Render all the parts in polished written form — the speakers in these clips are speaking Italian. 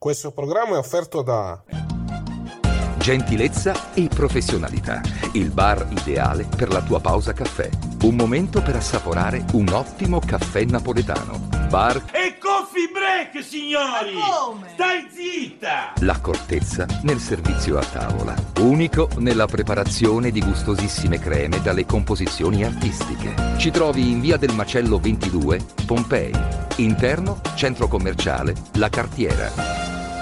Questo programma è offerto da Gentilezza e professionalità. Il bar ideale per la tua pausa caffè. Un momento per assaporare un ottimo caffè napoletano. Bar e coffee break, signori! Stai zitta! L'accortezza nel servizio a tavola. Unico nella preparazione di gustosissime creme dalle composizioni artistiche. Ci trovi in via del Macello 22, Pompei. Interno, centro commerciale, La Cartiera.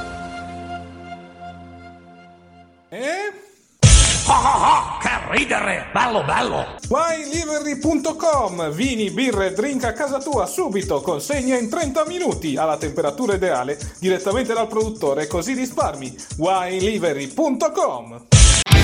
Che ridere! Bello! WineLivery.com. Vini, birre, drink a casa tua subito, consegna in 30 minuti alla temperatura ideale direttamente dal produttore, così risparmi. WineLivery.com.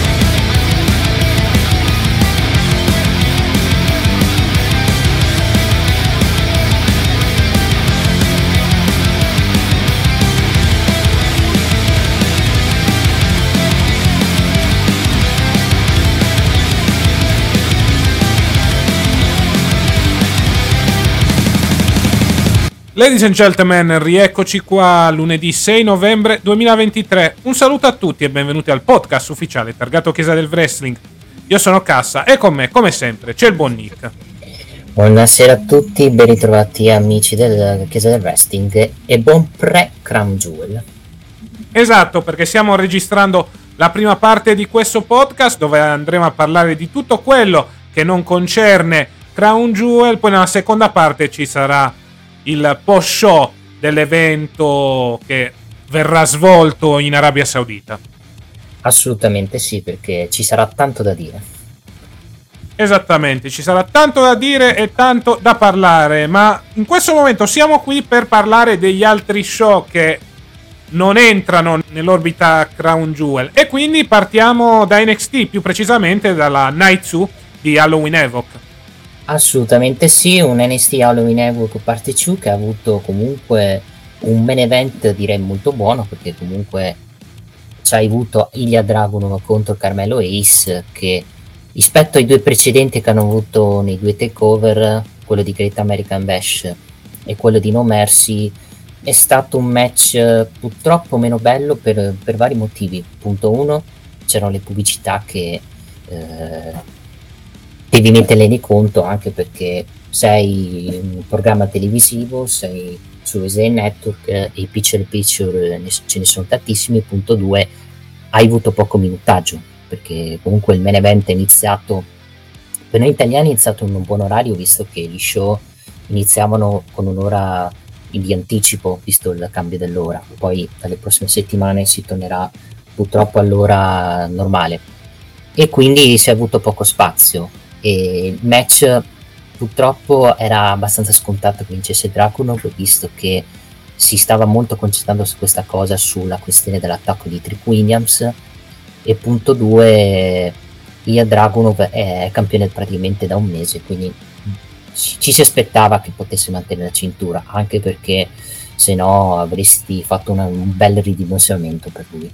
Ladies and gentlemen, rieccoci qua lunedì 6 novembre 2023. Un saluto a tutti e benvenuti al podcast ufficiale targato Chiesa del Wrestling. Io sono Cassa e con me, come sempre, c'è il buon Nick. Buonasera a tutti, ben ritrovati amici del Chiesa del Wrestling e buon pre-Crown Jewel. Esatto, perché stiamo registrando la prima parte di questo podcast dove andremo a parlare di tutto quello che non concerne Crown Jewel. Poi nella seconda parte ci sarà il post-show dell'evento che verrà svolto in Arabia Saudita. Assolutamente sì, perché ci sarà tanto da dire. Esattamente, ci sarà tanto da dire e tanto da parlare, ma in questo momento siamo qui per parlare degli altri show che non entrano nell'orbita Crown Jewel, e quindi partiamo da NXT, più precisamente dalla Night 2 di Halloween Havoc. Assolutamente sì, un NXT Halloween Havoc Parte 2 che ha avuto comunque un main event direi molto buono, perché comunque ci ha avuto Ilya Dragunov contro Carmelo Ace, che rispetto ai due precedenti che hanno avuto nei due takeover, quello di Great American Bash e quello di No Mercy, è stato un match purtroppo meno bello per vari motivi. Punto 1, c'erano le pubblicità che devi metterle di conto, anche perché sei un programma televisivo, sei su USA Network e i picture ce ne sono tantissimi. Punto 2, hai avuto poco minutaggio, perché comunque il main event è iniziato, per noi italiani è iniziato in un buon orario, visto che gli show iniziavano con un'ora di anticipo, visto il cambio dell'ora. Poi dalle prossime settimane si tornerà purtroppo all'ora normale, e quindi si è avuto poco spazio. E il match purtroppo era abbastanza scontato che vincesse Dragunov, visto che si stava molto concentrando su questa cosa, sulla questione dell'attacco di Trick Williams. E punto 2, Ilya Dragunov è campione praticamente da un mese, quindi ci si aspettava che potesse mantenere la cintura, anche perché se no avresti fatto un bel ridimensionamento per lui.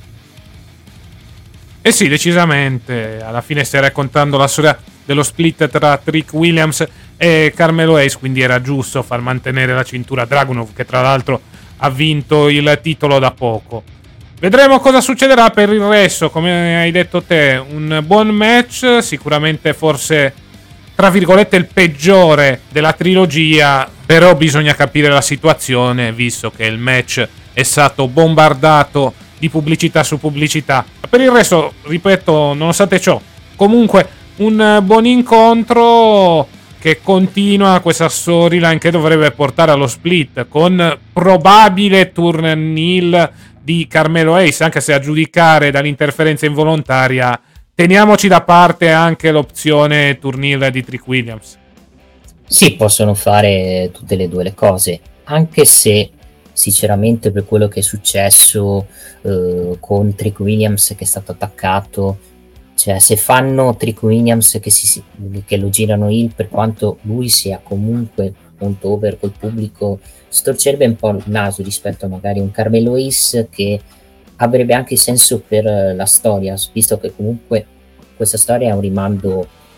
Eh sì, decisamente, alla fine stai raccontando la storia dello split tra Trick Williams e Carmelo Ace, quindi era giusto far mantenere la cintura a Dragunov, che tra l'altro ha vinto il titolo da poco. Vedremo cosa succederà per il resto. Come hai detto te, un buon match, sicuramente forse tra virgolette il peggiore della trilogia, però bisogna capire la situazione, visto che il match è stato bombardato di pubblicità su pubblicità. Per il resto, ripeto, nonostante ciò, comunque un buon incontro che continua questa storyline che dovrebbe portare allo split, con probabile turn heel di Carmelo Ace, anche se a giudicare dall'interferenza involontaria teniamoci da parte anche l'opzione turn heel di Trick Williams. Sì, possono fare tutte e due le cose, anche se sinceramente per quello che è successo con Trick Williams che è stato attaccato, cioè se fanno Trick Williams che lo girano heel, per quanto lui sia comunque molto over col pubblico, storcerebbe un po' il naso rispetto a magari un Carmelo Ace, che avrebbe anche senso per la storia, visto che comunque questa storia è un rimando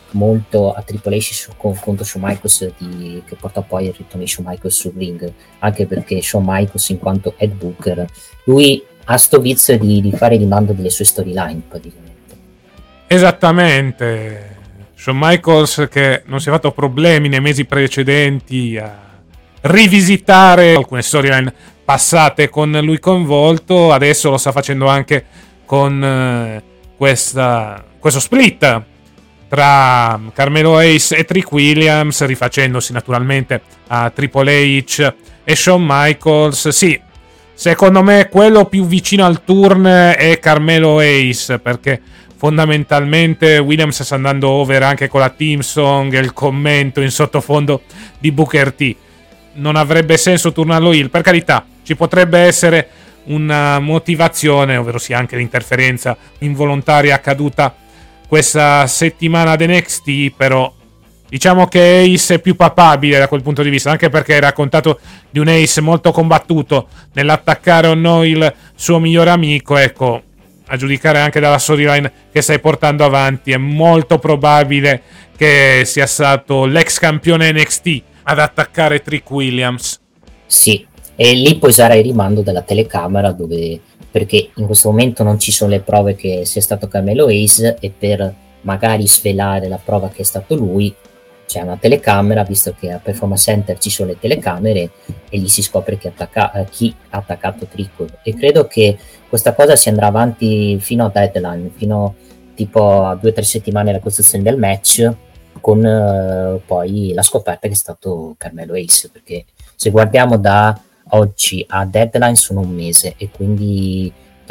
molto a Triple H contro Shawn Michaels che portò poi il ritorno di Shawn Michaels sul ring, anche perché Shawn Michaels, in quanto head booker, lui ha sto vizio di fare rimando delle sue storyline praticamente. Esattamente. Shawn Michaels, che non si è fatto problemi nei mesi precedenti a rivisitare alcune storyline passate con lui coinvolto, adesso lo sta facendo anche con questo split tra Carmelo Hayes e Trick Williams, rifacendosi naturalmente a Triple H e Shawn Michaels. Sì, secondo me quello più vicino al turn è Carmelo Hayes, perché fondamentalmente Williams sta andando over anche con la team song e il commento in sottofondo di Booker T. Non avrebbe senso turnarlo heel, per carità, ci potrebbe essere una motivazione, ovvero sia anche l'interferenza involontaria accaduta questa settimana ad NXT, però diciamo che Ace è più papabile da quel punto di vista, anche perché hai raccontato di un Ace molto combattuto nell'attaccare o no il suo migliore amico. Ecco, a giudicare anche dalla storyline che stai portando avanti, è molto probabile che sia stato l'ex campione NXT ad attaccare Trick Williams. Sì, e lì poi sarà il rimando della telecamera, perché in questo momento non ci sono le prove che sia stato Carmelo Hayes, e per magari svelare la prova che è stato lui c'è una telecamera, visto che a Performance Center ci sono le telecamere, e lì si scopre chi ha attaccato Trick. E credo che questa cosa si andrà avanti fino a Deadline, fino tipo a 2 o 3 settimane dalla costruzione del match, con poi la scoperta che è stato Carmelo Hayes, perché se guardiamo da oggi a Deadline sono un mese, e quindi la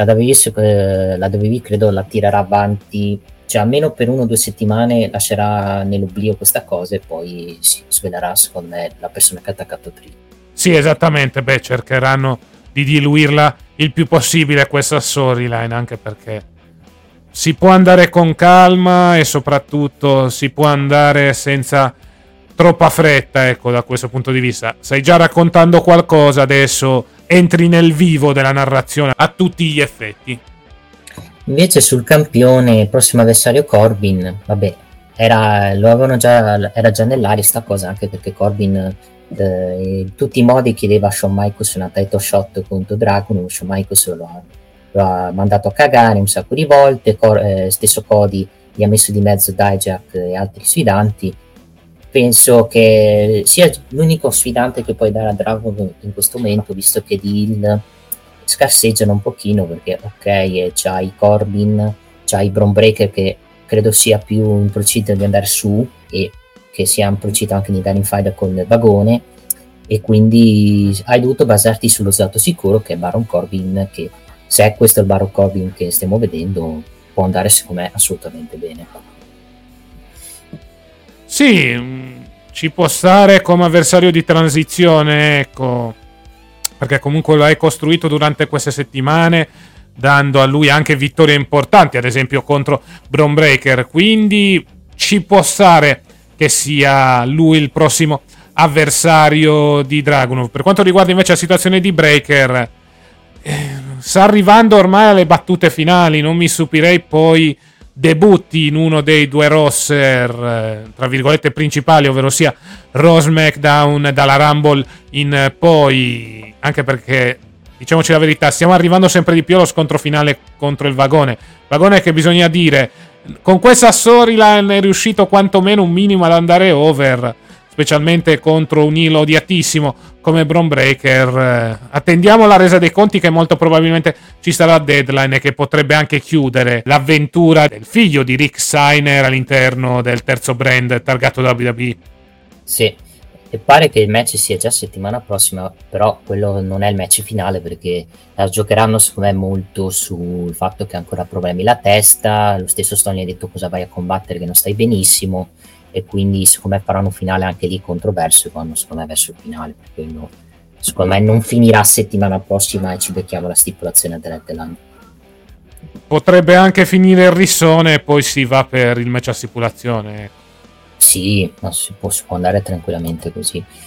WWE credo la tirerà avanti, cioè almeno per 1 o 2 settimane lascerà nell'oblio questa cosa, e poi si svelerà secondo me la persona che ha attaccato Trick. Sì, esattamente, cercheranno di diluirla il più possibile questa storyline, anche perché si può andare con calma e soprattutto si può andare senza troppa fretta, ecco, da questo punto di vista. Stai già raccontando qualcosa, adesso entri nel vivo della narrazione a tutti gli effetti. Invece sul campione, il prossimo avversario Corbin, vabbè, era già nell'aria sta cosa, anche perché Corbin in tutti i modi chiedeva a Shawn Michaels una title shot contro Dragunov. Shawn Michaels lo ha mandato a cagare un sacco di volte, stesso Cody gli ha messo di mezzo Dijak e altri sfidanti. Penso che sia l'unico sfidante che puoi dare a Dragunov in questo momento, visto che di heel scarseggiano un pochino, perché ok, c'hai Corbin, c'hai Bron Breakker che credo sia più in procinto di andare su, e che sia in procinto anche di andare in fight con il vagone, e quindi hai dovuto basarti sullo stato sicuro che è Baron Corbin, che se è questo il Baron Corbin che stiamo vedendo può andare secondo me assolutamente bene. Sì, ci può stare come avversario di transizione, ecco, perché comunque lo hai costruito durante queste settimane, dando a lui anche vittorie importanti, ad esempio contro Bron Breakker, quindi ci può stare che sia lui il prossimo avversario di Dragunov. Per quanto riguarda invece la situazione di Breakker, sta arrivando ormai alle battute finali, non mi stupirei poi debutti in uno dei 2 roster tra virgolette principali, ovvero sia Raw, SmackDown, dalla Rumble in poi, anche perché diciamoci la verità, stiamo arrivando sempre di più allo scontro finale contro il vagone che, bisogna dire, con questa storyline è riuscito quantomeno un minimo ad andare over, specialmente contro un heel odiatissimo come Bron Breakker. Attendiamo la resa dei conti, che molto probabilmente ci sarà a Deadline, e che potrebbe anche chiudere l'avventura del figlio di Rick Steiner all'interno del terzo brand targato WWE. Sì, e pare che il match sia già settimana prossima, però quello non è il match finale, perché la giocheranno secondo me molto sul fatto che ha ancora problemi la testa. Lo stesso Stone gli ha detto cosa vai a combattere, che non stai benissimo, e quindi secondo me faranno un finale anche lì controverso, e vanno secondo me verso il finale, perché secondo me non finirà settimana prossima e ci becchiamo la stipulazione dell'Headline. Potrebbe anche finire il rissone e poi si va per il match a stipulazione. Sì, ma si può andare tranquillamente così.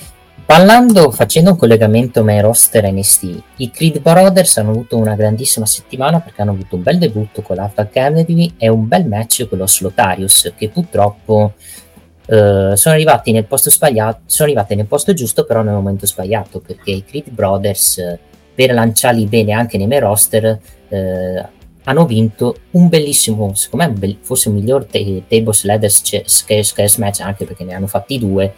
Facendo un collegamento main roster NXT, i Creed Brothers hanno avuto una grandissima settimana perché hanno avuto un bel debutto con l'Alpha Academy e un bel match con lo Slotarius, che purtroppo sono arrivati nel posto sbagliato, sono arrivati nel posto giusto però nel momento sbagliato, perché i Creed Brothers, per lanciarli bene anche nei main roster, hanno vinto un bellissimo, secondo me forse il miglior Tables Ladders Chess match, anche perché ne hanno fatti 2.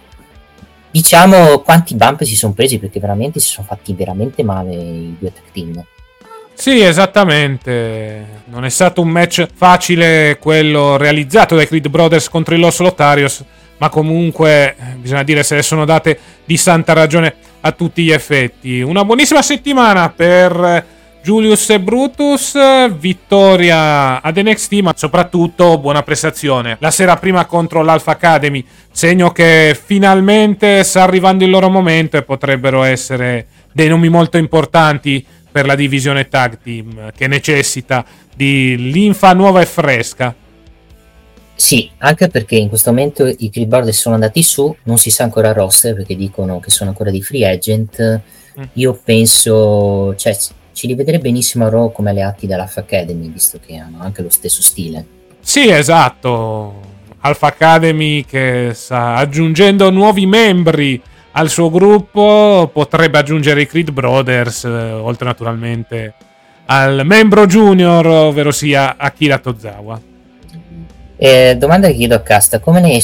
Diciamo quanti bump si sono presi, perché veramente si sono fatti veramente male i 2 tag team. Sì, esattamente. Non è stato un match facile quello realizzato dai Creed Brothers contro i Los Lotarios, ma comunque bisogna dire se le sono date di santa ragione a tutti gli effetti. Una buonissima settimana per Julius e Brutus, vittoria ad NXT, ma soprattutto buona prestazione la sera prima contro l'Alpha Academy, segno che finalmente sta arrivando il loro momento e potrebbero essere dei nomi molto importanti per la divisione tag team, che necessita di linfa nuova e fresca. Sì, anche perché in questo momento i Creed Brothers sono andati su, non si sa ancora il roster perché dicono che sono ancora dei free agent. Io penso, cioè, ci rivedrei benissimo a Raw come alleati dell'Alpha Academy, visto che hanno anche lo stesso stile. Sì, esatto. Alpha Academy che sta aggiungendo nuovi membri al suo gruppo, potrebbe aggiungere i Creed Brothers, oltre naturalmente al membro junior, ovvero sia Akira Tozawa. Domanda che chiedo a Casta: come ne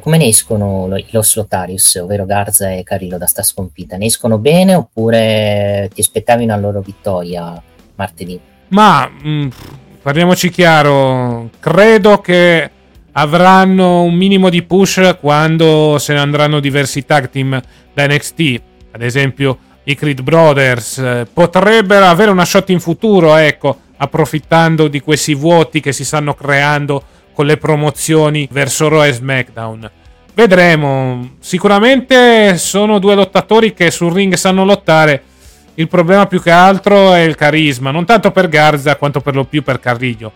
escono i Los Lotarius, ovvero Garza e Carrillo, da sta sconfitta? Ne escono bene oppure ti aspettavi una loro vittoria martedì? Ma parliamoci chiaro, credo che avranno un minimo di push quando se ne andranno diversi tag team da NXT. Ad esempio i Creed Brothers potrebbero avere una shot in futuro, ecco, approfittando di questi vuoti che si stanno creando con le promozioni verso Raw e SmackDown. Vedremo. Sicuramente sono 2 lottatori che sul ring sanno lottare. Il problema più che altro è il carisma, non tanto per Garza quanto per lo più per Carrillo.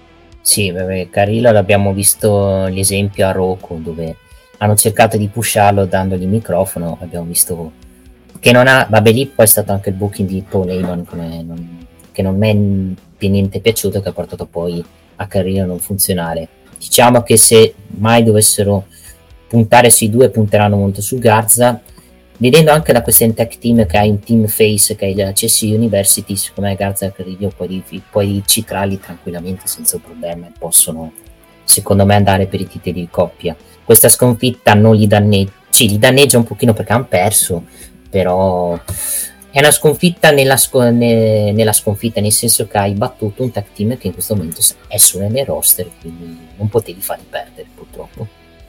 Sì, vabbè, Carrillo l'abbiamo visto l'esempio a Rocco, dove hanno cercato di pusharlo dandogli il microfono. Abbiamo visto che non ha, vabbè, lì poi è stato anche il booking di Paul Heyman che non mi è per niente piaciuto, che ha portato poi a Carrillo a non funzionare. Diciamo che se mai dovessero puntare sui 2, punteranno molto su Garza, vedendo anche la questione tag team che ha in team face, che è la CS University. Siccome Garza e Carrillo puoi citrarli tranquillamente senza problema e possono, secondo me, andare per i titoli di coppia. Questa sconfitta non li danneggia, sì, li danneggia un pochino perché hanno perso, però è una sconfitta nella sconfitta, nel senso che hai battuto un tag team che in questo momento è solo nel roster, quindi non potevi farli perdere, purtroppo.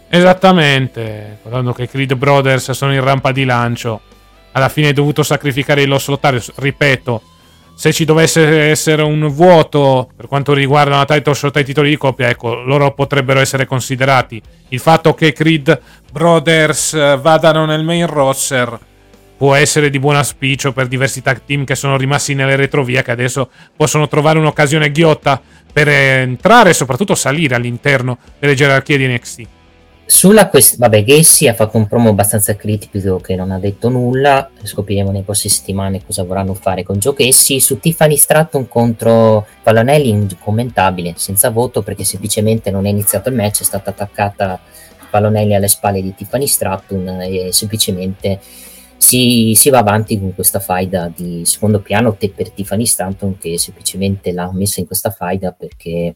Esattamente, guardando che i Creed Brothers sono in rampa di lancio, alla fine hai dovuto sacrificare i Los Lotarios. Ripeto, se ci dovesse essere un vuoto per quanto riguarda una title shot ai titoli di coppia, ecco, loro potrebbero essere considerati. Il fatto che i Creed Brothers vadano nel main roster può essere di buon auspicio per diversi tag team che sono rimasti nelle retrovie, che adesso possono trovare un'occasione ghiotta per entrare e soprattutto salire all'interno delle gerarchie di NXT. Vabbè, Gacy ha fatto un promo abbastanza critico che non ha detto nulla. Scopriremo nelle prossime settimane cosa vorranno fare con Joe Gacy. Su Tiffany Stratton contro Pallonelli, incommentabile, senza voto, perché semplicemente non è iniziato il match, è stata attaccata Pallonelli alle spalle di Tiffany Stratton e semplicemente si va avanti con questa faida di secondo piano per Tiffany Stratton, che semplicemente l'ha messa in questa faida perché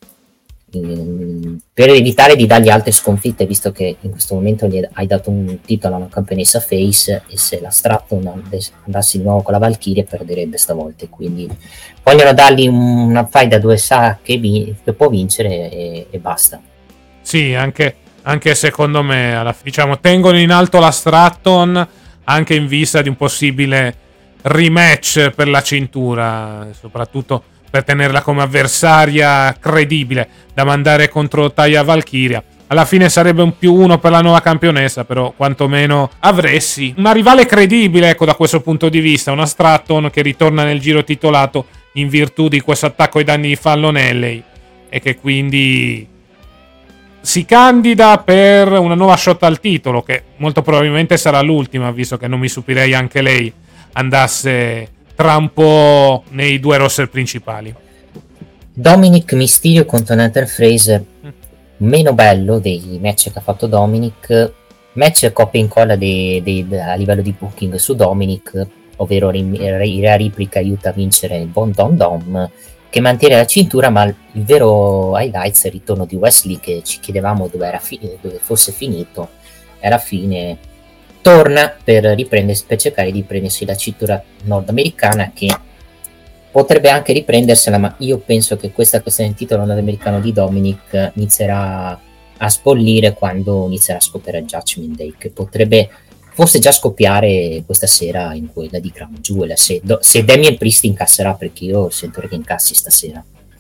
per evitare di dargli altre sconfitte, visto che in questo momento gli hai dato un titolo a una campionessa face, e se la Stratton andasse di nuovo con la Valkyria perderebbe stavolta, quindi vogliono dargli una faida dove sa che può vincere e basta. Sì, anche secondo me diciamo, tengono in alto la Stratton anche in vista di un possibile rematch per la cintura, soprattutto per tenerla come avversaria credibile da mandare contro Taya Valkyria. Alla fine sarebbe un +1 per la nuova campionessa, però quantomeno avresti una rivale credibile, ecco, da questo punto di vista, una Stratton che ritorna nel giro titolato in virtù di questo attacco ai danni di Fallon Henley e che quindi si candida per una nuova shot al titolo, che molto probabilmente sarà l'ultima, visto che non mi stupirei anche lei andasse tra un po' nei due roster principali. Dominic Mysterio contro Nathan Fraser, meno bello dei match che ha fatto Dominic, match copia e incolla a livello di booking su Dominic, ovvero la replica aiuta a vincere il buon Dom, che mantiene la cintura, ma il vero highlights è il ritorno di Wesley, che ci chiedevamo dove fosse finito, e alla fine torna per cercare di prendersi la cintura nordamericana, che potrebbe anche riprendersela, ma io penso che questa questione del titolo nordamericano di Dominic inizierà a spollire quando inizierà a scoppiare il Judgment Day, che potrebbe forse già scoppiare questa sera in quella di Crown Jewel, se Damian Priest incasserà, perché io sento che incassi stasera.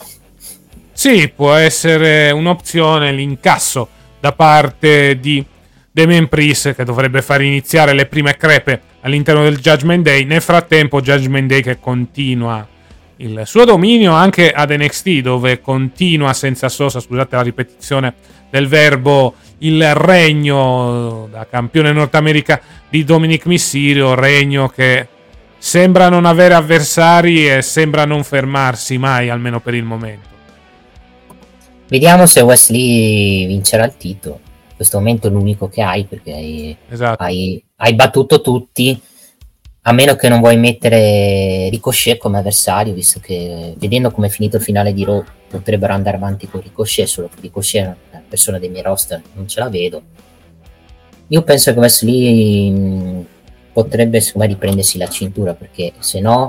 Sì, può essere un'opzione l'incasso da parte di Damian Priest, che dovrebbe far iniziare le prime crepe all'interno del Judgment Day. Nel frattempo Judgment Day che continua il suo dominio anche ad NXT, dove continua senza sosta, scusate la ripetizione del verbo, il regno da campione Nord America di Dominic Mysterio, regno che sembra non avere avversari e sembra non fermarsi mai, almeno per il momento. Vediamo se Wesley vincerà il titolo. In questo momento è l'unico che hai, perché hai battuto tutti, a meno che non vuoi mettere Ricochet come avversario, visto che vedendo come è finito il finale di Raw potrebbero andare avanti con Ricochet, solo che Ricochet è una persona dei miei roster, non ce la vedo. Io penso che Wesley potrebbe secondo me riprendersi la cintura, perché se no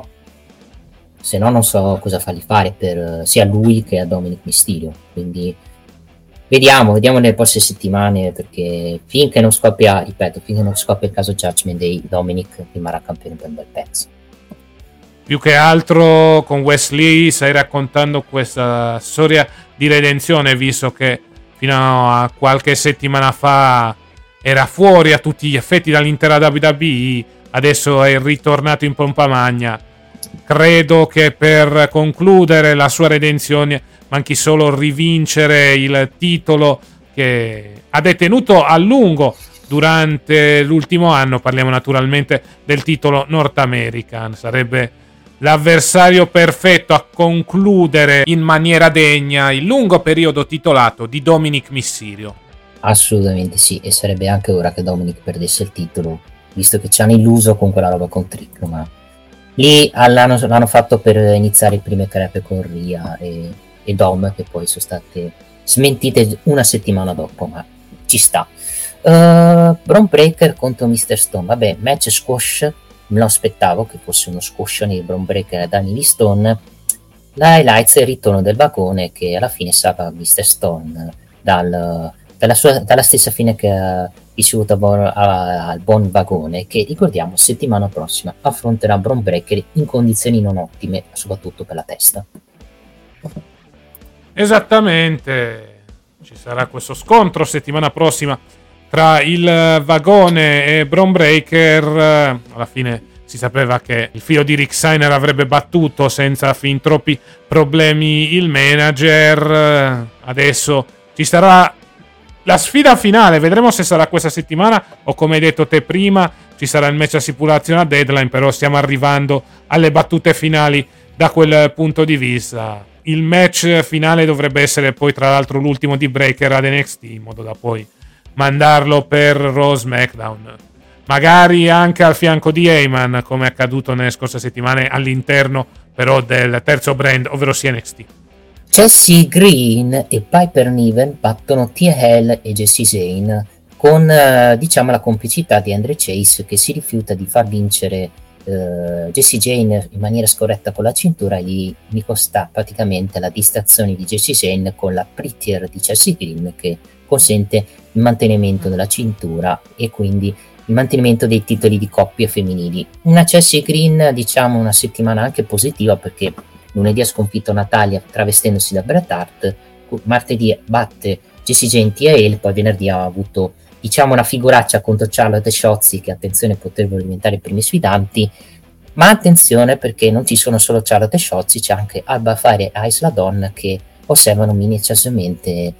non so cosa fargli fare per sia lui che a Dominic Mysterio, quindi vediamo nelle prossime settimane, perché finché non scoppia il caso Judgment Day, Dominic rimarrà campione per un bel pezzo. Più che altro con Wesley stai raccontando questa storia di redenzione, visto che fino a qualche settimana fa era fuori a tutti gli effetti dall'intera WWE, adesso è ritornato in pompa magna. Credo che per concludere la sua redenzione manchi solo rivincere il titolo che ha detenuto a lungo durante l'ultimo anno. Parliamo naturalmente del titolo North American. Sarebbe l'avversario perfetto a concludere in maniera degna il lungo periodo titolato di Dominic Mysterio. Assolutamente sì, e sarebbe anche ora che Dominic perdesse il titolo, visto che ci hanno illuso con quella roba con Trick, ma lì l'hanno fatto per iniziare le prime crepe con Rhea e Dom, che poi sono state smentite una settimana dopo, ma ci sta. Bron Breakker contro Mr. Stone, vabbè, match squash, me lo aspettavo che fosse uno squash nei Bron Breakker e Daniel Stone. La highlights è il ritorno del vagone, che alla fine salva Mr. Stone dalla stessa fine che ha ricevuto al buon vagone, che ricordiamo settimana prossima affronterà Bron Breakker in condizioni non ottime, soprattutto per la testa. Esattamente, ci sarà questo scontro settimana prossima tra il vagone e Bron Breakker. Alla fine si sapeva che il figlio di Rick Steiner avrebbe battuto senza fin troppi problemi il manager. Adesso ci sarà la sfida finale, vedremo se sarà questa settimana o, come hai detto te prima, ci sarà il match a stipulazione a Deadline, però stiamo arrivando alle battute finali da quel punto di vista. Il match finale dovrebbe essere poi tra l'altro l'ultimo di Breakker ad NXT, in modo da poi mandarlo per Raw SmackDown. Magari anche al fianco di Heyman, come è accaduto nelle scorse settimane, all'interno però del terzo brand, ovvero sia NXT. Chelsea Green e Piper Niven battono Tia Hell e Jessie Jane con la complicità di Andre Chase, che si rifiuta di far vincere Jessie Jane in maniera scorretta con la cintura, e gli costa praticamente la distrazione di Jessie Jane con la Prettier di Chelsea Green, che consente il mantenimento della cintura e quindi il mantenimento dei titoli di coppie femminili. Una Chelsea Green, una settimana anche positiva, perché lunedì ha sconfitto Natalia travestendosi da Bret Hart, martedì batte Jessie Jane Tia Hale, poi venerdì ha avuto una figuraccia contro Charlotte e Shotzi, che attenzione potrebbero diventare i primi sfidanti, ma attenzione perché non ci sono solo Charlotte e Shotzi, c'è anche Alba Fire e Isla Dawn che osservano minuziosamente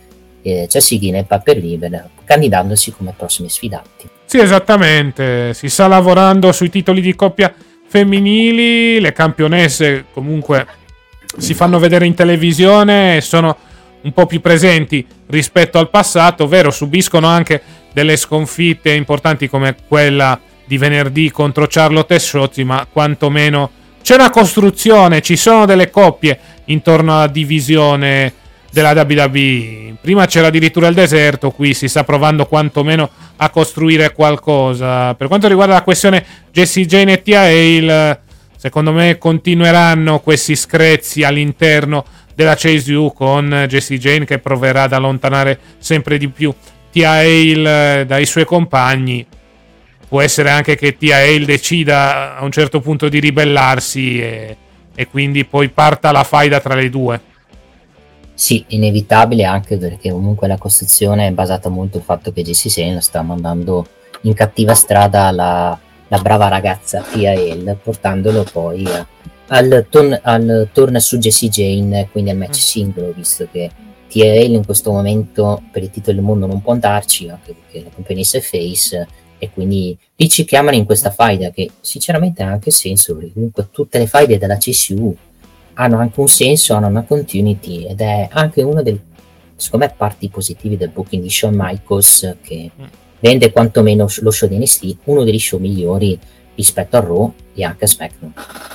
Chelsea Green e Piper Niven, candidandosi come prossimi sfidanti. Sì, esattamente, si sta lavorando sui titoli di coppia femminili, le campionesse comunque si fanno vedere in televisione e sono un po' più presenti rispetto al passato, ovvero subiscono anche delle sconfitte importanti come quella di venerdì contro Charlotte e Shotzi, ma quantomeno c'è una costruzione, ci sono delle coppie intorno alla divisione della WWE. Prima c'era addirittura il deserto, qui si sta provando quantomeno a costruire qualcosa. Per quanto riguarda la questione Jessie Jane e Tia Hale, secondo me continueranno questi screzi all'interno della Chase U, con Jessie Jane che proverà ad allontanare sempre di più Tia Hale dai suoi compagni. Può essere anche che Tia Hale decida a un certo punto di ribellarsi e quindi poi parta la faida tra le due. Sì, inevitabile, anche perché comunque la costruzione è basata molto sul fatto che Jessie Jane sta mandando in cattiva strada la brava ragazza Tia Hale, portandolo poi al turn su Jessie Jane, quindi al match singolo, visto che Tia Hale in questo momento per il titolo del mondo non può andarci, anche perché la campionessa è face, e quindi li ci chiamano in questa faida che sinceramente ha anche senso, perché comunque tutte le faide della CSU hanno anche un senso, hanno una continuity, ed è anche una delle, secondo me, parti positivi del booking di Shawn Michaels, che rende quantomeno lo show di NXT uno degli show migliori rispetto a Raw e anche a SmackDown.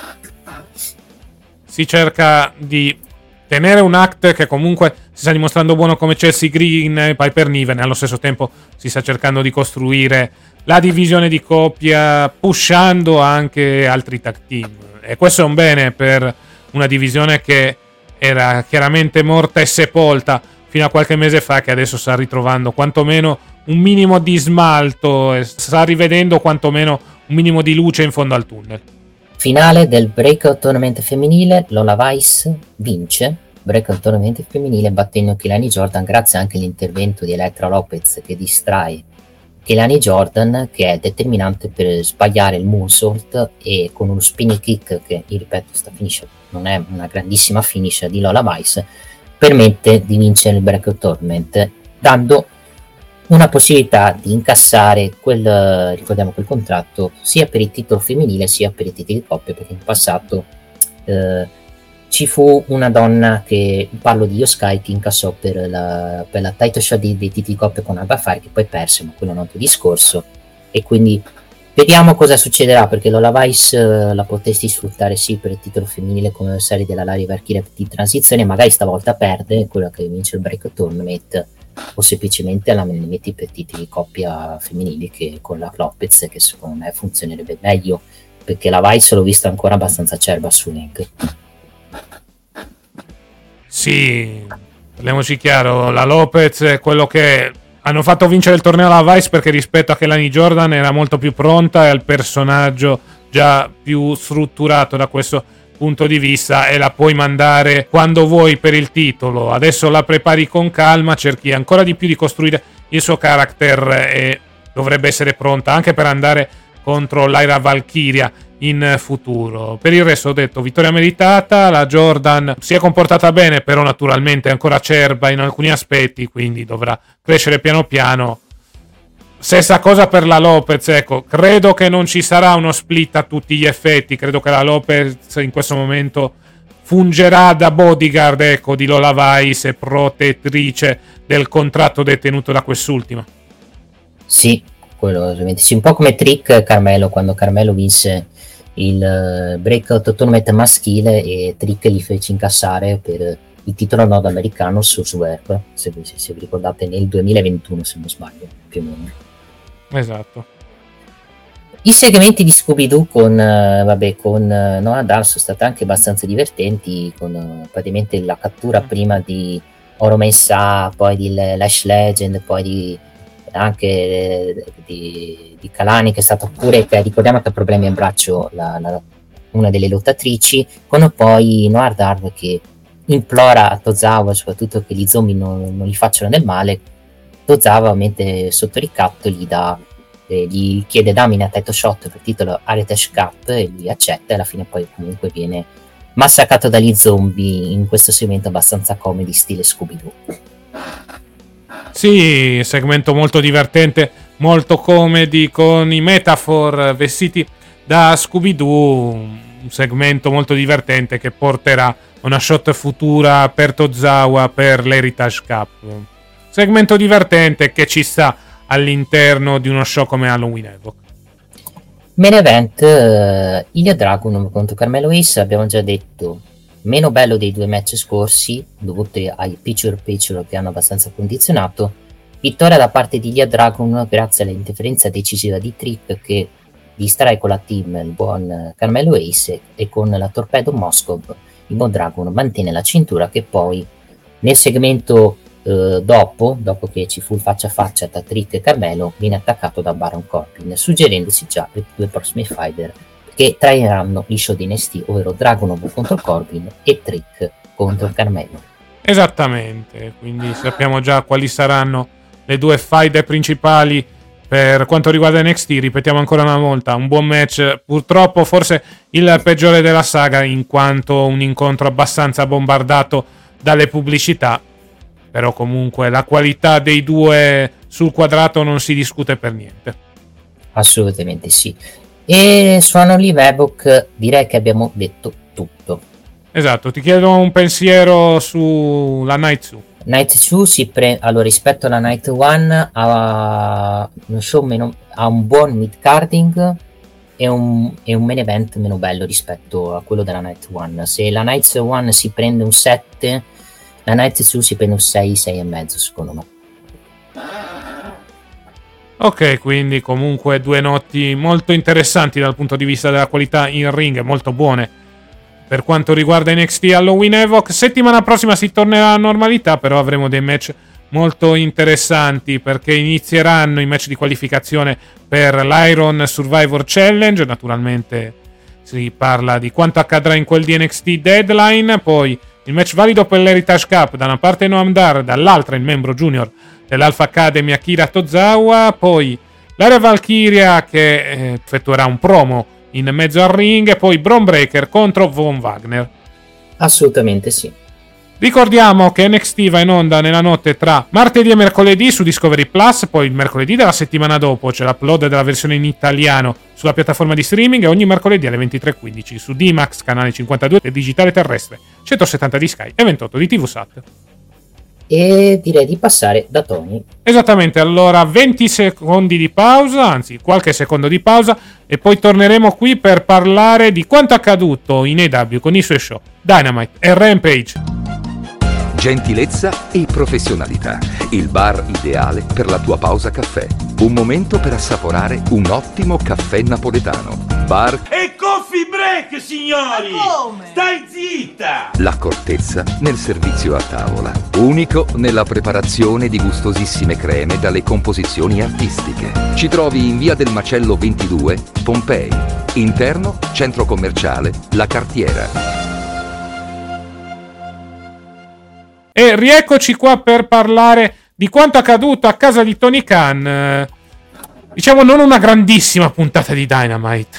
Si cerca di tenere un act che comunque si sta dimostrando buono come Chelsea Green e Piper Niven, e allo stesso tempo si sta cercando di costruire la divisione di coppia, pushando anche altri tag team, e questo è un bene per una divisione che era chiaramente morta e sepolta fino a qualche mese fa, che adesso sta ritrovando quantomeno un minimo di smalto e sta rivedendo quantomeno un minimo di luce in fondo al tunnel. Finale del Breakout Tournament femminile, Lola Vice vince Breakout Tournament femminile battendo Kelani Jordan, grazie anche all'intervento di Elektra Lopez che distrae Kelani Jordan, che è determinante per sbagliare il moonsault, e con uno spinning kick che, ripeto, sta finish non è una grandissima finish di Lola Vice, permette di vincere il Breakout Tournament, dando una possibilità di incassare ricordiamo quel contratto sia per il titolo femminile sia per i titoli di coppia, perché in passato ci fu una donna, che parlo di Io Sky, che incassò per la title shot dei titoli di coppia con Alba Fire, che poi perse, ma quello è un altro discorso, e quindi vediamo cosa succederà, perché Lola Vice la potresti sfruttare sì per il titolo femminile come avversario della Lari Valkyria di transizione, magari stavolta perde quella che vince il Breakout Tournament, o semplicemente la metti per titoli di coppia femminili, che con la Lopez, che secondo me funzionerebbe meglio, perché la Vice l'ho vista ancora abbastanza acerba su Link. Sì, parliamoci chiaro, la Lopez è quello che hanno fatto vincere il torneo alla Vice, perché rispetto a Kelani Jordan era molto più pronta e al personaggio già più strutturato da questo punto di vista, e la puoi mandare quando vuoi per il titolo. Adesso la prepari con calma, cerchi ancora di più di costruire il suo character e dovrebbe essere pronta anche per andare contro Lyra Valkyria in futuro. Per il resto, ho detto, vittoria meritata. La Jordan si è comportata bene, però naturalmente è ancora acerba in alcuni aspetti, quindi dovrà crescere piano piano. Stessa cosa per la Lopez, ecco, credo che non ci sarà uno split a tutti gli effetti, credo che la Lopez in questo momento fungerà da bodyguard, ecco, di Lola Vice e protettrice del contratto detenuto da quest'ultima. Sì, quello ovviamente sì, un po' come Trick Carmelo, quando Carmelo vinse il Breakout Tournament maschile e Trick gli fece incassare per il titolo nordamericano su Swerve, se vi ricordate, nel 2021 se non sbaglio, più o meno. Esatto. I segmenti di Scooby-Doo con Noah Dar sono stati anche abbastanza divertenti, con praticamente la cattura prima di Oro Mensah, poi di Lash Legend, poi anche di Kalani, che è stato pure, che ricordiamo che ha problemi al braccio una delle lottatrici, con poi Noah Dar che implora a Tozawa soprattutto che gli zombie non gli facciano del male. Tozawa, ovviamente sotto ricatto, gli chiede dammi una title shot per titolo Heritage Cup, e lui accetta, e alla fine poi comunque viene massacrato dagli zombie in questo segmento abbastanza comedy stile Scooby-Doo. Sì, segmento molto divertente, molto comedy, con i Metaphor vestiti da Scooby-Doo, un segmento molto divertente che porterà una shot futura per Tozawa per l'Heritage Cup. Segmento divertente che ci sta all'interno di uno show come Halloween Havoc. Main event, Ilya Dragunov contro Carmelo Hayes, abbiamo già detto, meno bello dei due match scorsi, dovuti ai picture che hanno abbastanza condizionato. Vittoria da parte di Ilya Dragunov grazie all'interferenza decisiva di Trick che distrae con la team il buon Carmelo Hayes, e con la Torpedo Moscow il buon Dragunov mantiene la cintura, che poi nel segmento dopo che ci fu il faccia a faccia tra Trick e Carmelo, viene attaccato da Baron Corbin, suggerendosi già le due prossimi fighter che traineranno gli show di NXT, ovvero Dragunov contro Corbin e Trick contro Carmelo. Esattamente, quindi sappiamo già quali saranno le due fighter principali per quanto riguarda NXT. Ripetiamo ancora una volta, un buon match, purtroppo forse il peggiore della saga, in quanto un incontro abbastanza bombardato dalle pubblicità, però comunque la qualità dei due sul quadrato non si discute per niente. Assolutamente sì. E su Halloween Havoc direi che abbiamo detto tutto. Esatto, ti chiedo un pensiero sulla Night 2. Night 2 allora, rispetto alla Night 1 ha uno show ha un buon mid-carding e un main event meno bello rispetto a quello della Night 1. Se la Night 1 si prende un 7, la Night 2 si prende un 6, 6,5 secondo me. Ok, quindi comunque due notti molto interessanti dal punto di vista della qualità in ring, molto buone per quanto riguarda NXT Halloween Havoc. Settimana prossima si tornerà alla normalità, però avremo dei match molto interessanti, perché inizieranno i match di qualificazione per l'Iron Survivor Challenge. Naturalmente si parla di quanto accadrà in quel di NXT Deadline, poi il match valido per l'Heritage Cup, da una parte Noam Dar, dall'altra il membro junior dell'Alpha Academy Akira Tozawa, poi l'Area Valkyria che effettuerà un promo in mezzo al ring, e poi Bron Breakker contro Von Wagner. Assolutamente sì. Ricordiamo che NXT va in onda nella notte tra martedì e mercoledì su Discovery Plus, poi il mercoledì della settimana dopo c'è l'upload della versione in italiano sulla piattaforma di streaming, e ogni mercoledì alle 23:15 su D-Max, canale 52 del digitale terrestre, 170 di Sky e 28 di TVSAT. E direi di passare da Tony. Esattamente, allora 20 secondi di pausa, anzi qualche secondo di pausa, e poi torneremo qui per parlare di quanto accaduto in AEW con i suoi show Dynamite e Rampage. Gentilezza e professionalità. Il bar ideale per la tua pausa caffè. Un momento per assaporare un ottimo caffè napoletano. Bar E coffee break, signori! Stai zitta! L'accortezza nel servizio a tavola. Unico nella preparazione di gustosissime creme dalle composizioni artistiche. Ci trovi in via del Macello 22, Pompei. Interno, centro commerciale, La Cartiera. E rieccoci qua per parlare di quanto accaduto a casa di Tony Khan. Diciamo non una grandissima puntata di Dynamite.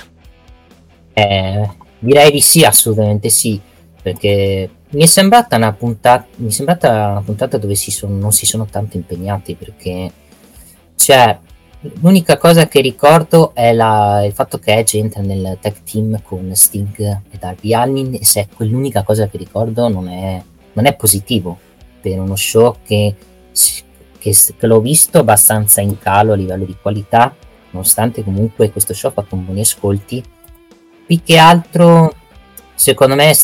Direi di sì, assolutamente sì, perché mi è sembrata una puntata dove non si sono tanto impegnati, perché cioè l'unica cosa che ricordo è il fatto che Edge entra nel tag team con Sting e Darby Allin, e se quell'unica cosa che ricordo non è positivo per uno show che l'ho visto abbastanza in calo a livello di qualità, nonostante comunque questo show ha fatto buoni ascolti. Più che altro secondo me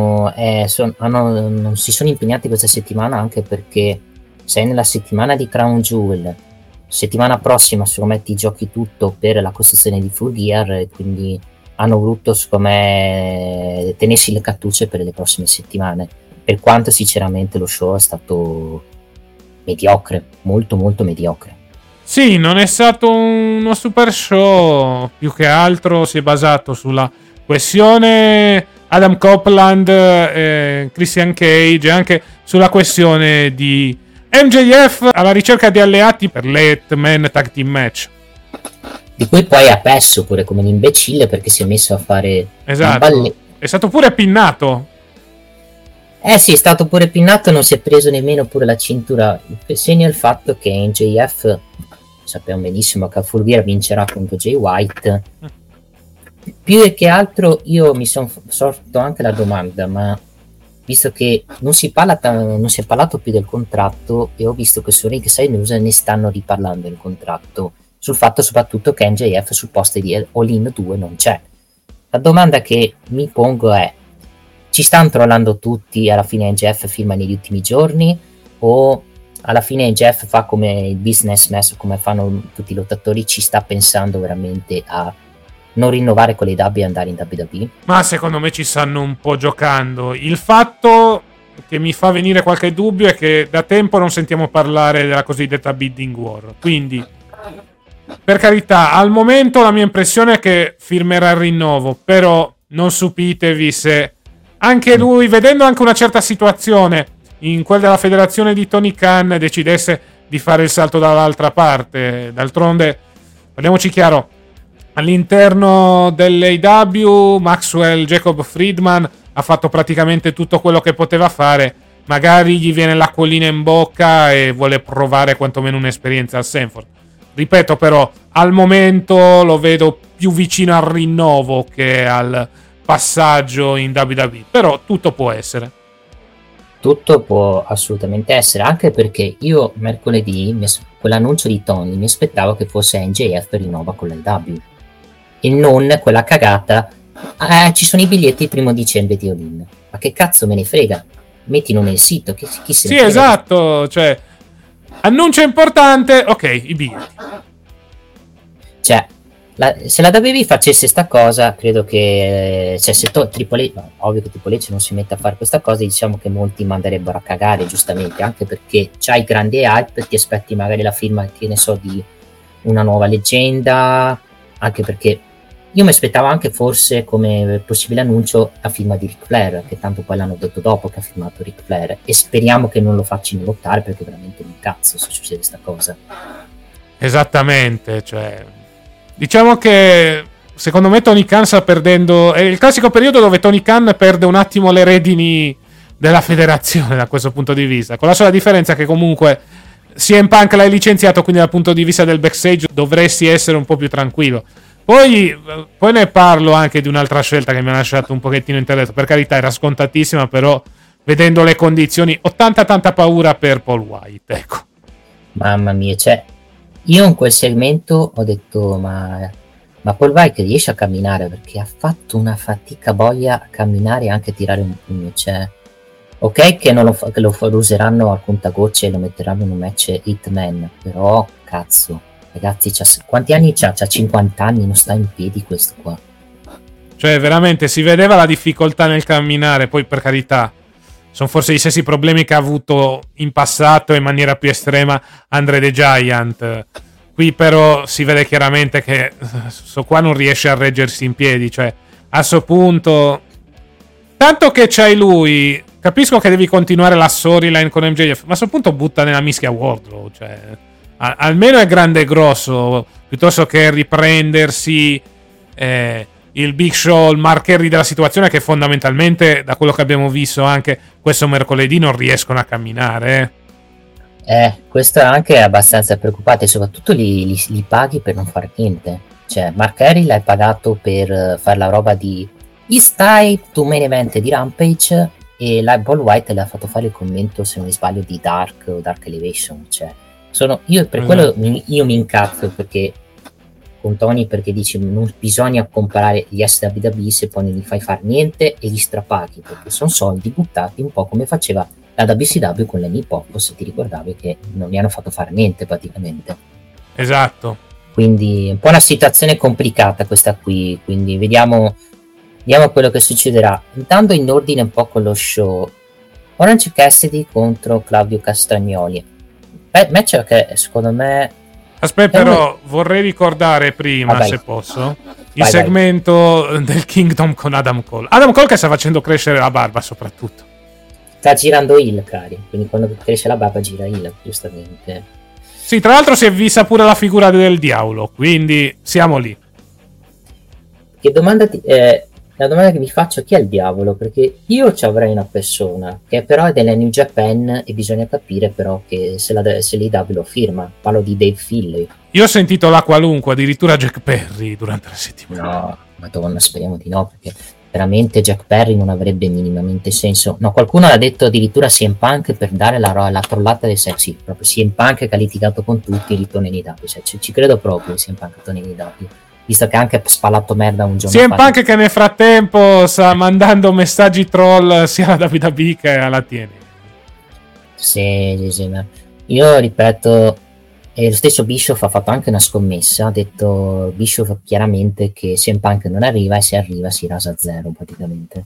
non si sono impegnati questa settimana, anche perché sei nella settimana di Crown Jewel, settimana prossima metti giochi tutto per la costruzione di Full Gear, e quindi hanno voluto secondo me tenersi le cartucce per le prossime settimane, per quanto sinceramente lo show è stato mediocre, molto molto mediocre. Sì, non è stato uno super show, più che altro si è basato sulla questione Adam Copeland e Christian Cage, e anche sulla questione di MJF alla ricerca di alleati per l'Eight Man Tag Team Match, di cui poi ha perso pure come un imbecille, perché si è messo a fare esatto, è stato pure pinnato. Sì, è stato pure pinnato, non si è preso nemmeno pure la cintura. Segna il fatto che in JF sappiamo benissimo che a Fulvira vincerà contro Jay White. Più che altro io mi sono sorto anche la domanda, ma visto che non si è parlato più del contratto, e ho visto che su Ringside News ne stanno riparlando del contratto, sul fatto soprattutto che MJF sul posto di All In 2 non c'è. La domanda che mi pongo è: ci stanno trollando tutti, alla fine MJF firma negli ultimi giorni, o alla fine MJF fa come il businessman, come fanno tutti i lottatori, ci sta pensando veramente a non rinnovare con le W e andare in WWE? Ma secondo me ci stanno un po' giocando. Il fatto che mi fa venire qualche dubbio è che da tempo non sentiamo parlare della cosiddetta bidding war, quindi per carità, al momento la mia impressione è che firmerà il rinnovo, però non stupitevi se anche lui, vedendo anche una certa situazione in quella della federazione di Tony Khan, decidesse di fare il salto dall'altra parte. D'altronde, parliamoci chiaro, all'interno dell'AEW Maxwell Jacob Friedman ha fatto praticamente tutto quello che poteva fare. Magari gli viene l'acquolina in bocca e vuole provare quantomeno un'esperienza al Sanford. Ripeto però, al momento lo vedo più vicino al rinnovo che al passaggio in WWE, però tutto può essere. Tutto può assolutamente essere, anche perché io mercoledì, quell'annuncio di Tony, mi aspettavo che fosse MJF rinnova con l'AEW e non quella cagata ci sono i biglietti il 1 dicembre di All In. Ma che cazzo me ne frega, mettino nel sito, chi se ne Sì, frega. esatto, cioè annuncio importante, ok, i biglietti. Cioè, se la WWE facesse sta cosa, credo che se Triple H, ovvio che Triple H non si mette a fare questa cosa, diciamo che molti manderebbero a cagare, giustamente, anche perché c'hai grande hype, ti aspetti magari la firma, che ne so, di una nuova leggenda, anche perché io mi aspettavo anche forse come possibile annuncio la firma di Ric Flair, che tanto poi l'hanno detto dopo che ha firmato Ric Flair, e speriamo che non lo facciano lottare, perché veramente un cazzo se succede sta cosa. Esattamente, cioè diciamo che secondo me Tony Khan sta perdendo, è il classico periodo dove Tony Khan perde un attimo le redini della federazione da questo punto di vista, con la sola differenza che comunque CM Punk l'hai licenziato, quindi dal punto di vista del backstage dovresti essere un po' più tranquillo. Poi ne parlo anche di un'altra scelta che mi ha lasciato un pochettino interdetto, per carità era scontatissima, però vedendo le condizioni ho tanta paura per Paul White, ecco. Mamma mia, cioè io in quel segmento ho detto ma Paul White riesce a camminare, perché ha fatto una fatica boia a camminare e anche a tirare un pugno, cioè ok che non lo useranno al contagocce e lo metteranno in un match Hitman, però cazzo ragazzi, quanti anni c'ha? C'ha 50 anni, non sta in piedi questo qua. Cioè veramente si vedeva la difficoltà nel camminare, poi per carità sono forse gli stessi problemi che ha avuto in passato in maniera più estrema Andre the Giant. Qui però si vede chiaramente che qua non riesce a reggersi in piedi, cioè a sto punto, tanto che c'hai lui, capisco che devi continuare la storyline con MJF, ma a sto punto butta nella mischia Wardlow, cioè almeno è grande e grosso, piuttosto che riprendersi il Big Show, il Mark Henry della situazione, che fondamentalmente da quello che abbiamo visto anche questo mercoledì non riescono a camminare. Questo è anche abbastanza preoccupante, soprattutto li paghi per non fare niente. Cioè Mark Henry l'hai pagato per fare la roba di It's Time to Main Event di Rampage, e Paul White le ha fatto fare il commento, se non mi sbaglio, di Dark o Dark Elevation. Cioè io per quello io mi incazzo perché con Tony, perché dici non bisogna comparare gli SWW se poi non gli fai fare niente e gli strapaghi, perché sono soldi buttati, un po' come faceva la WCW con l'Annie Pop, se ti ricordavi, che non gli hanno fatto fare niente praticamente. Esatto. Quindi un po' una situazione complicata questa qui, quindi vediamo quello che succederà. Intanto in ordine un po' con lo show, Orange Cassidy contro Claudio Castagnoli, match che secondo me... Aspetta, però vorrei ricordare prima, se posso, il segmento del Kingdom con Adam Cole. Adam Cole che sta facendo crescere la barba soprattutto. Sta girando heel, cari, quindi quando cresce la barba gira heel, giustamente. Sì, tra l'altro si è vista pure la figura del diavolo, quindi siamo lì. Che domanda la domanda che mi faccio: chi è il diavolo? Perché io ci avrei una persona che però è della New Japan e bisogna capire però che se l'AEW lo firma. Parlo di Dave Finlay. Io ho sentito la qualunque, addirittura Jack Perry durante la settimana. No, madonna, speriamo di no, perché veramente Jack Perry non avrebbe minimamente senso. No, qualcuno l'ha detto addirittura CM Punk per dare la trollata del sexy. Proprio CM Punk che ha litigato con tutti, ritorna in AEW. Cioè, ci credo proprio CM Punk torna in AEW. Visto che ha anche spallato merda un giorno CM Punk che nel frattempo sta mandando messaggi troll sia alla WWE che alla TNA. Sì, ma io ripeto, e lo stesso Bischoff ha fatto anche una scommessa, ha detto Bischoff chiaramente che CM Punk non arriva, e se arriva si rasa a zero praticamente.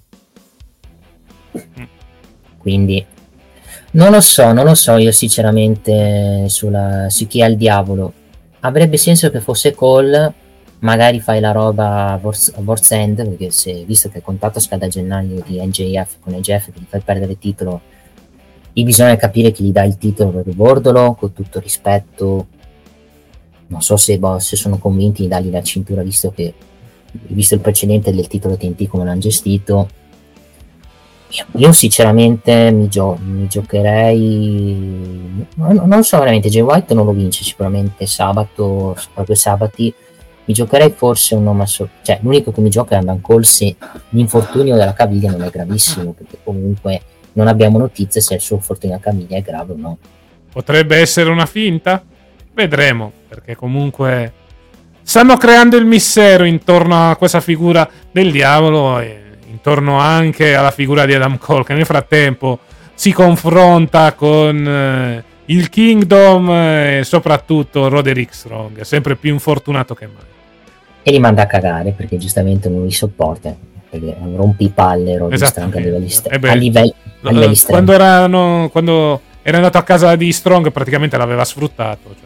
Quindi non lo so io sinceramente su chi è il diavolo. Avrebbe senso che fosse Cole, magari fai la roba a War's End, perché visto che il contratto scade a gennaio di NJF con NJF, che gli fai perdere il titolo, gli bisogna capire chi gli dà il titolo per Bordolo, con tutto rispetto. Non so se sono convinti di dargli la cintura, visto il precedente del titolo TNT come l'hanno gestito. Io sinceramente mi giocherei, non so veramente, Jay White non lo vince sicuramente proprio sabati. Mi giocherei forse un nome cioè l'unico che mi gioca è Adam Cole se l'infortunio della caviglia non è gravissimo, perché comunque non abbiamo notizie se il suo infortunio alla caviglia è grave o no. Potrebbe essere una finta? Vedremo, perché comunque stanno creando il mistero intorno a questa figura del diavolo e intorno anche alla figura di Adam Cole, che nel frattempo si confronta con il Kingdom e soprattutto Roderick Strong, sempre più infortunato che mai. E li manda a cagare perché giustamente non li sopporta, perché è un rompipalle Roderick Strong a livelli estremi. Quando era andato a casa di Strong praticamente l'aveva sfruttato,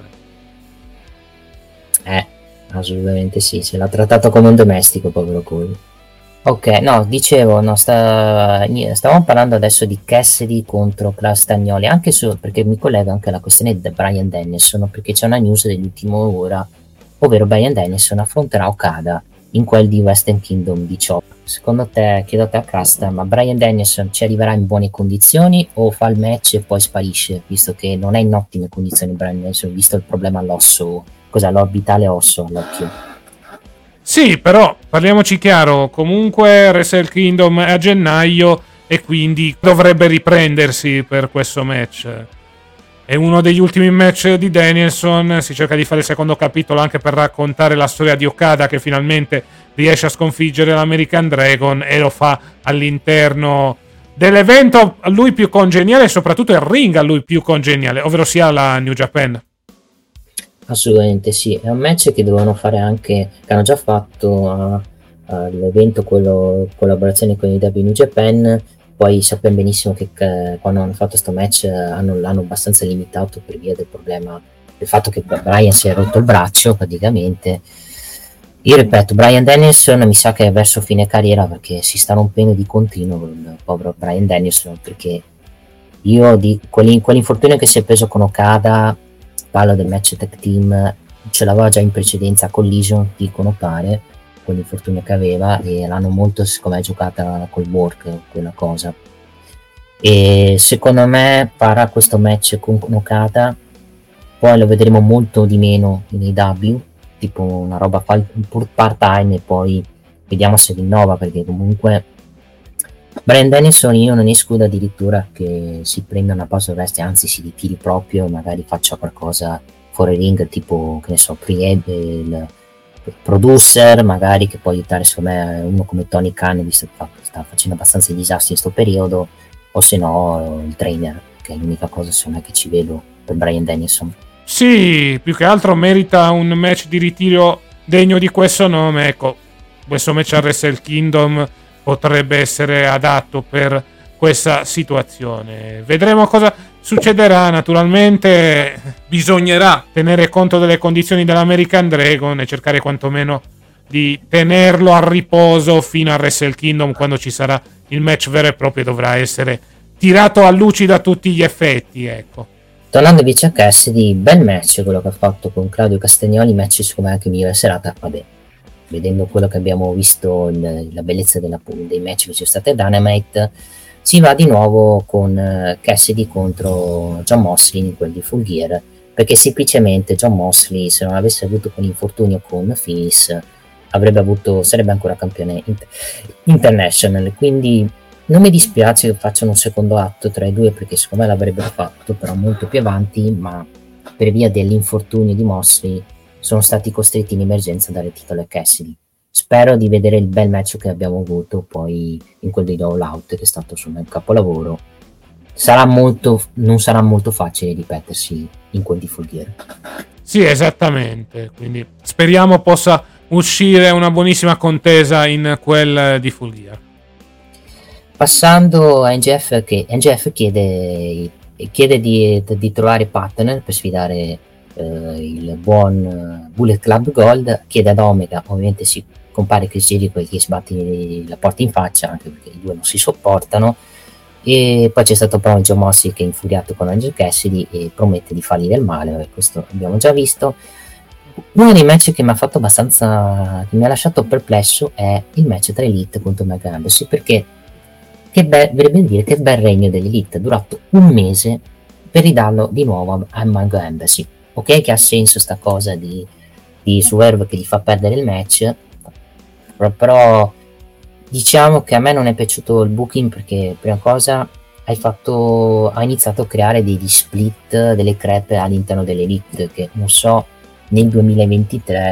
cioè. Assolutamente sì, se l'ha trattato come un domestico, povero Cole. Ok, no, dicevo, stavamo parlando adesso di Cassidy contro Castagnoli, anche perché mi collego anche alla questione di Bryan Danielson, perché c'è una news dell'ultima ora, ovvero Bryan Danielson affronterà Okada in quel di Western Kingdom 18. Secondo te, chiedo a te a Casta, ma Bryan Danielson ci arriverà in buone condizioni o fa il match e poi sparisce, visto che non è in ottime condizioni Bryan Danielson, visto il problema all'osso, l'orbitale osso all'occhio? Sì, però parliamoci chiaro, comunque Wrestle Kingdom è a gennaio e quindi dovrebbe riprendersi per questo match. È uno degli ultimi match di Danielson, si cerca di fare il secondo capitolo anche per raccontare la storia di Okada che finalmente riesce a sconfiggere l'American Dragon e lo fa all'interno dell'evento a lui più congeniale e soprattutto il ring a lui più congeniale, ovvero sia la New Japan. Assolutamente sì, è un match che dovevano fare anche, che hanno già fatto all'evento collaborazione con i W New Japan. Poi sappiamo benissimo che quando hanno fatto questo match l'hanno abbastanza limitato per via del problema del fatto che Bryan si è rotto il braccio praticamente. Io ripeto, Bryan Danielson mi sa che è verso fine carriera perché si sta rompendo di continuo il povero Bryan Danielson, perché io di quell'infortunio che si è preso con Okada, parlo del match tag team, ce l'aveva già in precedenza a Collision, dicono pare, con l'infortunio che aveva, e l'hanno molto secondo me giocata col work quella cosa, e secondo me farà questo match con Okada, poi lo vedremo molto di meno in AEW, tipo una roba pur part time, e poi vediamo se rinnova, perché comunque Bryan Danielson io non escludo addirittura che si prenda una pausa rest, anzi si ritiri proprio e magari faccia qualcosa fuori ring, tipo che ne so, il producer magari, che può aiutare secondo me uno come Tony Khan, visto che sta facendo abbastanza disastri in questo periodo, o se no il trainer, che è l'unica cosa secondo me che ci vedo per Bryan Danielson. Sì, più che altro merita un match di ritiro degno di questo nome. Ecco, questo match a Wrestle Kingdom potrebbe essere adatto per questa situazione. Vedremo cosa succederà. Naturalmente bisognerà tenere conto delle condizioni dell'American Dragon e cercare quantomeno di tenerlo a riposo fino a Wrestle Kingdom, quando ci sarà il match vero e proprio. Dovrà essere tirato a luci da tutti gli effetti, ecco. Tornando invece a Cassidy, bel match quello che ha fatto con Claudio Castagnoli, match secondo me anche migliore serata, vabbè. vedendo quello che abbiamo visto, la bellezza dei match che ci sono stati a Dynamite, si va di nuovo con Cassidy contro Jon Moxley in quel di Full Gear, perché semplicemente Jon Moxley, se non avesse avuto quell'infortunio con Finis, sarebbe ancora campione international. Quindi non mi dispiace che facciano un secondo atto tra i due, perché secondo me l'avrebbero fatto però molto più avanti, ma per via dell'infortunio di Moxley sono stati costretti in emergenza a dare il titolo a Cassidy. Spero di vedere il bel match che abbiamo avuto poi in quel di All Out, che è stato un capolavoro. Non sarà molto facile ripetersi in quel di Full Gear. Sì, esattamente, quindi speriamo possa uscire una buonissima contesa in quel di Full Gear. Passando a NGF, che NGF chiede di trovare partner per sfidare il buon Bullet Club Gold, chiede ad Omega, ovviamente si compare Chris Jericho che sbatti la porta in faccia, anche perché i due non si sopportano, e poi c'è stato però Jon Moxley che è infuriato con Angel Cassidy e promette di fargli del male. Questo abbiamo già visto. Uno dei match che mi ha lasciato perplesso è il match tra Elite contro Omega Embassy, perché vorrebbe dire che bel regno dell'Elite è durato un mese per ridarlo di nuovo a Omega Embassy. Ok che ha senso sta cosa di Swerve che gli fa perdere il match, però diciamo che a me non è piaciuto il booking, perché prima cosa ha iniziato a creare degli split, delle crepe all'interno dell'Elite, che non so nel 2023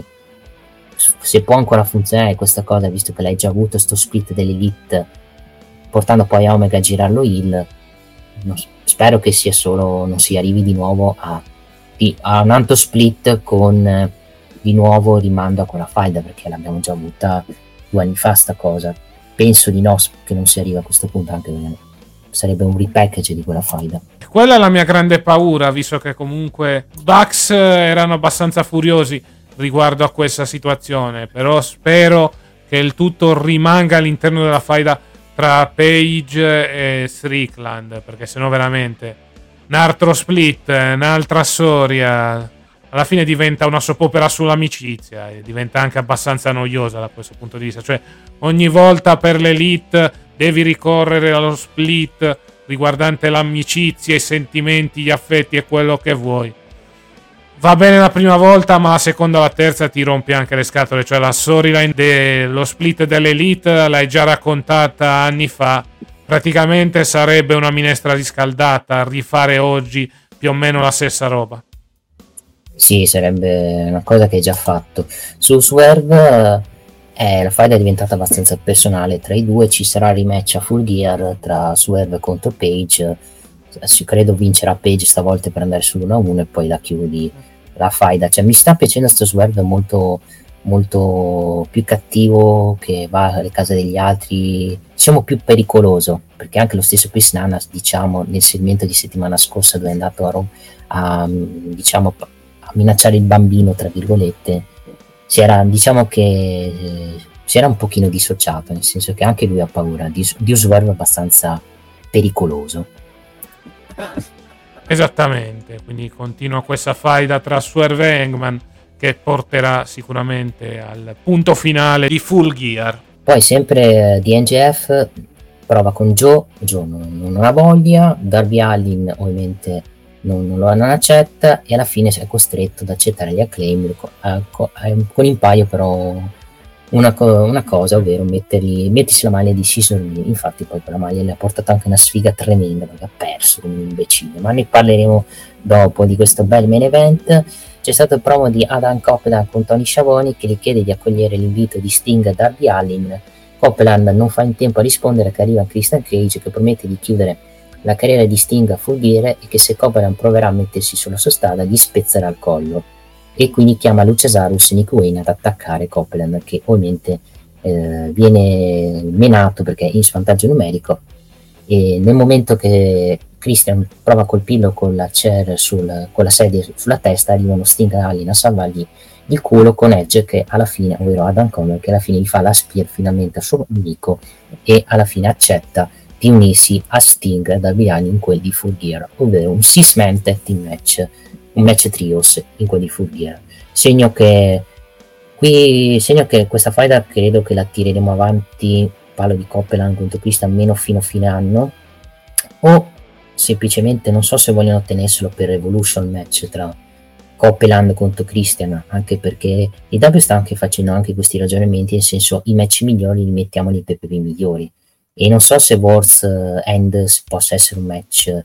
se può ancora funzionare questa cosa, visto che l'hai già avuto sto split dell'Elite portando poi Omega a girarlo heel. Spero che non si arrivi di nuovo a un altro split con di nuovo rimando a quella faida, perché l'abbiamo già avuta 2 anni fa sta cosa. Penso di no, che non si arriva a questo punto, anche perché sarebbe un repackage di quella faida. Quella è la mia grande paura, visto che comunque Bucks erano abbastanza furiosi riguardo a questa situazione, però spero che il tutto rimanga all'interno della faida tra Page e Strickland, perché sennò veramente un altro split, un'altra storia, alla fine diventa una soap opera sull'amicizia e diventa anche abbastanza noiosa da questo punto di vista. Cioè ogni volta per l'Elite devi ricorrere allo split riguardante l'amicizia, i sentimenti, gli affetti e quello che vuoi. Va bene la prima volta, ma la seconda o la terza ti rompi anche le scatole. Cioè la storyline dello split dell'Elite l'hai già raccontata anni fa. Praticamente sarebbe una minestra riscaldata rifare oggi più o meno la stessa roba. Sì, sarebbe una cosa che hai già fatto. Su Swerve la faida è diventata abbastanza personale tra i due. Ci sarà il rematch a Full Gear tra Swerve contro Page. Credo vincerà Page stavolta per andare sull'1-1 e poi la chiudi la faida. Cioè mi sta piacendo sto Swerve molto, molto più cattivo, che va alle case degli altri, diciamo più pericoloso, perché anche lo stesso Chris Nanas, diciamo, nel segmento di settimana scorsa dove è andato a minacciare il bambino, tra virgolette, si era un pochino dissociato, nel senso che anche lui ha paura di un Swerve abbastanza pericoloso. Esattamente, quindi continua questa faida tra Swerve e Hangman che porterà sicuramente al punto finale di Full Gear. Poi sempre di NGF prova con Joe non ha voglia, Darby Allin ovviamente non accetta e alla fine è costretto ad accettare gli Acclaim con in paio però una cosa, ovvero mettersi la maglia di Scissor. Infatti poi quella maglia le ha portato anche una sfiga tremenda, perché ha perso come un imbecille, ma ne parleremo dopo di questo bel main event. C'è stato il promo di Adam Copeland con Tony Schiavone che gli chiede di accogliere l'invito di Sting a Darby Allin. Copeland non fa in tempo a rispondere che arriva Christian Cage che promette di chiudere la carriera di Sting a Full Gear e che se Copeland proverà a mettersi sulla sua strada gli spezzerà il collo, e quindi chiama Luciasaurus e Nick Wayne ad attaccare Copeland, che ovviamente viene menato perché è in svantaggio numerico, e nel momento che Christian prova a colpirlo con la sedia sulla testa arrivano Sting e Allin a salvargli il culo con Edge che alla fine, ovvero Adam Cole, che alla fine gli fa la spear finalmente al suo amico e alla fine accetta di unirsi a Sting e Darby Allin in quel di Full Gear, ovvero un 6-man tag team match, un match trios in quel di Full Gear, segno che Qui segno che questa faida credo che la tireremo avanti, parlo di Copeland contro Christian, almeno fino a fine anno, o semplicemente non so se vogliono tenerselo per Revolution match tra Copeland contro Christian, anche perché l'IW sta anche facendo anche questi ragionamenti, nel senso i match migliori li mettiamo nei PPV migliori, e non so se World's End possa essere un match,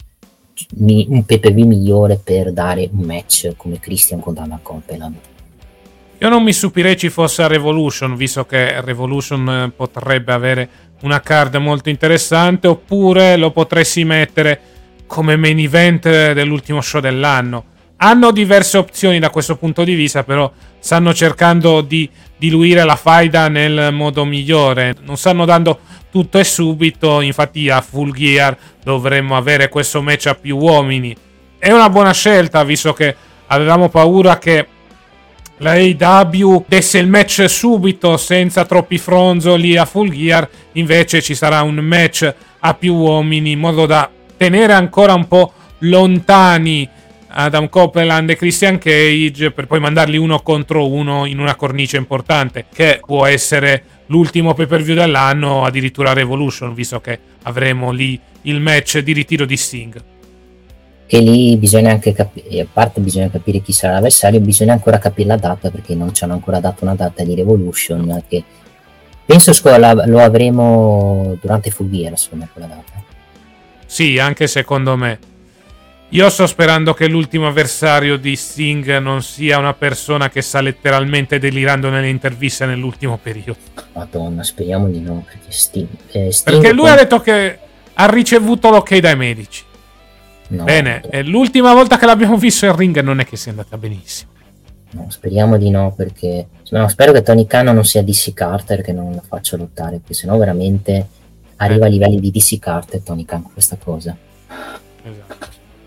un PPV migliore per dare un match come Christian contro Adam Copeland. Io non mi stupirei ci fosse a Revolution, visto che Revolution potrebbe avere una card molto interessante, oppure lo potresti mettere come main event dell'ultimo show dell'anno. Hanno diverse opzioni da questo punto di vista, però stanno cercando di diluire la faida nel modo migliore. Non stanno dando tutto e subito, infatti a Full Gear dovremmo avere questo match a più uomini. È una buona scelta, visto che avevamo paura che la AEW desse il match subito senza troppi fronzoli a Full Gear. Invece ci sarà un match a più uomini in modo da tenere ancora un po' lontani Adam Copeland e Christian Cage, per poi mandarli uno contro uno in una cornice importante, che può essere l'ultimo pay per view dell'anno, addirittura Revolution, visto che avremo lì il match di ritiro di Sting. Che lì bisogna anche capire, a parte bisogna capire chi sarà l'avversario, bisogna ancora capire la data, perché non ci hanno ancora dato una data di Revolution, che penso lo avremo durante Full Gear, secondo me, quella data. Sì, anche secondo me. Io sto sperando che l'ultimo avversario di Sting non sia una persona che sta letteralmente delirando nelle interviste nell'ultimo periodo. Madonna, speriamo di no, perché Sting perché lui ha detto che ha ricevuto l'ok dai medici. No, bene, l'ultima volta che l'abbiamo visto in ring non è che sia andata benissimo. No, speriamo di no, perché spero che Tony Khan non sia DC Carter, che non lo faccia lottare, perché sennò veramente arriva a livelli di DC Carter Tony Khan con questa cosa. Esatto.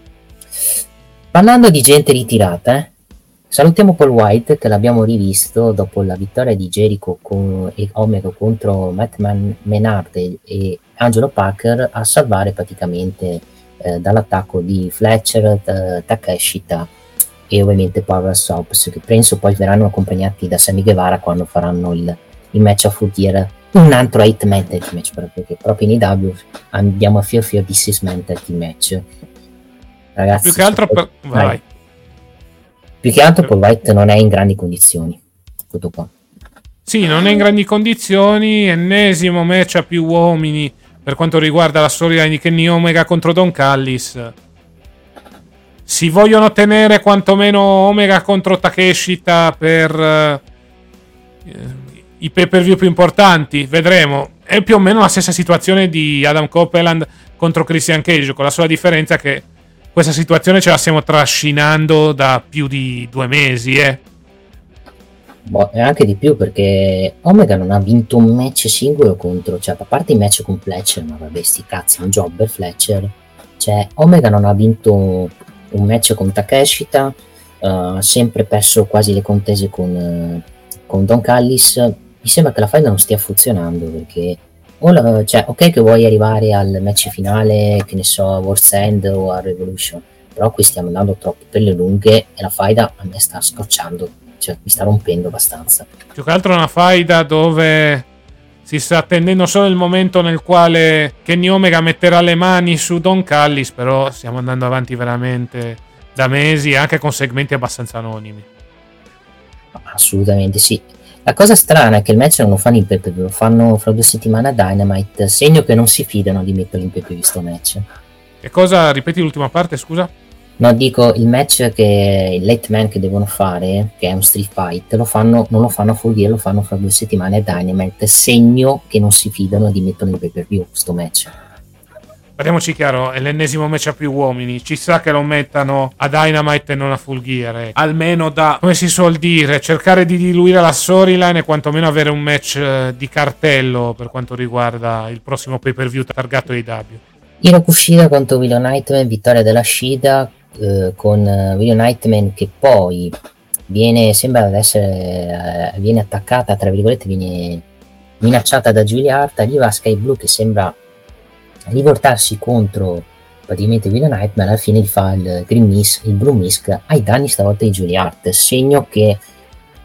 Parlando di gente ritirata, salutiamo Paul White, che l'abbiamo rivisto dopo la vittoria di Jericho e Omega contro Matt Menard e Angelo Parker, a salvare praticamente dall'attacco di Fletcher, Takeshita e ovviamente Power Soaps, che penso poi verranno accompagnati da Sammy Guevara quando faranno il match a Full Gear, un altro 8-man tag match, perché proprio in IW andiamo a Fear di 6-man tag match. Ragazzi, più che altro vai. Più che altro Paul White non è in grandi condizioni, tutto qua. Sì, non è in grandi condizioni. Ennesimo match a più uomini per quanto riguarda la storia di Kenny Omega contro Don Callis. Si vogliono tenere quantomeno Omega contro Takeshita per i pay per view più importanti, vedremo. È più o meno la stessa situazione di Adam Copeland contro Christian Cage, con la sola differenza che questa situazione ce la stiamo trascinando da più di 2 mesi, Boh, e anche di più, perché Omega non ha vinto un match singolo contro, cioè a parte i match con Fletcher, ma vabbè sti cazzi, un jobber Fletcher, cioè Omega non ha vinto un match con Takeshita, ha sempre perso quasi le contese con Don Callis. Mi sembra che la faida non stia funzionando, perché cioè, ok che vuoi arrivare al match finale, che ne so, a World's End o a Revolution, però qui stiamo andando troppo per le lunghe e la faida a me sta scocciando, cioè mi sta rompendo abbastanza. Più che altro una faida dove si sta attendendo solo il momento nel quale Kenny Omega metterà le mani su Don Callis, però stiamo andando avanti veramente da mesi, anche con segmenti abbastanza anonimi. Assolutamente sì. La cosa strana è che il match non lo fanno in PPV, lo fanno fra 2 settimane a Dynamite, segno che non si fidano di metterlo in PPV sto match. Che cosa? Ripeti l'ultima parte, scusa? No, dico, il match che il late man che devono fare, che è un street fight, non lo fanno a Full Gear, lo fanno fra 2 settimane a Dynamite, segno che non si fidano di metterlo in PPV sto match. Parliamoci chiaro, è l'ennesimo match a più uomini, ci sa che lo mettano a Dynamite e non a Full Gear, almeno da, come si suol dire, cercare di diluire la storyline e quantomeno avere un match di cartello per quanto riguarda il prossimo pay per view targato AEW. Hiroki Shida contro Willow Nightman, vittoria della Shida, con Willow Nightman che poi viene attaccata, tra virgolette, viene minacciata da Julia Hart, arriva a Sky Blue che sembra rivoltarsi contro praticamente Willow Nightman, alla fine gli fa il Blue Misk ai danni stavolta di Julia Hart, segno che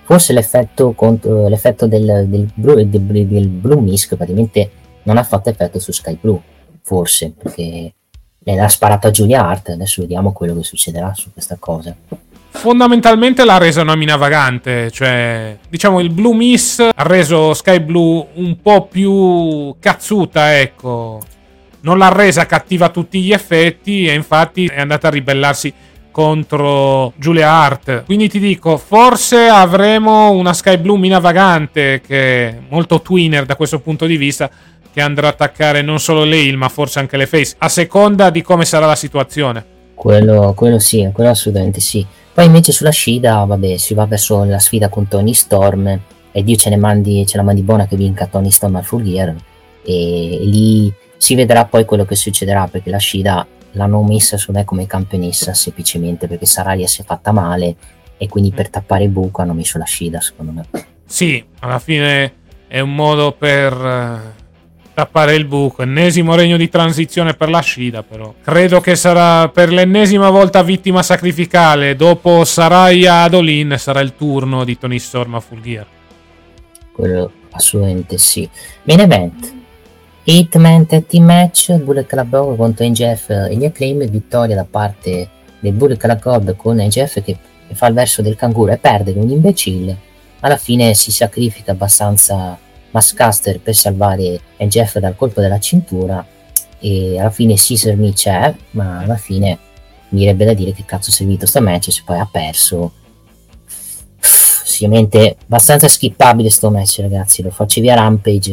forse l'effetto del Blue Mist praticamente non ha fatto effetto su Sky Blue, forse, perché lei l'ha sparato a Julia Hart. Adesso vediamo quello che succederà su questa cosa. Fondamentalmente l'ha resa una mina vagante, cioè diciamo il Blue Mist ha reso Sky Blue un po' più cazzuta, ecco, non l'ha resa cattiva a tutti gli effetti e infatti è andata a ribellarsi contro Julia Hart. Quindi ti dico, forse avremo una Sky Blue mina vagante che è molto twinner da questo punto di vista, che andrà a attaccare non solo le heel ma forse anche le face, a seconda di come sarà la situazione. Quello sì, quello assolutamente sì. Poi invece sulla Shida, vabbè, si va verso la sfida con Tony Storm e Dio ce la mandi buona che vinca Tony Storm al Full Gear, e lì si vedrà poi quello che succederà, perché la Shida l'hanno messa su me come campionessa semplicemente perché Saraya si è fatta male e quindi per tappare il buco hanno messo la Shida, secondo me. Sì, alla fine è un modo per tappare il buco. Ennesimo regno di transizione per la Shida, però credo che sarà per l'ennesima volta vittima sacrificale. Dopo Saraya ad All-In sarà il turno di Tony Storm a Full Gear. Quello assolutamente sì. Main event 8-man tag team match, Bullet Club contro NJF e gli Acclaim. Vittoria da parte del Bullet Club con NJF che fa il verso del canguro e perde con un imbecille. Alla fine si sacrifica abbastanza Mascaster per salvare NJF dal colpo della cintura e alla fine Caesar Mee c'è, ma alla fine mi virebbe da dire che cazzo è servito sto match se poi ha perso. Sicuramente abbastanza skippabile sto match, ragazzi. Lo facevi a Rampage,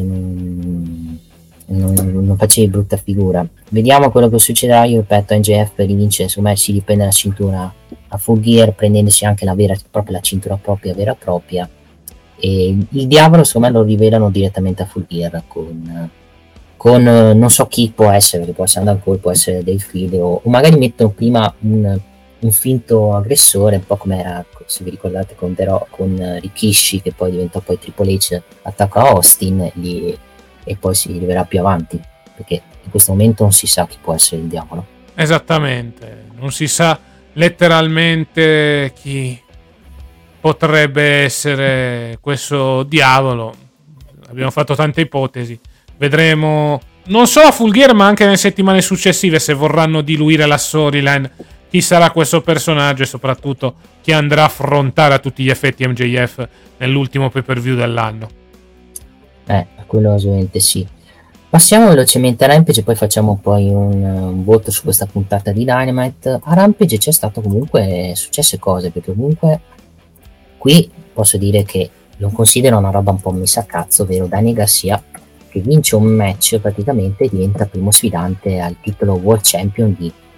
non facevi brutta figura. Vediamo quello che succederà. Io ripeto, NJF rivince, secondo me si riprende la cintura a Full Gear, prendendosi anche la cintura propria, vera e propria, e il diavolo secondo me lo rivelano direttamente a Full Gear con non so chi può essere, perché può essere Adam Cole, può essere Dave Filho, o magari mettono prima un finto aggressore, un po' come era, se vi ricordate, con Rikishi, che poi diventò poi Triple H, attacca a Austin e poi si rivelerà più avanti, perché in questo momento non si sa chi può essere il diavolo. Esattamente, non si sa letteralmente chi potrebbe essere questo diavolo. Abbiamo fatto tante ipotesi, vedremo non solo a Full Gear ma anche nelle settimane successive se vorranno diluire la storyline, chi sarà questo personaggio e soprattutto chi andrà a affrontare a tutti gli effetti MJF nell'ultimo pay per view dell'anno. Quello assolutamente sì. Passiamo velocemente a Rampage e poi facciamo poi un voto su questa puntata di Dynamite. A Rampage c'è stato comunque successe cose, perché comunque qui posso dire che lo considero una roba un po' messa a cazzo, ovvero Daniel Garcia che vince un match praticamente e diventa primo sfidante al titolo World Champion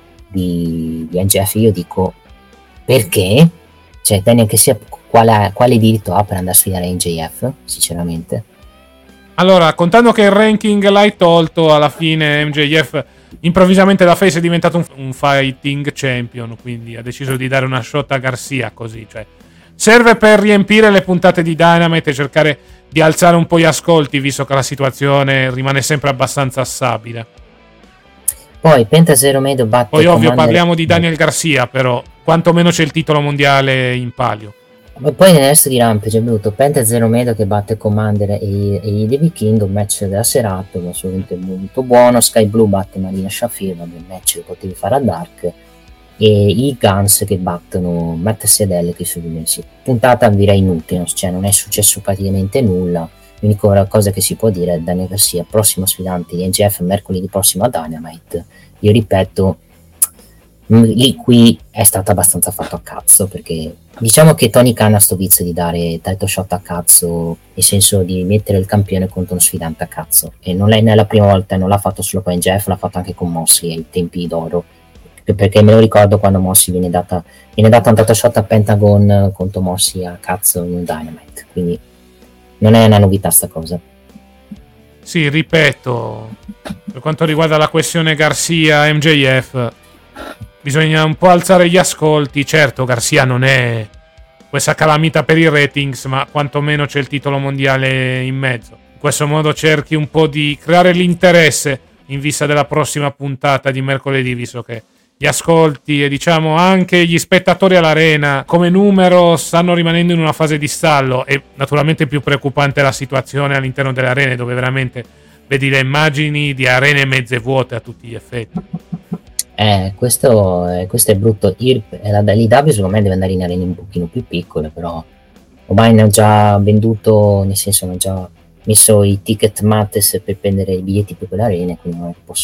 di NJF. Io dico, perché? Cioè Daniel Garcia quale diritto ha per andare a sfidare NJF, sinceramente? Allora, contando che il ranking l'hai tolto, alla fine MJF improvvisamente da face è diventato un fighting champion, quindi ha deciso di dare una shot a Garcia così, cioè serve per riempire le puntate di Dynamite e cercare di alzare un po' gli ascolti, visto che la situazione rimane sempre abbastanza stabile. Poi Penta Zero Medio batte poi ovvio parliamo di Daniel Garcia, però quantomeno c'è il titolo mondiale in palio. Poi nel resto di Rampage è venuto Penta Zero Medio che batte Commander e i Davey King, un match della serata assolutamente molto buono. Sky Blue batte Marina Shafir, un match che potevi fare a Dark, e i Guns che battono Matt Sedel, che sono messi. Puntata direi inutile, cioè non è successo praticamente nulla. L'unica cosa che si può dire è Daniel Garcia prossimo sfidante di NJF mercoledì prossimo a Dynamite. Io ripeto, qui è stato abbastanza fatto a cazzo, perché diciamo che Tony Khan ha sto vizio di dare title shot a cazzo, nel senso di mettere il campione contro uno sfidante a cazzo, e non è la prima volta, non l'ha fatto solo con NJF, l'ha fatto anche con Moxley ai tempi d'oro, perché me lo ricordo quando Moxley viene dato un title shot a Pentagon contro Moxley a cazzo in un Dynamite, quindi non è una novità sta cosa. Sì, ripeto, per quanto riguarda la questione Garcia MJF bisogna un po' alzare gli ascolti. Certo, Garcia non è questa calamita per i ratings, ma quantomeno c'è il titolo mondiale in mezzo. In questo modo cerchi un po' di creare l'interesse in vista della prossima puntata di mercoledì, visto che gli ascolti e diciamo anche gli spettatori all'arena come numero stanno rimanendo in una fase di stallo, e naturalmente più preoccupante la situazione all'interno delle arene, dove veramente vedi le immagini di arene mezze vuote a tutti gli effetti. Questo è brutto. L'IW secondo me deve andare in arene un pochino più piccole, però ormai hanno già venduto, nel senso hanno già messo i ticket mates per prendere i biglietti per quelle arene, quindi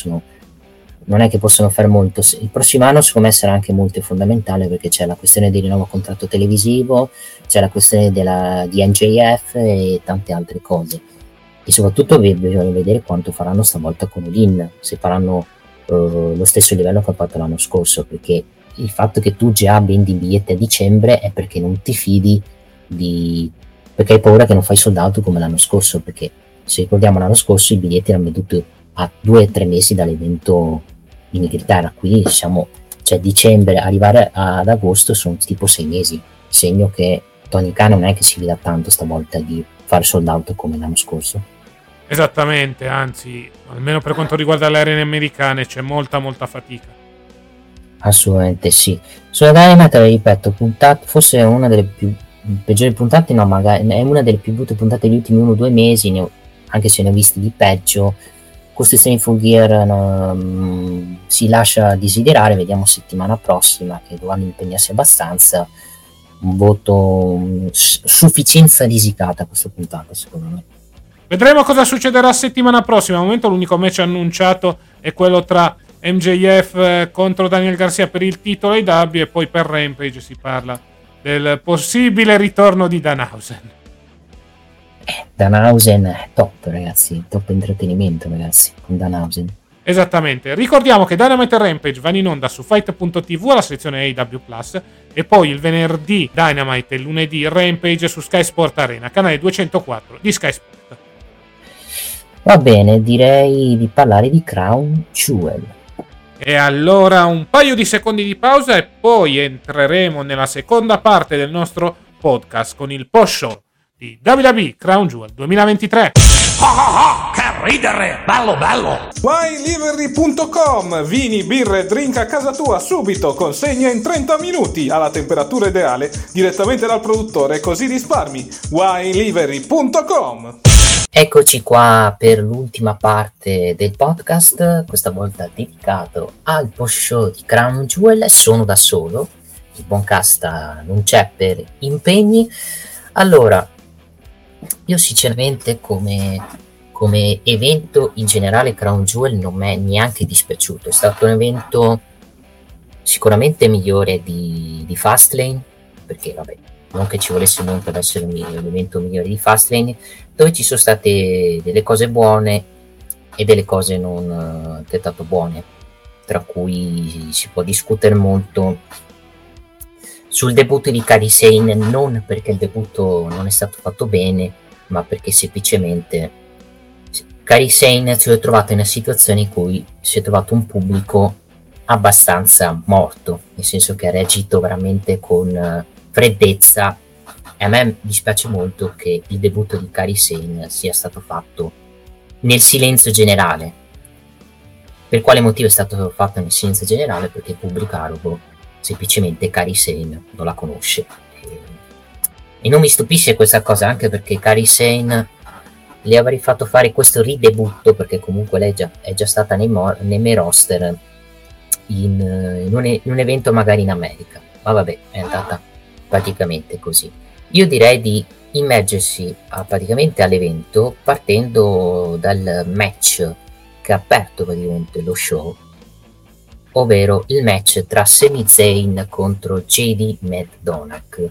non è che possono fare molto. Il prossimo anno secondo me sarà anche molto fondamentale, perché c'è la questione del nuovo contratto televisivo, c'è la questione di NJF e tante altre cose, e soprattutto bisogna vedere quanto faranno stavolta con All-In, se faranno lo stesso livello che ha fatto l'anno scorso, perché il fatto che tu già vendi i biglietti a dicembre è perché non ti fidi perché hai paura che non fai sold out come l'anno scorso, perché se ricordiamo l'anno scorso i biglietti erano venduti a 2-3 mesi dall'evento in Inghilterra, qui cioè dicembre arrivare ad agosto sono tipo 6 mesi, segno che Tony Khan non è che si fida tanto stavolta di fare sold out come l'anno scorso. Esattamente, anzi, almeno per quanto riguarda le arene americane c'è molta fatica. Assolutamente sì. Sulla Dynamite, ripeto, forse è una delle più peggiori puntate, no, magari è una delle più brutte puntate degli ultimi 1-2 mesi, anche se ne ho visti di peggio. Questo Full Gear si lascia desiderare, vediamo settimana prossima, che dovranno impegnarsi abbastanza. Un voto sufficienza risicata a questa puntata, secondo me. Vedremo cosa succederà settimana prossima. Al momento l'unico match annunciato è quello tra MJF contro Daniel Garcia per il titolo AEW, e poi per Rampage si parla del possibile ritorno di Danhausen. Danhausen è top, ragazzi, top intrattenimento, ragazzi, con Danhausen. Esattamente. Ricordiamo che Dynamite e Rampage vanno in onda su Fight.tv alla sezione AEW Plus, e poi il venerdì Dynamite e il lunedì Rampage su Sky Sport Arena, canale 204 di Sky Sport. Va bene, direi di parlare di Crown Jewel. E allora un paio di secondi di pausa e poi entreremo nella seconda parte del nostro podcast con il post-show di WWE Crown Jewel 2023. Che ridere, bello! WineLivery.com, vini, birre, drink a casa tua subito, consegna in 30 minuti alla temperatura ideale direttamente dal produttore, così risparmi. WineLivery.com. Eccoci qua per l'ultima parte del podcast, questa volta dedicato al post show di Crown Jewel. Sono da solo, il buon Casta non c'è per impegni. Allora, io sinceramente come evento in generale Crown Jewel non mi è neanche dispiaciuto, è stato un evento sicuramente migliore di Fastlane, perché vabbè, non che ci volesse molto ad essere l'evento migliore di Fastlane, dove ci sono state delle cose buone e delle cose non altrettanto buone, tra cui si può discutere molto sul debutto di Kairi Sane, non perché il debutto non è stato fatto bene, ma perché semplicemente Kairi Sane si è trovato in una situazione in cui si è trovato un pubblico abbastanza morto, nel senso che ha reagito veramente con freddezza, e a me dispiace molto che il debutto di Kairi Sane sia stato fatto nel silenzio generale. Per quale motivo è stato fatto nel silenzio generale? Perché il pubblico arabo semplicemente Kairi Sane non la conosce, e non mi stupisce questa cosa, anche perché Kairi Sane le avrei fatto fare questo ridebutto, perché comunque lei è già stata nei main roster in un evento magari in America, ma vabbè, è andata praticamente così. Io direi di immergersi praticamente all'evento, partendo dal match che ha aperto praticamente lo show, ovvero il match tra Sami Zayn contro JD McDonagh.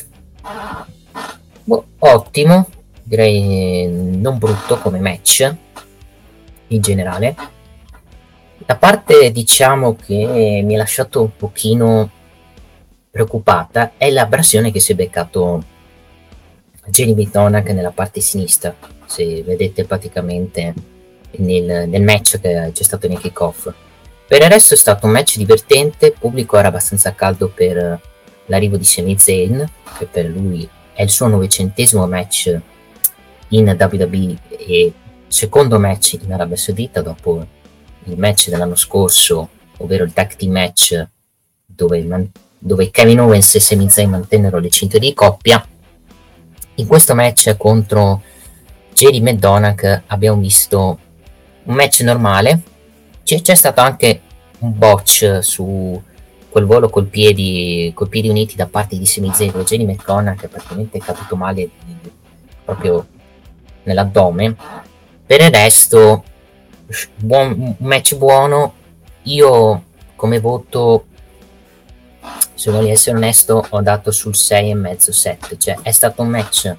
Ottimo, direi non brutto come match in generale. La parte, diciamo, che mi ha lasciato un pochino preoccupata è l'abrasione che si è beccato JD McDonagh nella parte sinistra. Se vedete praticamente nel match che c'è stato nel kick-off. Per il resto è stato un match divertente, il pubblico era abbastanza caldo per l'arrivo di Sami Zayn, che per lui è il suo 900° match in WWE e secondo match in Arabia Saudita, dopo il match dell'anno scorso ovvero il tag team match dove Kevin Owens e Sami Zayn mantennero le cinture di coppia. In questo match contro JD McDonagh abbiamo visto un match normale. C'è stato anche un botch su quel volo col piedi uniti da parte di Sami Zayn, dove JD McDonagh è praticamente caduto male proprio nell'addome. Per il resto un match buono. Io come voto, se voglio essere onesto, ho dato sul 6,5-7, cioè è stato un match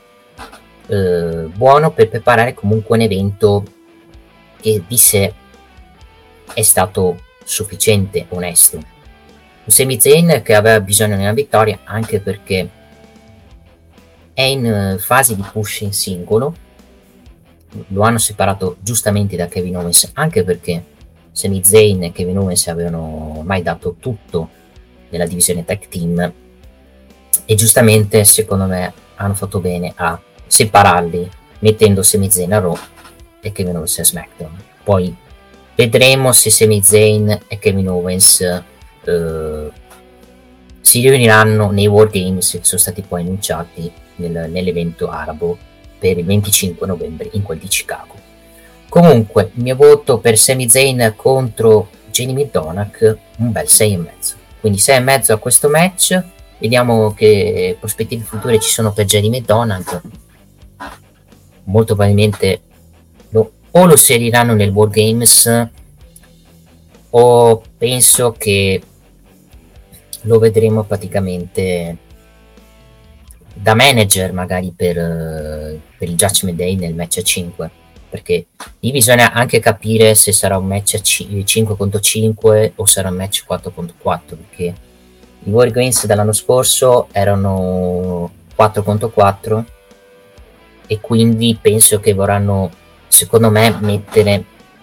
buono per preparare comunque un evento che di sé è stato sufficiente, onesto. Un Sami Zayn che aveva bisogno di una vittoria, anche perché è in fase di push in singolo, lo hanno separato giustamente da Kevin Owens, anche perché Sami Zayn e Kevin Owens avevano ormai dato tutto nella divisione tag team, e giustamente secondo me hanno fatto bene a separarli, mettendo Sami Zayn a Raw e Kevin Owens a SmackDown. Poi vedremo se Sami Zayn e Kevin Owens si riuniranno nei War Games che sono stati poi annunciati nell'evento arabo per il 25 novembre in quel di Chicago. Comunque il mio voto per Sami Zayn contro JD McDonagh, un bel 6,5, quindi 6,5 a questo match. Vediamo che prospettive future ci sono per JD McDonagh. Molto probabilmente o lo inseriranno nel War Games, o penso che lo vedremo praticamente da manager magari per il Judgment Day nel match a 5, perché lì bisogna anche capire se sarà un match a 5 contro 5 o sarà un match 4 contro 4, perché i War Games dell'anno scorso erano 4 contro 4 e quindi penso che vorranno, secondo me, mettere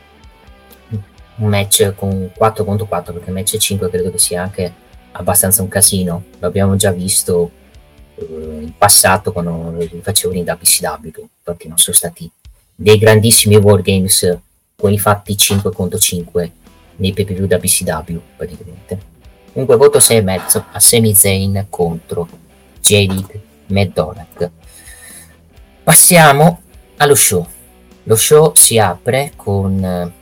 un match con 4 contro 4, perché il match 5 credo che sia anche abbastanza un casino. Lo abbiamo già visto in passato quando li facevano in WCW, che infatti non sono stati dei grandissimi War Games, quelli fatti 5 contro 5 nei pay-per-view WCW praticamente. Comunque voto 6,5 a Sami Zayn contro JD McDonagh. Passiamo allo show. Lo show si apre con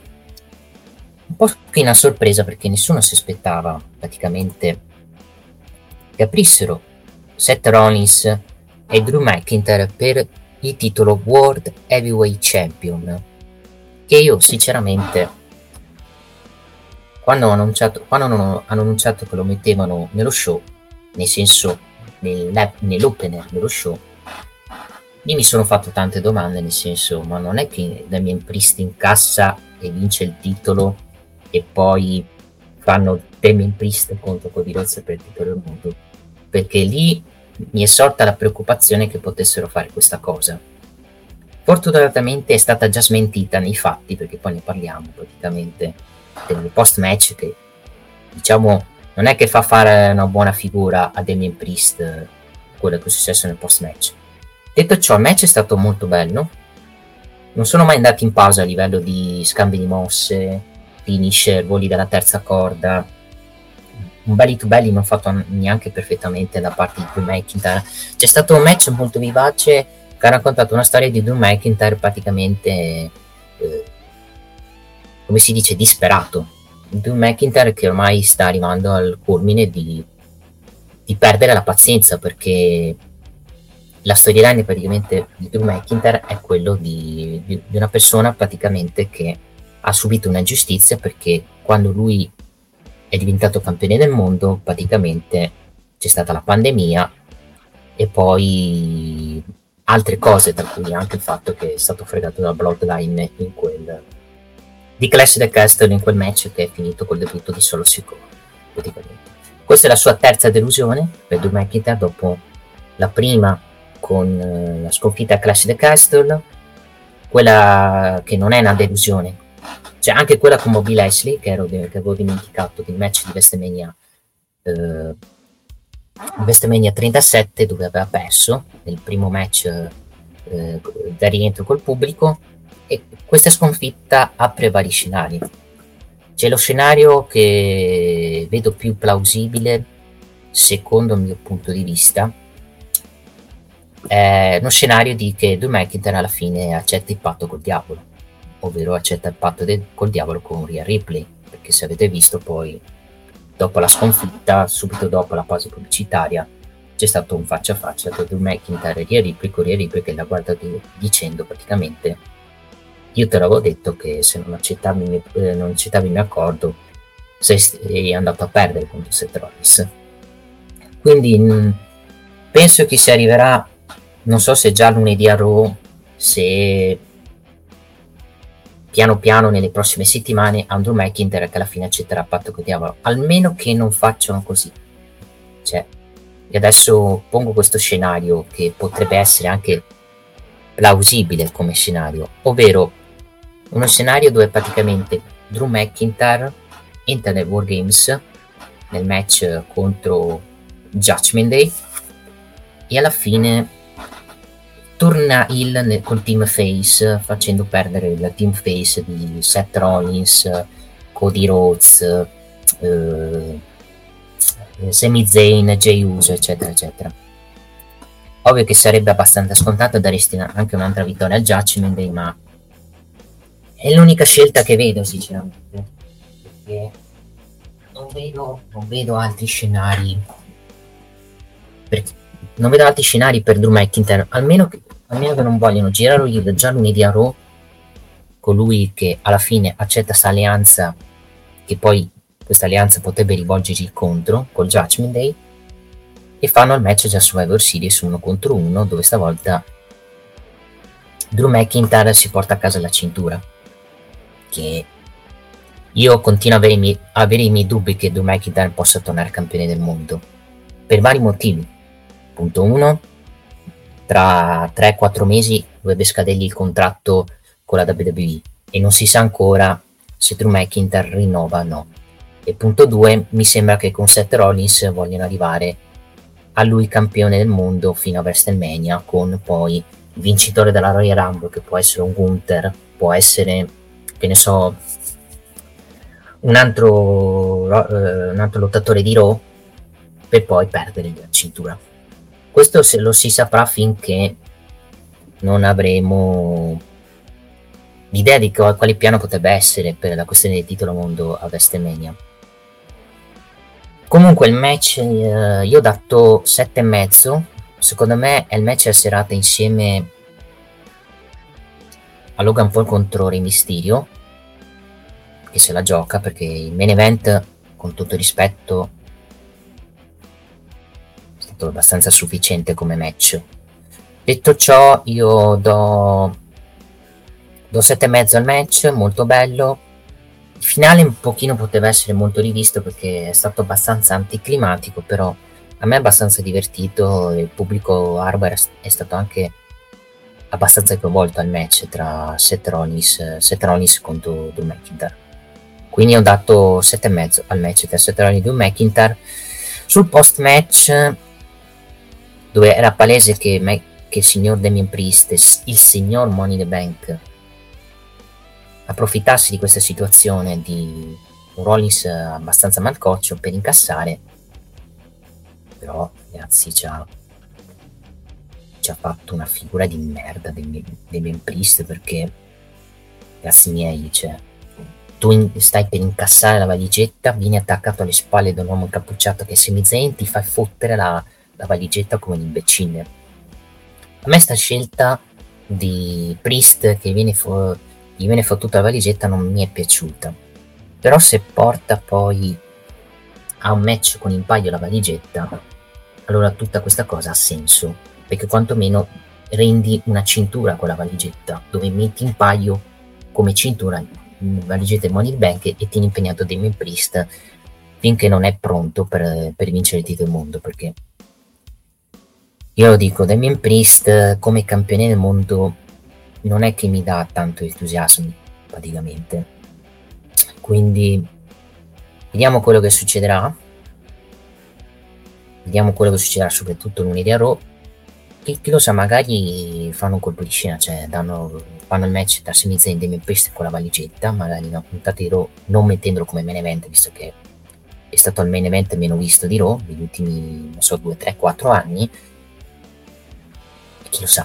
un po' una sorpresa, perché nessuno si aspettava praticamente che aprissero Seth Rollins e Drew McIntyre per il titolo World Heavyweight Champion, che io sinceramente quando hanno annunciato che lo mettevano nello show, nel senso nell'opener dello show, io mi sono fatto tante domande, nel senso, ma non è che Damian Priest incassa e vince il titolo e poi fanno Damian Priest contro Cody Rhodes per il titolo del mondo? Perché lì mi è sorta la preoccupazione che potessero fare questa cosa. Fortunatamente è stata già smentita nei fatti, perché poi ne parliamo praticamente del post match, che diciamo non è che fa fare una buona figura a Damian Priest quello che è successo nel post match. Detto ciò, il match è stato molto bello, non sono mai andati in pausa a livello di scambi di mosse, finisher, voli dalla terza corda, un belli to belli non fatto neanche perfettamente da parte di Drew McIntyre. C'è stato un match molto vivace che ha raccontato una storia di Drew McIntyre praticamente come si dice, disperato. Drew McIntyre che ormai sta arrivando al culmine di perdere la pazienza, perché la storyline praticamente di Drew McIntyre è quello di una persona praticamente che ha subito una ingiustizia, perché quando lui è diventato campione del mondo praticamente c'è stata la pandemia e poi altre cose, tra cui anche il fatto che è stato fregato da Bloodline in quel di Clash of the Castle, in quel match che è finito col debutto di Solo Sikoa praticamente. Questa è la sua terza delusione per Drew McIntyre, dopo la prima con la sconfitta a Clash of the Castle, quella che non è una delusione, cioè anche quella con Bobby Lashley che avevo dimenticato, del match di WrestleMania 37, dove aveva perso nel primo match da rientro col pubblico, e questa sconfitta apre vari scenari. C'è lo scenario che vedo più plausibile, secondo il mio punto di vista, è uno scenario di che Drew McIntyre alla fine accetta il patto col diavolo, ovvero accetta il patto col diavolo con Rhea Ripley, perché se avete visto poi, dopo la sconfitta, subito dopo la pausa pubblicitaria, c'è stato un faccia a faccia tra Drew McIntyre e Rhea Ripley, con Rhea Ripley che l'ha guardato dicendo praticamente: io te l'avevo detto che se non accettavi il mio accordo sei andato a perdere contro Seth Rollins. Quindi penso che si arriverà, non so se già lunedì a Raw, se piano piano nelle prossime settimane Drew McIntyre che alla fine accetterà il patto con il diavolo, almeno che non facciano così. Cioè, e adesso pongo questo scenario che potrebbe essere anche plausibile come scenario, ovvero uno scenario dove praticamente Drew McIntyre entra nel War Games nel match contro Judgment Day e alla fine torna heel col team face, facendo perdere il team face di Seth Rollins, Cody Rhodes, Sami Zayn, Jey Uso, eccetera eccetera. Ovvio che sarebbe abbastanza scontato daresti anche un'altra vittoria al Judgment Day, ma è l'unica scelta che vedo sinceramente, perché non vedo altri scenari per Drew McIntyre, almeno che non vogliono girare già lunedì a Raw colui che alla fine accetta questa alleanza, che poi questa alleanza potrebbe rivolgersi contro col Judgment Day, e fanno il match già Survivor Series 1 contro 1, dove stavolta Drew McIntyre si porta a casa la cintura, che io continuo a avere i miei dubbi che Drew McIntyre possa tornare campione del mondo per vari motivi. Punto 1, tra 3-4 mesi dovrebbe scadergli il contratto con la WWE e non si sa ancora se Drew McIntyre rinnova o no. E punto 2, mi sembra che con Seth Rollins vogliono arrivare a lui campione del mondo fino a WrestleMania, con poi il vincitore della Royal Rumble, che può essere un Gunther, può essere, che ne so, un altro lottatore di Raw, per poi perdere la cintura. Questo se lo si saprà finché non avremo l'idea di quale piano potrebbe essere per la questione del titolo mondo a WrestleMania. Comunque il match io ho dato 7,5. Secondo me è il match a serata insieme a Logan Paul contro Rey Mysterio, che se la gioca, perché il main event, con tutto rispetto, è stato abbastanza sufficiente come match. Detto ciò, io do 7,5 al match, molto bello. Il finale un pochino poteva essere molto rivisto perché è stato abbastanza anticlimatico, però a me è abbastanza divertito. Il pubblico Arbor è stato anche abbastanza coinvolto al match tra Seth Rollins contro Drew McIntyre. Quindi ho dato 7,5 al match tra Seth Rollins e Drew McIntyre. Sul post match, dove era palese che il signor Damien Priest, il signor Money in the Bank, approfittassi di questa situazione di un Rollins abbastanza malcoccio per incassare, però ragazzi ci ha fatto una figura di merda Damien Priest, perché ragazzi miei, cioè, tu stai per incassare la valigetta, vieni attaccato alle spalle da un uomo incappucciato che è Sami Zayn, ti fa fottere la valigetta come un imbecille. A me sta scelta di Priest che gli viene fottuta la valigetta non mi è piaciuta, però se porta poi a un match con in paio la valigetta, allora tutta questa cosa ha senso, perché quantomeno rendi una cintura con la valigetta, dove metti in paio come cintura valigetta e Money in the Bank e tieni impegnato Damien Priest finché non è pronto per vincere il titolo del mondo. Perché io lo dico, Damien Priest come campione del mondo non è che mi dà tanto entusiasmo praticamente, quindi vediamo quello che succederà soprattutto lunedì a Raw. Chi lo sa, magari fanno un colpo di scena, cioè fanno il match tra Sami Zayn e Damien Priest con la valigetta, magari una puntata di Raw, non mettendolo come main event, visto che è stato il main event meno visto di Raw negli ultimi, non so, 2, 3, 4 anni. E chi lo sa,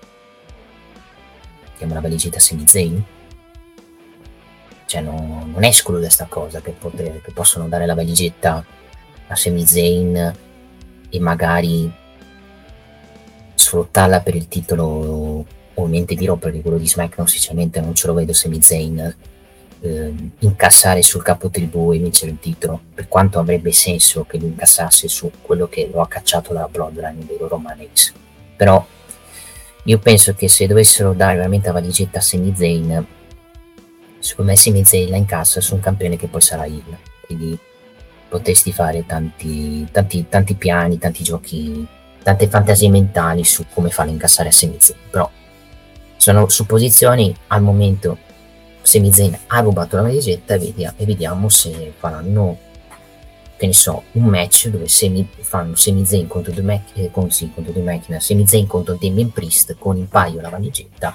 diamo la valigetta a Sami Zayn? Cioè non escludo questa cosa, che possono dare la valigetta a Sami Zayn e magari sfruttarla per il titolo ovviamente di Raw, perché quello di SmackDown sinceramente non ce lo vedo Sami Zayn incassare sul capotribù e vincere il titolo, per quanto avrebbe senso che lui incassasse su quello che lo ha cacciato dalla Bloodline dei Roman Reigns. Però io penso che se dovessero dare veramente la valigetta a Sami Zayn, secondo me Sami Zayn la incassa su un campione che poi sarà heel, quindi potresti fare tanti piani, tanti giochi, tante fantasie mentali su come farlo incassare a Sami Zayn. Però sono supposizioni. Al momento Sami Zayn ha rubato la valigetta e vediamo se faranno, che ne so, un match dove fanno Sami Zayn contro The Macchina, Sami Zayn contro Damien Priest con in paio la valigetta,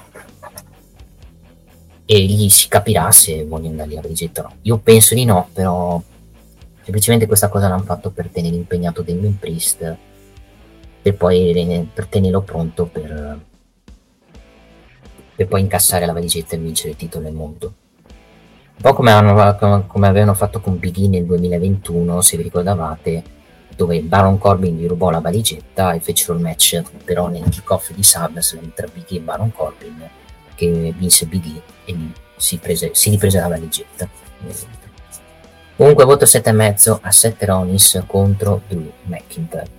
e lì si capirà se vogliono dargli la valigetta o no. Io penso di no, però semplicemente questa cosa l'hanno fatto per tenere impegnato Damien Priest e poi per tenerlo pronto per poi incassare la valigetta e vincere il titolo del mondo. Un po' come avevano fatto con Big E nel 2021, se vi ricordavate, dove Baron Corbin gli rubò la valigetta e fecero il match però nel kick-off di SummerSlam tra Big E e Baron Corbin, che vinse Big E e si riprese la valigetta. Comunque voto 7,5 a Seth Rollins contro Drew McIntyre.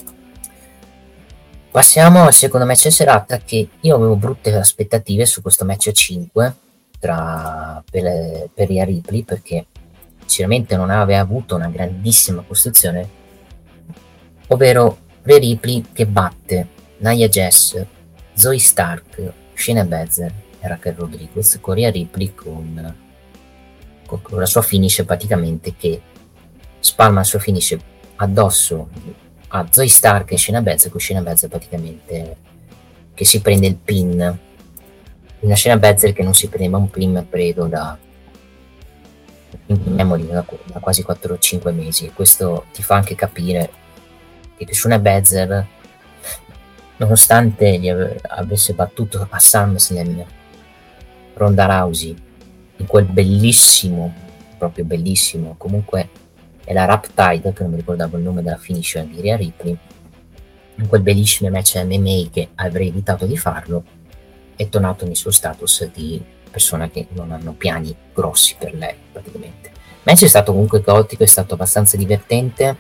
Passiamo al secondo match a serata, che io avevo brutte aspettative su questo match a 5 per Rhea Ripley, perché sinceramente non aveva avuto una grandissima costruzione, ovvero Rhea Ripley che batte Nia Jax, Zoe Stark, Shayna Baszler e Raquel Rodriguez, con Rhea Ripley con la sua finish praticamente, che spalma il suo finish addosso a Zoe Stark e Shayna Baszler, con Shayna Baszler praticamente che si prende il pin, una Shayna Baszler che non si prendeva un pin credo da quasi 4 o 5 mesi, e questo ti fa anche capire che Shayna Baszler, nonostante avesse battuto a SummerSlam Ronda Rousey in quel bellissimo, proprio bellissimo, comunque è la Riptide, che non mi ricordavo il nome della finisher di Rhea Ripley, in quel bellissimo match MMA che avrei evitato di farlo, è tornato nel suo status di persona che non hanno piani grossi per lei praticamente. Il match è stato comunque caotico, è stato abbastanza divertente,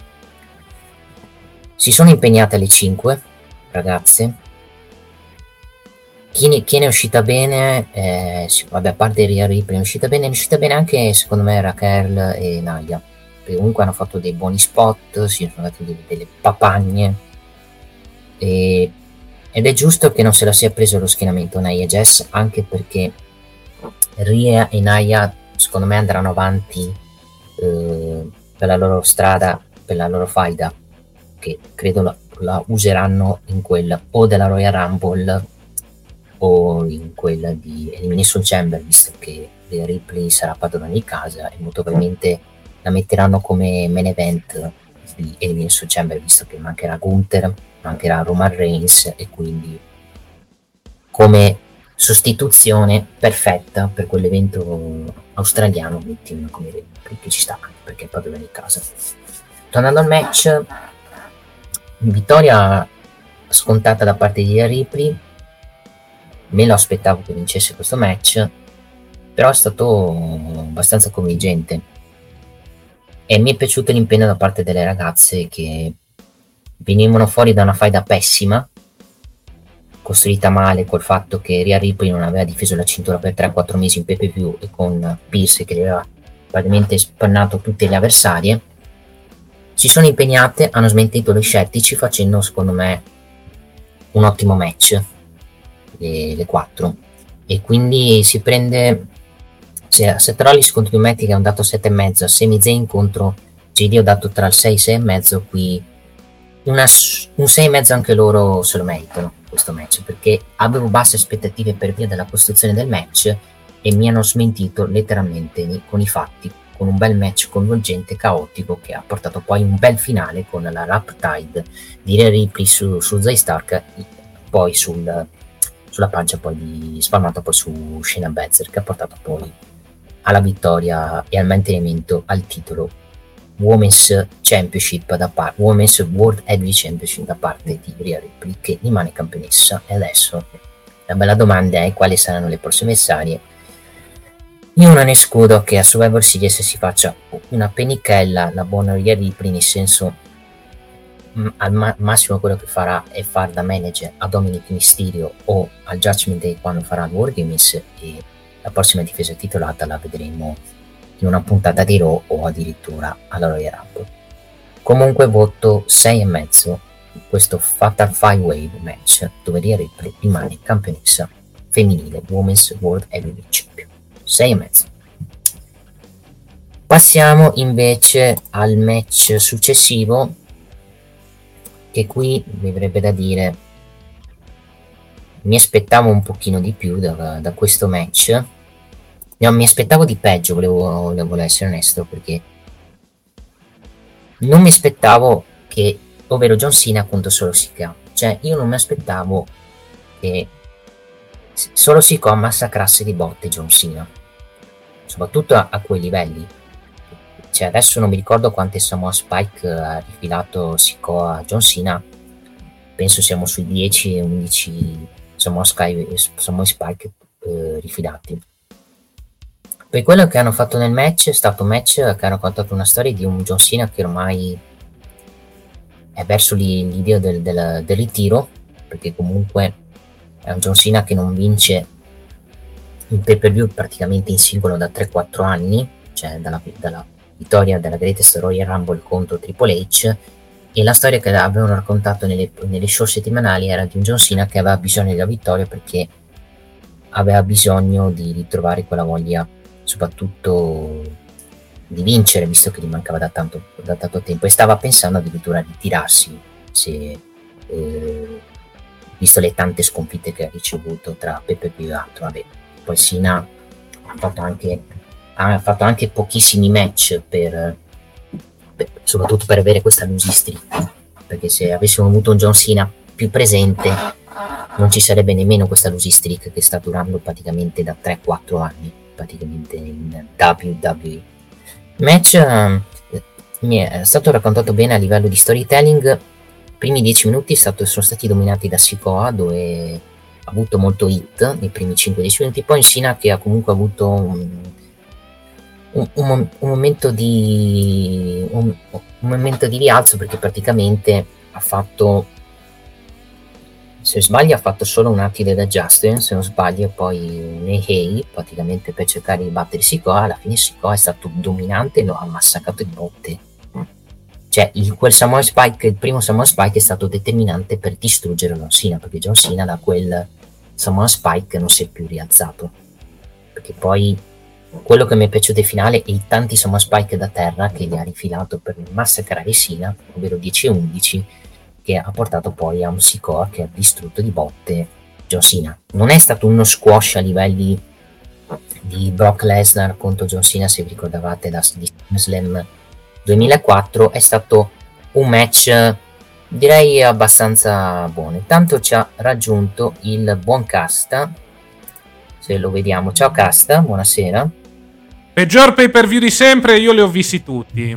si sono impegnate alle 5 ragazze. Chi ne è uscita bene, vabbè, a parte Rhea Ripley è uscita bene anche secondo me Raquel e Nia, perché comunque hanno fatto dei buoni spot, si sono dati delle papagne, ed è giusto che non se la sia preso lo schienamento Nia Jax, anche perché Rhea e Nia secondo me andranno avanti per la loro strada, per la loro faida, che credo la useranno in quella o della Royal Rumble o in quella di Elimination Chamber, visto che Rhea Ripley sarà padrona di casa, e molto probabilmente la metteranno come main event di Elimination Chamber, visto che mancherà Gunther, mancherà Roman Reigns, e quindi come sostituzione perfetta per quell'evento australiano come Ripley, che ci sta anche perché è padrona di casa. Tornando al match, vittoria scontata da parte di Rhea Ripley. Me lo aspettavo che vincesse questo match, però è stato abbastanza convincente e mi è piaciuto l'impegno da parte delle ragazze, che venivano fuori da una faida pessima, costruita male, col fatto che Rhea Ripley non aveva difeso la cintura per 3-4 mesi in pay-per-view, e con Pierce che le aveva praticamente spannato tutte le avversarie. Si sono impegnate, hanno smentito gli scettici, facendo secondo me un ottimo match le 4, e quindi si prende Seth Rollins contro Drew McIntyre, che hanno dato 7,5, Sami Zayn contro JD ho dato tra il 6 e 6,5. Qui un 6,5 anche loro se lo meritano questo match, perché avevo basse aspettative per via della costruzione del match e mi hanno smentito letteralmente con i fatti, con un bel match coinvolgente, caotico, che ha portato poi un bel finale con la Riptide di Rhea Ripley su Zoe Stark, poi sulla pancia poi spalmata poi su Shayna Baszler, che ha portato poi alla vittoria e al mantenimento al titolo Women's Championship Women's World Heavyweight Championship da parte di Rhea Ripley, che rimane campionessa. E adesso la bella domanda è quali saranno le prossime avversarie. Io non escludo che a Survivor Series si faccia una pennichella la buona Rhea Ripley, nel senso al massimo quello che farà è far da manager a Dominic Mysterio o al Judgment Day quando farà il War Games, e la prossima difesa titolata la vedremo in una puntata di Raw o addirittura alla Royal Rumble. Comunque voto 6,5 in questo Fatal 5-Way match dove Rhea Ripley rimane campionessa femminile Women's World Heavyweight Champion. 6,5. Passiamo invece al match successivo, che qui mi verrebbe da dire mi aspettavo un pochino di più da questo match. No, mi aspettavo di peggio, volevo essere onesto, perché non mi aspettavo che, ovvero John Cena contro Solo Sikoa, cioè io non mi aspettavo che Solo Sikoa massacrasse di botte John Cena, soprattutto a quei livelli. Cioè adesso non mi ricordo quante Samoa Spike ha rifilato Sikoa a John Cena, penso siamo sui 10-11 Samoa Spike rifilati. Per quello che hanno fatto nel match è stato un match che hanno raccontato una storia di un John Cena che ormai è verso l'idea del ritiro, perché comunque è un John Cena che non vince in pay-per-view praticamente in singolo da 3-4 anni, cioè dalla vittoria della Greatest Royal Rumble contro Triple H, e la storia che avevano raccontato nelle show settimanali era di un John Cena che aveva bisogno della vittoria perché aveva bisogno di ritrovare quella voglia soprattutto di vincere, visto che gli mancava da tanto tempo, e stava pensando addirittura a ritirarsi visto le tante sconfitte che ha ricevuto tra pay-per-view e altro. Vabbè, poi Cena ha fatto anche pochissimi match soprattutto per avere questa losing streak, perché se avessimo avuto un John Cena più presente non ci sarebbe nemmeno questa losing streak che sta durando praticamente da 3-4 anni praticamente in WWE. Match mi è stato raccontato bene a livello di storytelling. I primi 10 minuti sono stati dominati da Sikoa, dove ha avuto molto hit nei primi 5-10 minuti, poi Cena che ha comunque avuto un momento di rialzo, perché praticamente ha fatto, se sbaglio, ha fatto solo un attimo da Justin, se non sbaglio, e poi Nehei praticamente per cercare di battere Sikoa. Alla fine Sikoa è stato dominante e lo ha massacrato in botte. Cioè quel Samoa Spike, il primo Samoa Spike è stato determinante per distruggere John Cena, perché John Cena da quel Samoa Spike non si è più rialzato, perché poi quello che mi è piaciuto in finale è i tanti Samoa Spike da terra che gli ha rifilato per massacrare Cena, ovvero 10-11, che ha portato poi a un Sikoa che ha distrutto di botte John Cena. Non è stato uno squash a livelli di Brock Lesnar contro John Cena, se vi ricordavate da SummerSlam 2004, è stato un match direi abbastanza buono. Intanto ci ha raggiunto il buon Casta, se lo vediamo. Ciao Casta, buonasera. Peggior pay per view di sempre, io li ho visti tutti.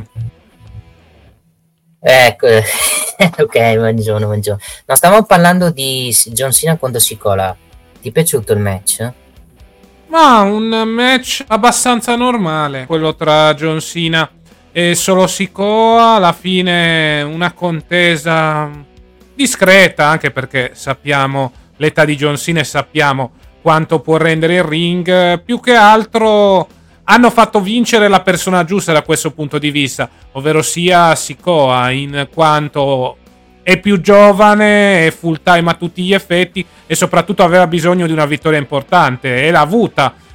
Ecco. Ok, buongiorno. No, stavamo parlando di John Cena contro Sikoa. Ti è piaciuto il match? Ma un match abbastanza normale, quello tra John Cena e Solo Sikoa. Alla fine una contesa discreta, anche perché sappiamo l'età di John Cena e sappiamo quanto può rendere il ring. Più che altro hanno fatto vincere la persona giusta da questo punto di vista, ovvero sia Sikoa, in quanto è più giovane, è full time a tutti gli effetti e soprattutto aveva bisogno di una vittoria importante, e l'ha avuta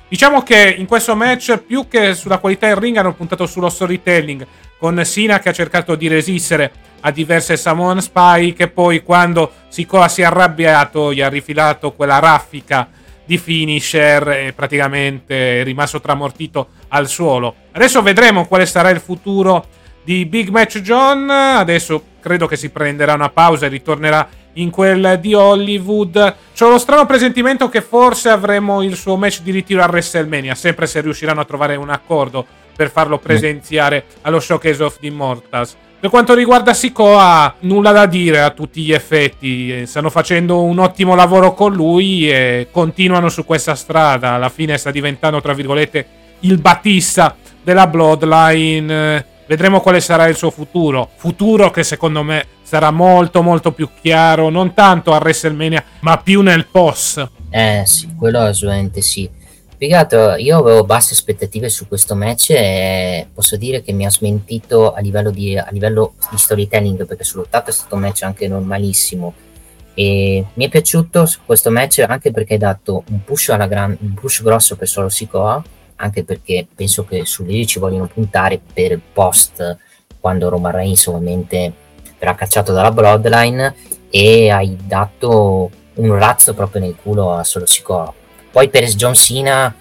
Diciamo che in questo match, più che sulla qualità del ring, hanno puntato sullo storytelling, con Cena che ha cercato di resistere a diverse Samoan Spike, e poi quando Sikoa si è arrabbiato gli ha rifilato quella raffica di finisher e praticamente è rimasto tramortito al suolo. Adesso vedremo quale sarà il futuro di Big Match John. Adesso credo che si prenderà una pausa e ritornerà in quel di Hollywood. C'ho lo strano presentimento che forse avremo il suo match di ritiro a WrestleMania, sempre se riusciranno a trovare un accordo per farlo presenziare allo Showcase of the Immortals. Per quanto riguarda Sikoa, nulla da dire a tutti gli effetti, stanno facendo un ottimo lavoro con lui e continuano su questa strada. Alla fine sta diventando, tra virgolette, il Batista della Bloodline. Vedremo quale sarà il suo futuro che secondo me sarà molto molto più chiaro, non tanto a WrestleMania ma più nel post. Sì, quello assolutamente sì. Spiegato, io avevo basse aspettative su questo match e posso dire che mi ha smentito a livello di storytelling, perché sull'8 è stato un match anche normalissimo e mi è piaciuto questo match anche perché ha dato un push grosso per Solo Sikoa, anche perché penso che su lui ci vogliono puntare per il post, quando Roman Reigns ovviamente verrà cacciato dalla Bloodline, e hai dato un razzo proprio nel culo a Solo Sikoa. Poi per John Cena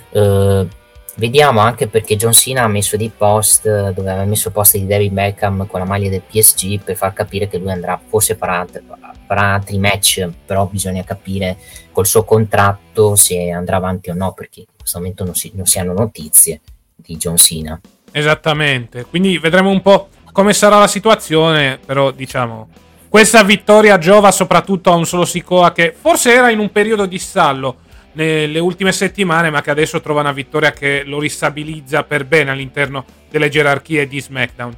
vediamo, anche perché John Cena ha messo dei post dove aveva messo post di David Beckham con la maglia del PSG per far capire che lui andrà, forse farà altri match, però bisogna capire col suo contratto se andrà avanti o no, perché in questo momento non si hanno notizie di John Cena. Esattamente, quindi vedremo un po' come sarà la situazione, però diciamo questa vittoria giova soprattutto a un Solo Sikoa che forse era in un periodo di stallo nelle ultime settimane, ma che adesso trova una vittoria che lo ristabilizza per bene all'interno delle gerarchie di SmackDown.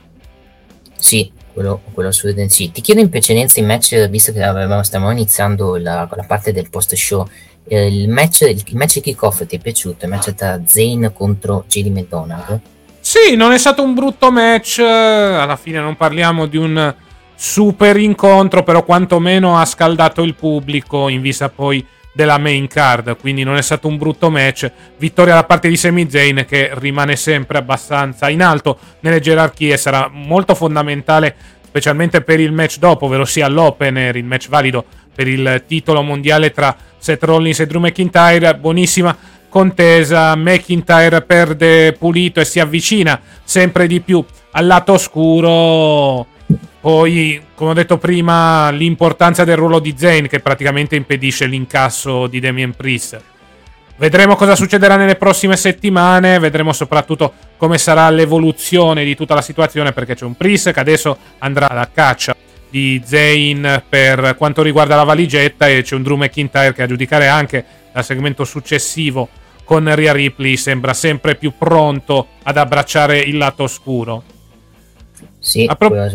Sì, quello assolutamente sì. Ti chiedo in precedenza il match, visto che stiamo iniziando la parte del post show, il match kick-off ti è piaciuto? Il match tra Zayn contro JD McDonagh? Sì, non è stato un brutto match, alla fine non parliamo di un super incontro, però quantomeno ha scaldato il pubblico in vista poi della main card, quindi non è stato un brutto match. Vittoria da parte di Sami Zayn, che rimane sempre abbastanza in alto nelle gerarchie, sarà molto fondamentale specialmente per il match dopo, ovvero sia l'opener, il match valido per il titolo mondiale tra Seth Rollins e Drew McIntyre. Buonissima contesa, McIntyre perde pulito e si avvicina sempre di più al lato oscuro. Poi, come ho detto prima, l'importanza del ruolo di Zayn, che praticamente impedisce l'incasso di Damian Priest. Vedremo cosa succederà nelle prossime settimane, vedremo soprattutto come sarà l'evoluzione di tutta la situazione, perché c'è un Priest che adesso andrà alla caccia di Zayn per quanto riguarda la valigetta, e c'è un Drew McIntyre che, a giudicare anche dal segmento successivo con Rhea Ripley, sembra sempre più pronto ad abbracciare il lato oscuro. Sì,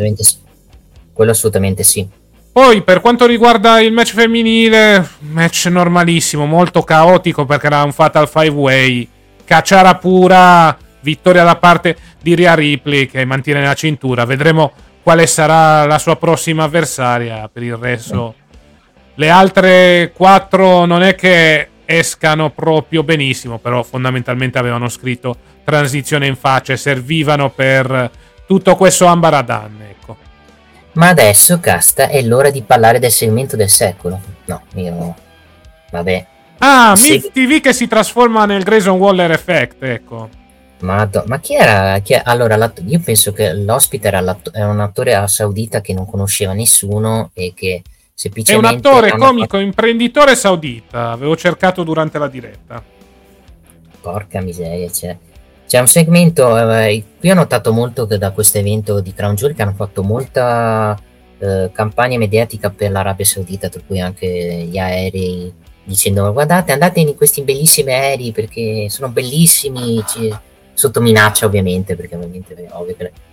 quello assolutamente sì. Poi per quanto riguarda il match femminile, match normalissimo, molto caotico perché era un Fatal 5-way, cacciara pura, vittoria da parte di Rhea Ripley che mantiene la cintura. Vedremo quale sarà la sua prossima avversaria. Per il resto le altre 4 non è che escano proprio benissimo, però fondamentalmente avevano scritto transizione in faccia e servivano per tutto questo ambaradan, ecco. Ma adesso, Casta, è l'ora di parlare del segmento del secolo. No, io... Vabbè. Ah, Miz TV che si trasforma nel Grayson Waller Effect, ecco. Ma chi era? Allora, io penso che l'ospite era un attore saudita che non conosceva nessuno e che semplicemente... È un attore comico, imprenditore saudita. Avevo cercato durante la diretta. Porca miseria, c'è un segmento, qui ho notato molto che da questo evento di Crown Jewel che hanno fatto molta campagna mediatica per l'Arabia Saudita, tra cui anche gli aerei, dicendo guardate, andate in questi bellissimi aerei perché sono bellissimi, sotto minaccia ovviamente, perché ovviamente è ovvio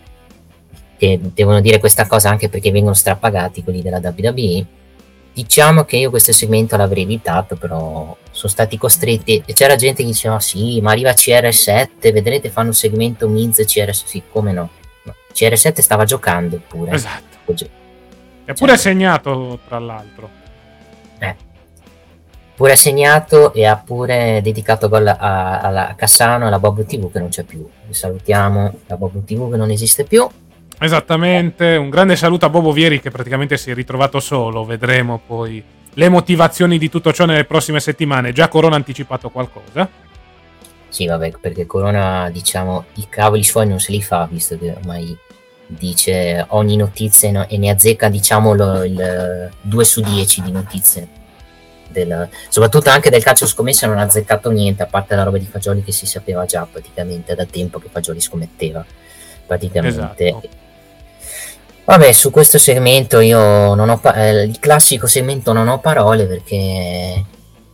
che devono dire questa cosa anche perché vengono strapagati quelli della WWE. Diciamo che io questo segmento l'avrei evitato, però sono stati costretti, e c'era gente che diceva sì, ma arriva CR7, vedrete fanno un segmento Miz CR7, sì, come no, CR7 stava giocando pure. Esatto. È pure segnato, tra l'altro. pure segnato e ha pure dedicato gol alla Cassano e alla Bob TV che non c'è più. Salutiamo la Bob TV che non esiste più. Esattamente, un grande saluto a Bobo Vieri che praticamente si è ritrovato solo. Vedremo poi le motivazioni di tutto ciò nelle prossime settimane. Già Corona ha anticipato qualcosa. Sì, vabbè, perché Corona, diciamo, i cavoli suoi non se li fa, visto che ormai dice ogni notizia e ne azzecca, diciamo, il 2 su 10 di notizie. Soprattutto anche del calcio scommessa non ha azzeccato niente, a parte la roba di Fagioli che si sapeva già praticamente da tempo che Fagioli scommetteva. Praticamente. Esatto. Vabbè, su questo segmento io non ho il classico segmento non ho parole, perché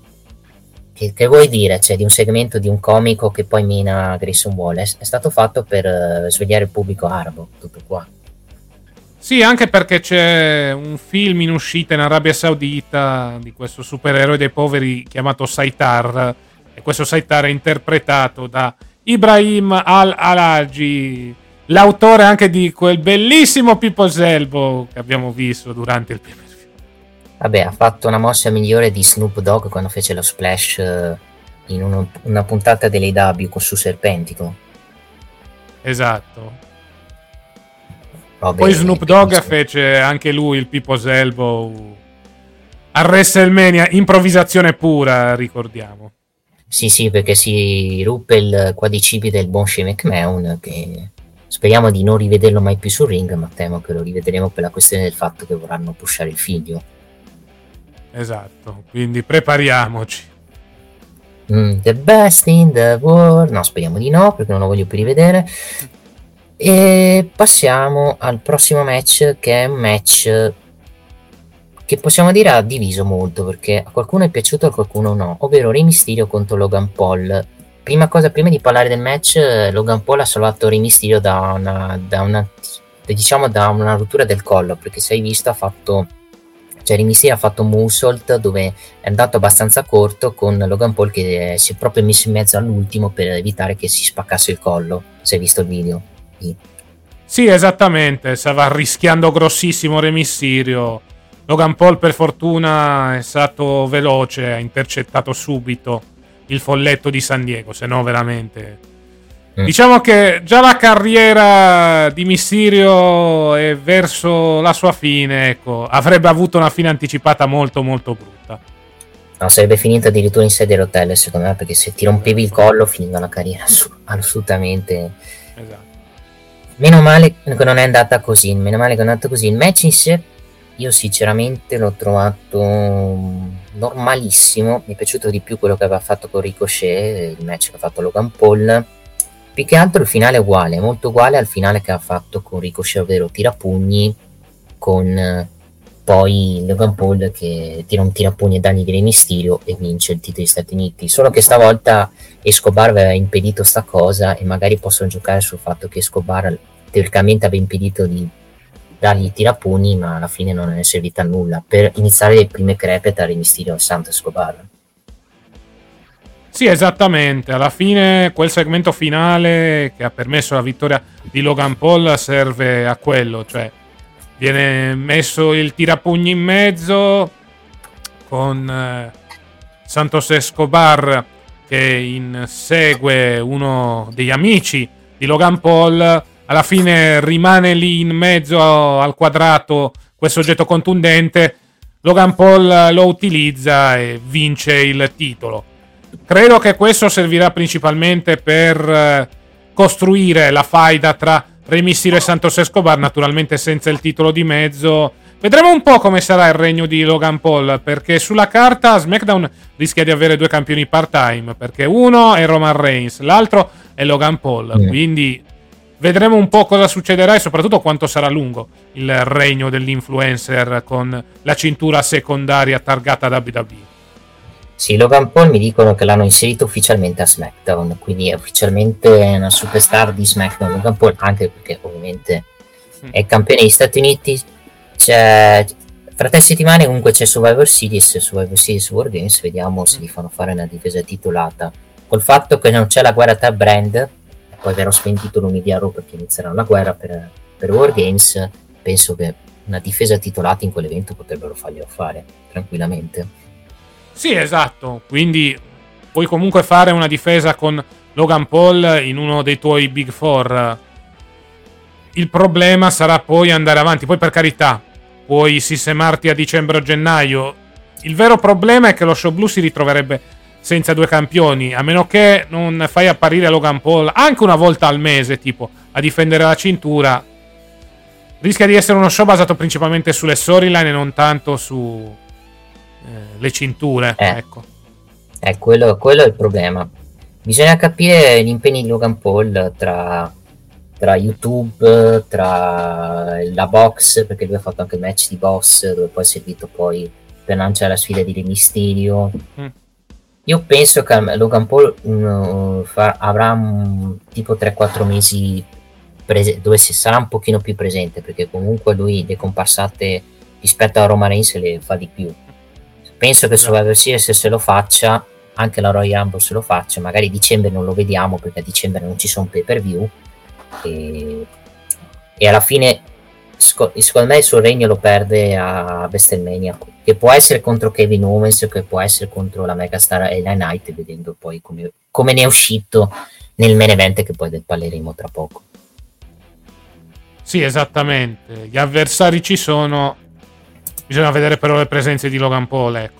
che vuoi dire? Cioè, di un segmento di un comico che poi mina Grayson Wallace è stato fatto per svegliare il pubblico arabo, tutto qua. Sì, anche perché c'è un film in uscita in Arabia Saudita di questo supereroe dei poveri chiamato Saitar, e questo Saitar è interpretato da Ibrahim Al-Alagi, l'autore anche di quel bellissimo People's Elbow che abbiamo visto durante il primo. Vabbè, ha fatto una mossa migliore di Snoop Dogg quando fece lo splash in una puntata dell'AEW su Serpentico. Esatto. Vabbè, poi Snoop Dogg fece anche lui il People's Elbow a WrestleMania, improvvisazione pura, ricordiamo. Sì, perché si ruppe il quadricipite del buon Shane McMahon, che speriamo di non rivederlo mai più sul ring, ma temo che lo rivedremo per la questione del fatto che vorranno pushare il figlio. Esatto, quindi prepariamoci. The best in the world. No, speriamo di no, perché non lo voglio più rivedere. E passiamo al prossimo match, che è un match che possiamo dire ha diviso molto, perché a qualcuno è piaciuto e a qualcuno no, ovvero Rey Mysterio contro Logan Paul. Prima di parlare del match, Logan Paul ha salvato Rey Mysterio da una rottura del collo, perché se hai visto Rey Mysterio ha fatto un moonsault dove è andato abbastanza corto, con Logan Paul che si è proprio messo in mezzo all'ultimo per evitare che si spaccasse il collo, se hai visto il video. Sì, esattamente, stava rischiando grossissimo Rey Mysterio. Logan Paul per fortuna è stato veloce, ha intercettato subito il folletto di San Diego, se no veramente... Diciamo che già la carriera di Mysterio è verso la sua fine, ecco, avrebbe avuto una fine anticipata molto molto brutta. No, sarebbe finita addirittura in sedia a rotelle, secondo me, perché se ti rompevi il collo finiva la carriera assolutamente. Esatto. Meno male che non è andata così, il match in sé io sinceramente l'ho trovato normalissimo, mi è piaciuto di più quello che aveva fatto con Ricochet, il match che ha fatto Logan Paul. Più che altro il finale è uguale, molto uguale al finale che ha fatto con Ricochet, ovvero tirapugni, con poi Logan Paul che tira un tirapugni ai danni di Rey Mysterio e vince il titolo degli Stati Uniti. Solo che stavolta Escobar aveva impedito sta cosa, e magari possono giocare sul fatto che Escobar teoricamente aveva impedito di dargli tirapugni, ma alla fine non è servita a nulla per iniziare le prime crepe tra Rey Mysterio e Santo Escobar. Sì, esattamente, alla fine quel segmento finale che ha permesso la vittoria di Logan Paul serve a quello, cioè viene messo il tirapugni in mezzo con Santos Escobar che insegue uno degli amici di Logan Paul. Alla fine rimane lì in mezzo al quadrato questo oggetto contundente, Logan Paul lo utilizza e vince il titolo. Credo che questo servirà principalmente per costruire la faida tra Rey Mysterio e Santos Escobar, naturalmente senza il titolo di mezzo. Vedremo un po' come sarà il regno di Logan Paul, perché sulla carta SmackDown rischia di avere due campioni part-time, perché uno è Roman Reigns, l'altro è Logan Paul, quindi vedremo un po' cosa succederà e soprattutto quanto sarà lungo il regno dell'influencer con la cintura secondaria targata WWE. Sì, Logan Paul mi dicono che l'hanno inserito ufficialmente a SmackDown, quindi è ufficialmente una superstar di SmackDown Logan Paul, anche perché ovviamente è campione degli Stati Uniti. Fra 3 settimane comunque c'è Survivor Series War Games, vediamo se gli fanno fare una difesa titolata. Col fatto che non c'è la guerra tra brand, poi verrò smentito lunedì a Raw perché inizierà una guerra per War Games, penso che una difesa titolata in quell'evento potrebbero farglielo fare tranquillamente. Sì, esatto. Quindi puoi comunque fare una difesa con Logan Paul in uno dei tuoi Big Four. Il problema sarà poi andare avanti. Poi, per carità, puoi sistemarti a dicembre o gennaio. Il vero problema è che lo show blu si ritroverebbe senza due campioni, a meno che non fai apparire Logan Paul anche una volta al mese, tipo, a difendere la cintura. Rischia di essere uno show basato principalmente sulle storyline e non tanto su le cinture. Ecco. Quello è il problema. Bisogna capire gli impegni di Logan Paul tra YouTube, tra la box, perché lui ha fatto anche il match di boss, dove poi è servito poi per lanciare la sfida di Re Mysterio. Io penso che Logan Paul avrà tipo 3-4 mesi dove si sarà un pochino più presente, perché comunque lui le comparsate rispetto a Roman Reigns le fa di più. Penso che Survivor Series se lo faccia, anche la Royal Rumble se lo faccia, magari a dicembre non lo vediamo perché a dicembre non ci sono pay per view e alla fine secondo me il suo regno lo perde a WrestleMania, che può essere contro Kevin Owens, che può essere contro la megastar LA Knight, vedendo poi come ne è uscito nel main event, che poi parleremo tra poco. Sì, esattamente. Gli avversari ci sono, bisogna vedere però le presenze di Logan Paul, ecco.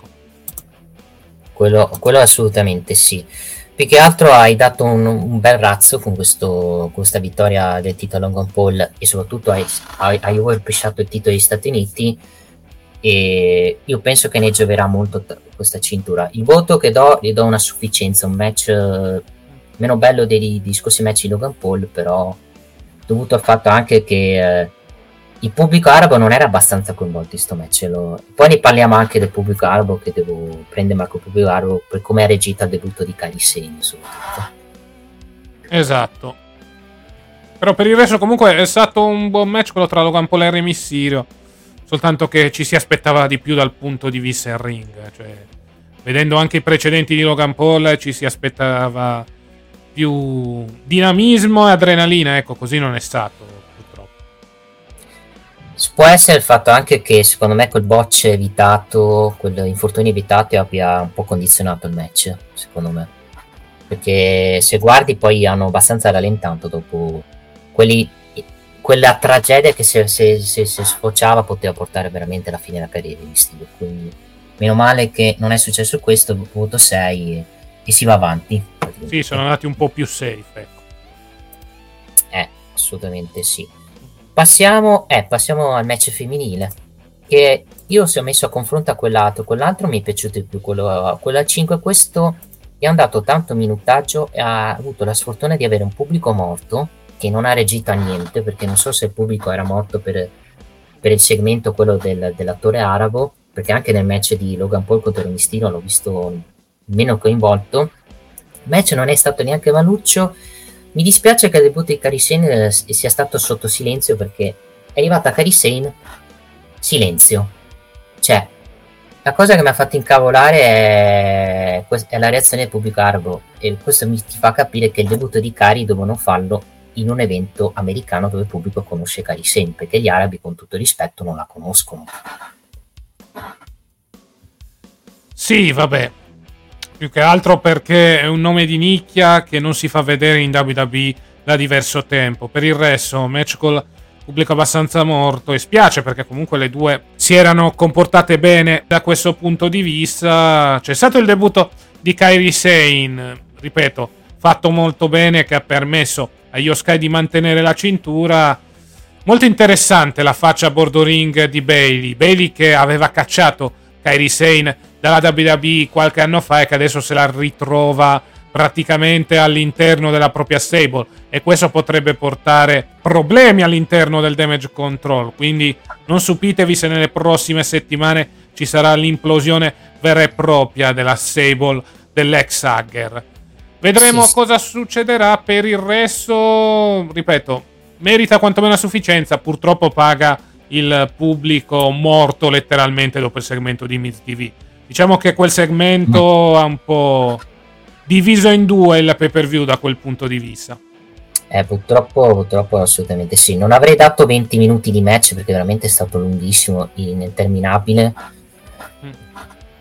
Quello assolutamente sì. Più che altro hai dato un bel razzo con questa vittoria del titolo Logan Paul, e soprattutto hai overpushato il titolo degli Stati Uniti, e io penso che ne gioverà molto questa cintura. Il voto che gli do una sufficienza, un match meno bello dei scorsi match di Logan Paul, però dovuto al fatto anche che il pubblico arabo non era abbastanza coinvolto in sto match. Poi ne parliamo anche del pubblico arabo, che devo prendere Marco pubblico arabo per come ha reagito al debutto di Kairi Sane soprattutto. Esatto. Però per il resto comunque è stato un buon match quello tra Logan Paul e Re Mysterio, soltanto che ci si aspettava di più dal punto di vista in ring, cioè vedendo anche i precedenti di Logan Paul ci si aspettava più dinamismo e adrenalina, ecco, così non è stato purtroppo. Può essere il fatto anche che secondo me quel botch evitato, quell'infortunio evitato abbia un po' condizionato il match, secondo me, perché se guardi poi hanno abbastanza rallentato dopo quella tragedia che se sfociava poteva portare veramente alla fine della carriera di Mysterio. Quindi meno male che non è successo questo, voto 6 e si va avanti. Sì, sono andati un po' più safe, ecco. Assolutamente sì. Passiamo al match femminile, che io si ho messo a confronto a quell'altro mi è piaciuto di più, quello a 5. Questo gli hanno dato tanto minutaggio e ha avuto la sfortuna di avere un pubblico morto che non ha reagito a niente, perché non so se il pubblico era morto per il segmento quello dell'attore arabo, perché anche nel match di Logan Paul contro Re Mysterio l'ho visto meno coinvolto. Il match non è stato neanche maluccio. Mi dispiace che il debutto di Kairi Sane sia stato sotto silenzio, perché è arrivata Kairi Sane, silenzio. Cioè, la cosa che mi ha fatto incavolare è la reazione del pubblico arabo, e questo ti fa capire che il debutto di Kairi devono farlo in un evento americano dove il pubblico conosce Kairi Sane, perché gli arabi, con tutto il rispetto, non la conoscono. Sì, vabbè. Più che altro perché è un nome di nicchia che non si fa vedere in WWE da diverso tempo. Per il resto, match col pubblico abbastanza morto, e spiace perché comunque le due si erano comportate bene da questo punto di vista. C'è stato il debutto di Kairi Sane, ripeto, fatto molto bene, che ha permesso a Io Sky di mantenere la cintura. Molto interessante la faccia a bordo ring di Bayley che aveva cacciato Kairi Sane dalla WWE qualche anno fa e che adesso se la ritrova praticamente all'interno della propria stable, e questo potrebbe portare problemi all'interno del Damage Control, quindi non stupitevi se nelle prossime settimane ci sarà l'implosione vera e propria della stable dell'ex Hagger. Vedremo cosa succederà. Per il resto, ripeto, merita quantomeno a sufficienza, purtroppo paga il pubblico morto letteralmente dopo il segmento di Miz TV. Diciamo che quel segmento ha un po' diviso in due il pay-per-view da quel punto di vista. Purtroppo assolutamente sì. Non avrei dato 20 minuti di match perché veramente è stato lunghissimo, interminabile.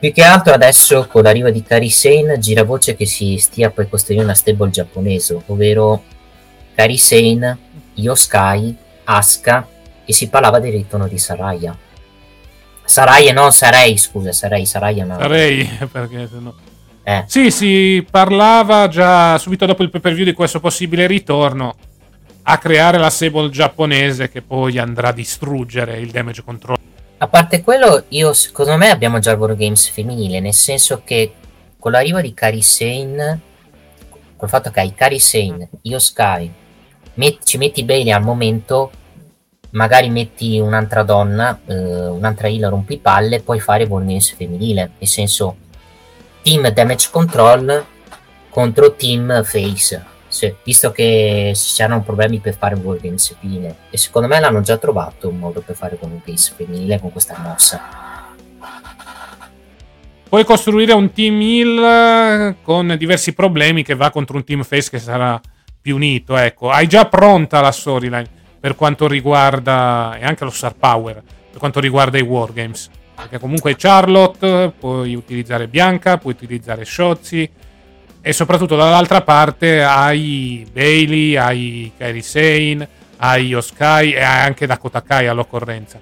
Più che altro adesso con l'arrivo di Kairi Sane gira voce che si stia poi costruendo una stable giapponese, ovvero Kairi Sane, Io Sky, Asuka, e si parlava del ritorno di Saraya. Saraya no, Sarei, scusa, Saraya no. Sarei, perché sennò... Sì, si parlava già subito dopo il pay-per-view di questo possibile ritorno a creare la stable giapponese che poi andrà a distruggere il Damage Control. A parte quello, secondo me abbiamo già il Wargames femminile, nel senso che con l'arrivo di Kairi Sane, col fatto che hai Kairi Sane, Io Sky, ci metti Bayley al momento, magari metti un'altra donna, un'altra healer rompipalle, puoi fare Wargames femminile, nel senso team Damage Control contro team Face. Visto che c'erano problemi per fare un Wargames femminile, e secondo me l'hanno già trovato un modo per fare un Wargames femminile con questa mossa. Puoi costruire un team heal con diversi problemi che va contro un team face che sarà più unito, ecco. Hai già pronta la storyline per quanto riguarda, e anche lo star power per quanto riguarda i Wargames, perché comunque Charlotte, puoi utilizzare Bianca, puoi utilizzare Shotzi, e soprattutto dall'altra parte hai Bayley, hai Kairi Sane, hai Io Sky e hai anche Dakota Kai all'occorrenza.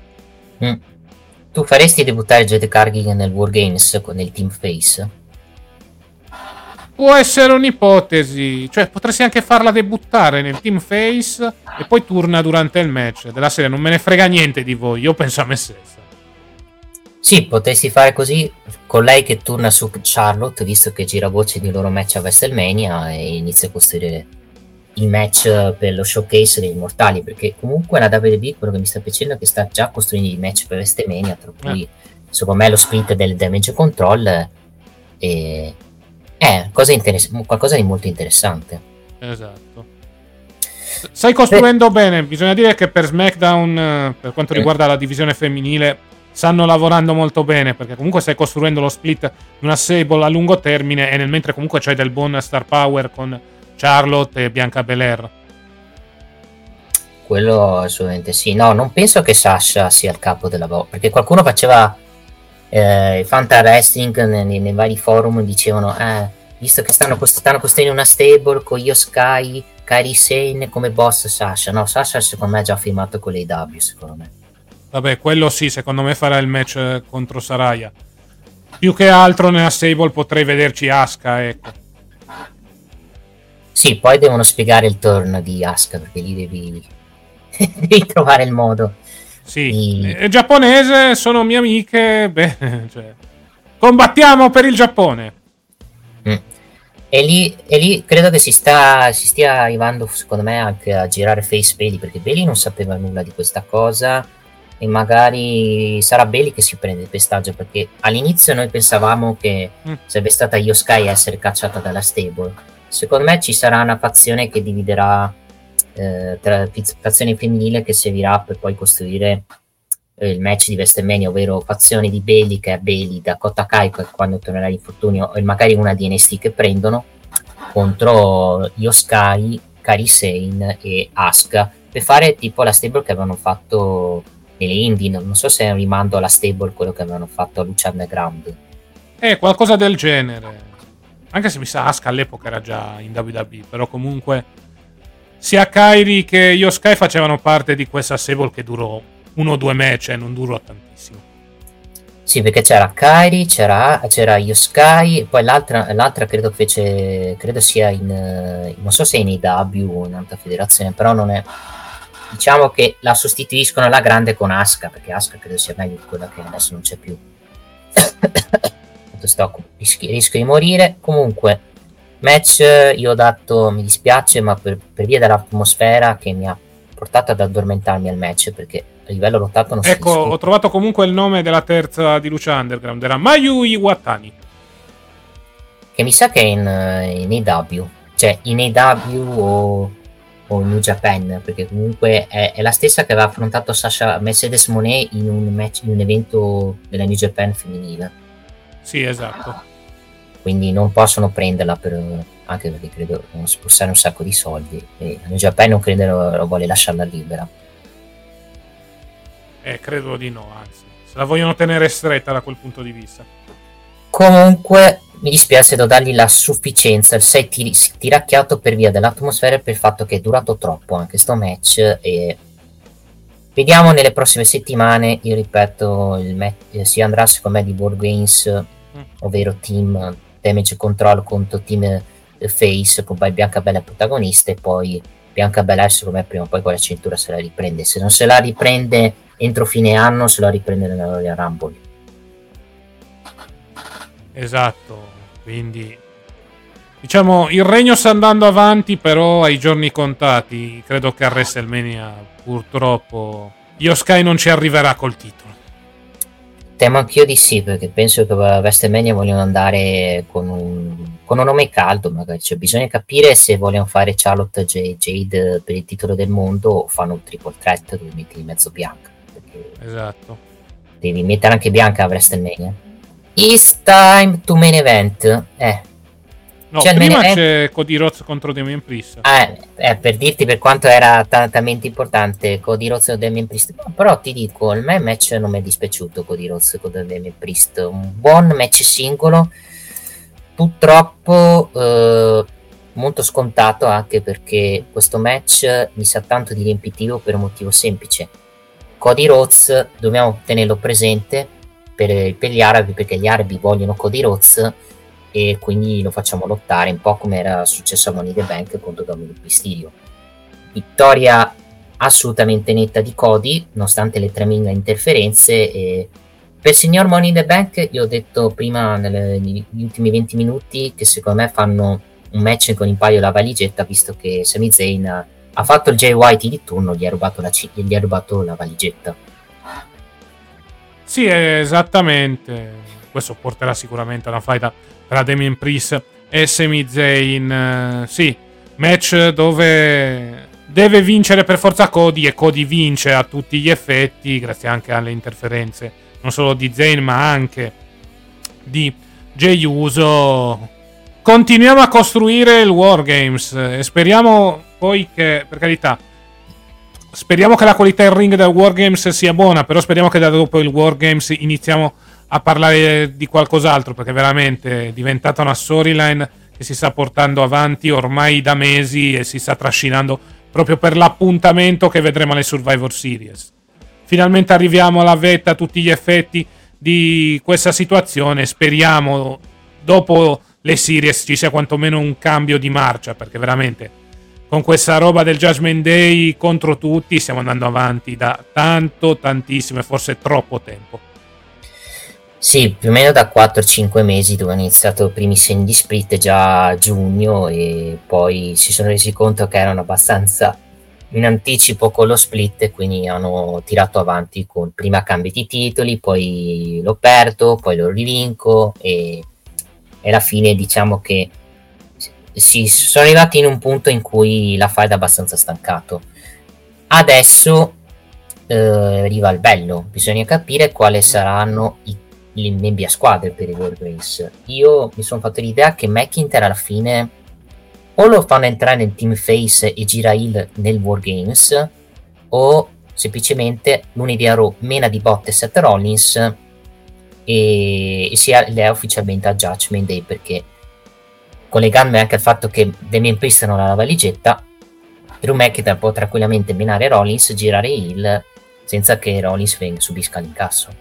Tu faresti debuttare Jade Cargill nel Wargames con il team face? Può essere un'ipotesi, cioè potresti anche farla debuttare nel team face e poi turna durante il match della serie. Non me ne frega niente di voi, io penso a me stessa. Sì, potresti fare così con lei che torna su Charlotte, visto che gira voce di loro match a WrestleMania, e inizia a costruire il match per lo showcase degli immortali, perché comunque la WWE, quello che mi sta piacendo è che sta già costruendo i match per WrestleMania, tra cui secondo me lo split del Damage Control è qualcosa di molto interessante. Esatto. Stai costruendo bene, bisogna dire che per SmackDown, per quanto riguarda la divisione femminile, stanno lavorando molto bene, perché comunque stai costruendo lo split di una stable a lungo termine, e nel mentre comunque c'hai del buon star power con Charlotte e Bianca Belair. Quello assolutamente sì. No, non penso che Sasha sia il capo della perché qualcuno faceva Fanta Wrestling nei vari forum, dicevano visto che stanno costruendo una stable con Io Sky, Kairi Sane come boss Sasha. No, Sasha secondo me ha già firmato con l'AEW, secondo me. Vabbè, quello sì, secondo me farà il match contro Saraya. Più che altro nella stable potrei vederci Asuka, ecco. Sì, poi devono spiegare il turn di Asuka, perché lì devi trovare il modo. Sì, è giapponese, sono mie amiche, beh, cioè, combattiamo per il Giappone. E lì credo che si stia arrivando, secondo me, anche a girare face Bayley, perché Bayley non sapeva nulla di questa cosa, e magari sarà Bayley che si prende il pestaggio, perché all'inizio noi pensavamo che sarebbe stata Io Sky a essere cacciata dalla stable. Secondo me ci sarà una fazione che dividerà tra fazione femminile, che servirà per poi costruire il match di WrestleMania, ovvero fazione di Bayley, che è Bayley, Dakota Kai quando tornerà l'infortunio, e magari una di NXT che prendono, contro Io Sky, Kairi Sane e Asuka, per fare tipo la stable che avevano fatto nelle indie. Non so se è un rimando alla stable quello che avevano fatto a Lucha Underground. Qualcosa del genere. Anche se mi sa Asuka all'epoca era già in WWE, però comunque sia Kairi che Io Sky facevano parte di questa stable che durò 1 o 2 match e non durò tantissimo. Sì, perché c'era Kairi, c'era Io Sky, e poi l'altra credo sia non so se è in AEW o in un'altra federazione, però non è, diciamo che la sostituiscono alla grande con Asuka, perché Asuka credo sia meglio di quella che adesso non c'è più. Rischio di morire. Comunque match, io ho dato, mi dispiace, ma per via dell'atmosfera che mi ha portato ad addormentarmi al match, perché a livello lottato non si Ecco, ho trovato comunque il nome della terza di Lucha Underground, era Mayu Iwatani, che mi sa che è in AEW, cioè in AEW o New Japan, perché comunque è la stessa che aveva affrontato Sasha Mercedes Moné in un match, in un evento della New Japan femminile. Sì, esatto. Quindi non possono prenderla anche perché credo non si spostare un sacco di soldi, e New Japan non credo vuole lasciarla libera. Credo di no, anzi, se la vogliono tenere stretta da quel punto di vista. Comunque mi dispiace da dargli la sufficienza, il 6 tiracchiato per via dell'atmosfera e per il fatto che è durato troppo anche sto match, e vediamo nelle prossime settimane. Io ripeto, si andrà secondo me di Wargames, ovvero team Damage Control contro team Face, con Biancabella protagonista, e poi Biancabella secondo me prima o poi quella cintura se la riprende, se non se la riprende entro fine anno se la riprende nella Royal Rumble. Esatto, quindi diciamo il regno sta andando avanti, però ai giorni contati. Credo che a WrestleMania purtroppo Io Sky non ci arriverà col titolo. Temo anch'io di sì, perché penso che a WrestleMania vogliono andare con un nome caldo, magari. Cioè, bisogna capire se vogliono fare Charlotte Jade per il titolo del mondo o fanno un triple threat dove metti in mezzo Bianca. Esatto. Devi mettere anche Bianca a WrestleMania. It's time to main event. No, prima c'è Cody Rhodes contro Damian Priest. Per dirti per quanto era talmente importante Cody Rhodes e Damian Priest. Però ti dico, il me match non mi è dispiaciuto Cody Rhodes con Damian Priest. Un buon match singolo, purtroppo molto scontato, anche perché questo match mi sa tanto di riempitivo per un motivo semplice. Cody Rhodes dobbiamo tenerlo presente per gli arabi, perché gli arabi vogliono Cody Rhodes e quindi lo facciamo lottare un po' come era successo a Money in the Bank contro Dominic Mysterio. Vittoria assolutamente netta di Cody nonostante le 3.000 interferenze, e per il signor Money in the Bank io ho detto prima negli ultimi 20 minuti che secondo me fanno un match con il paio la valigetta, visto che Sami Zayn ha fatto il Jay White di turno, gli ha rubato la valigetta. Sì, esattamente. Questo porterà sicuramente a una fight tra Damian Priest e Sami Zayn. Sì, match dove deve vincere per forza Cody, e Cody vince a tutti gli effetti grazie anche alle interferenze non solo di Zayn ma anche di Jey Uso. Continuiamo a costruire il Wargames e speriamo poi che, per carità, speriamo che la qualità in ring del Wargames sia buona, però speriamo che da dopo il Wargames iniziamo a parlare di qualcos'altro, perché veramente è diventata una storyline che si sta portando avanti ormai da mesi e si sta trascinando proprio per l'appuntamento che vedremo alle Survivor Series. Finalmente arriviamo alla vetta a tutti gli effetti di questa situazione. Speriamo dopo le series ci sia quantomeno un cambio di marcia, perché veramente con questa roba del Judgment Day contro tutti stiamo andando avanti da tantissimo e forse troppo tempo. Sì, più o meno da 4-5 mesi, dove hanno iniziato i primi segni di split già a giugno, e poi si sono resi conto che erano abbastanza in anticipo con lo split, e quindi hanno tirato avanti con prima cambi di titoli, poi lo perdo, poi lo rivinco, e alla fine diciamo che si sono arrivati in un punto in cui la fight è abbastanza stancato. Adesso arriva il bello, bisogna capire quali saranno le nebbia squadre per i Wargames. Io mi sono fatto l'idea che McIntyre alla fine o lo fanno entrare nel team face e gira heel nel Wargames, o semplicemente lunedì a Raw mena di botte Seth Rollins e si è ufficialmente a Judgment Day, perché collegandomi anche al fatto che Damian Priest non ha la valigetta, Drew McIntyre può tranquillamente menare Rollins, girare heel senza che Rollins subisca l'incasso.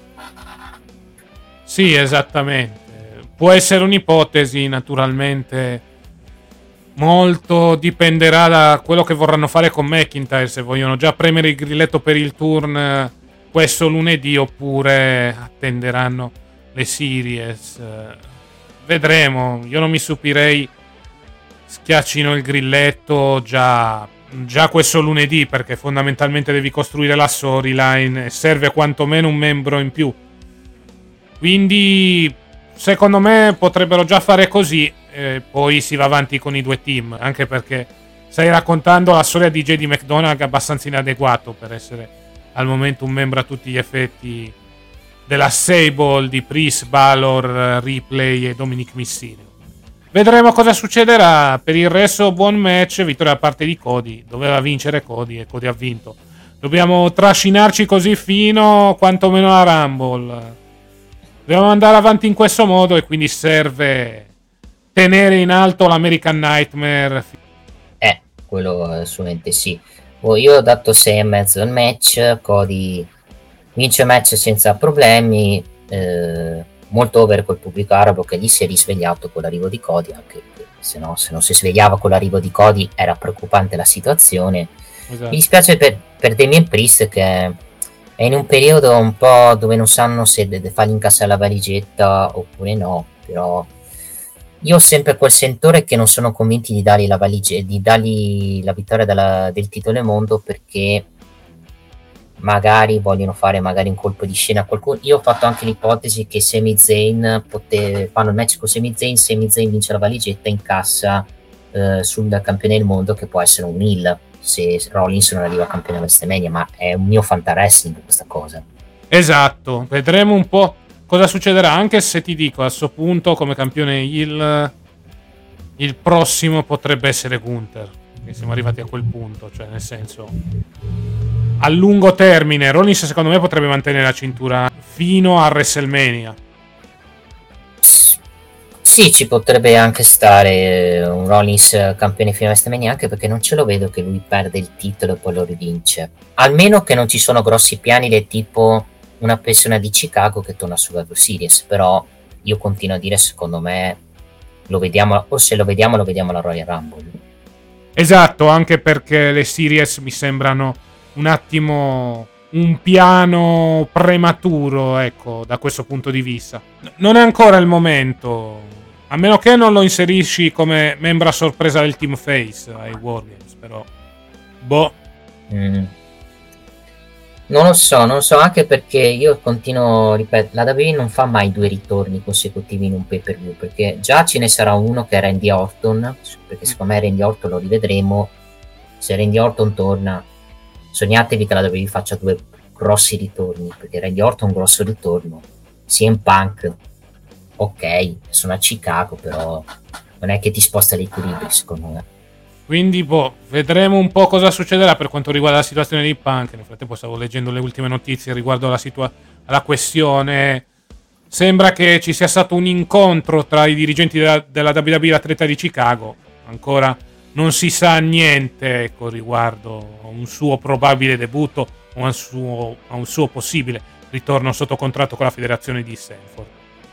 Sì, esattamente. Può essere un'ipotesi, naturalmente. Molto dipenderà da quello che vorranno fare con McIntyre, se vogliono già premere il grilletto per il turn questo lunedì oppure attenderanno le series. Vedremo. Io non mi stupirei schiaccino il grilletto già questo lunedì, perché fondamentalmente devi costruire la storyline e serve quantomeno un membro in più. Quindi secondo me potrebbero già fare così, poi si va avanti con i due team, anche perché stai raccontando la storia di JD McDonagh abbastanza inadeguato per essere al momento un membro a tutti gli effetti della stable di Priest, Balor, Ripley e Dominic Mysterio. Vedremo cosa succederà. Per il resto buon match, vittoria da parte di Cody, doveva vincere Cody e Cody ha vinto. Dobbiamo trascinarci così fino quantomeno a Rumble. Dobbiamo andare avanti in questo modo e quindi serve tenere in alto l'American Nightmare. Quello assolutamente sì. Io ho dato 6,5 al match. Cody vince il match senza problemi, molto over col pubblico arabo che lì si è risvegliato con l'arrivo di Cody, anche se non si svegliava con l'arrivo di Cody era preoccupante la situazione. Esatto. Mi dispiace per Damien Priest, che è in un periodo un po' dove non sanno se fargli incassare la valigetta oppure no, però io ho sempre quel sentore che non sono convinti di dargli la valigetta, di dargli la vittoria del titolo del mondo, perché magari vogliono fare magari un colpo di scena a qualcuno. Io ho fatto anche l'ipotesi che Sami Zayn fanno il match con Sami Zayn vince la valigetta, incassa sul campione del mondo, che può essere un heel se Rollins non arriva campione a WrestleMania, ma è un mio fantasy questa cosa. Esatto, vedremo un po' cosa succederà, anche se ti dico, a questo punto come campione heel il prossimo potrebbe essere Gunther, che siamo arrivati a quel punto, cioè nel senso, a lungo termine Rollins secondo me potrebbe mantenere la cintura fino a WrestleMania. Sì, ci potrebbe anche stare un Rollins campione fino a WrestleMania, anche perché non ce lo vedo che lui perde il titolo e poi lo rivince, almeno che non ci sono grossi piani del tipo una persona di Chicago che torna su Survivor Series. Però io continuo a dire, secondo me lo vediamo, o se lo vediamo alla Royal Rumble. Esatto, anche perché le series mi sembrano un attimo un piano prematuro, ecco, da questo punto di vista. Non è ancora il momento, a meno che non lo inserisci come membro a sorpresa del Team Face ai War Games, però Non lo so, anche perché io continuo, ripeto, la WWE non fa mai 2 ritorni consecutivi in un pay-per-view, perché già ce ne sarà uno che è Randy Orton, perché secondo me Randy Orton lo rivedremo. Se Randy Orton torna, sognatevi che la WWE faccia 2 grossi ritorni, perché Randy Orton è un grosso ritorno. CM Punk, ok, sono a Chicago, però non è che ti sposta l'equilibrio, secondo me. Quindi vedremo un po' cosa succederà per quanto riguarda la situazione di Punk. Nel frattempo stavo leggendo le ultime notizie riguardo alla questione. Sembra che ci sia stato un incontro tra i dirigenti della WWE e l'atleta di Chicago. Ancora non si sa niente, ecco, riguardo a un suo probabile debutto o a un suo possibile ritorno sotto contratto con la federazione di Stanford.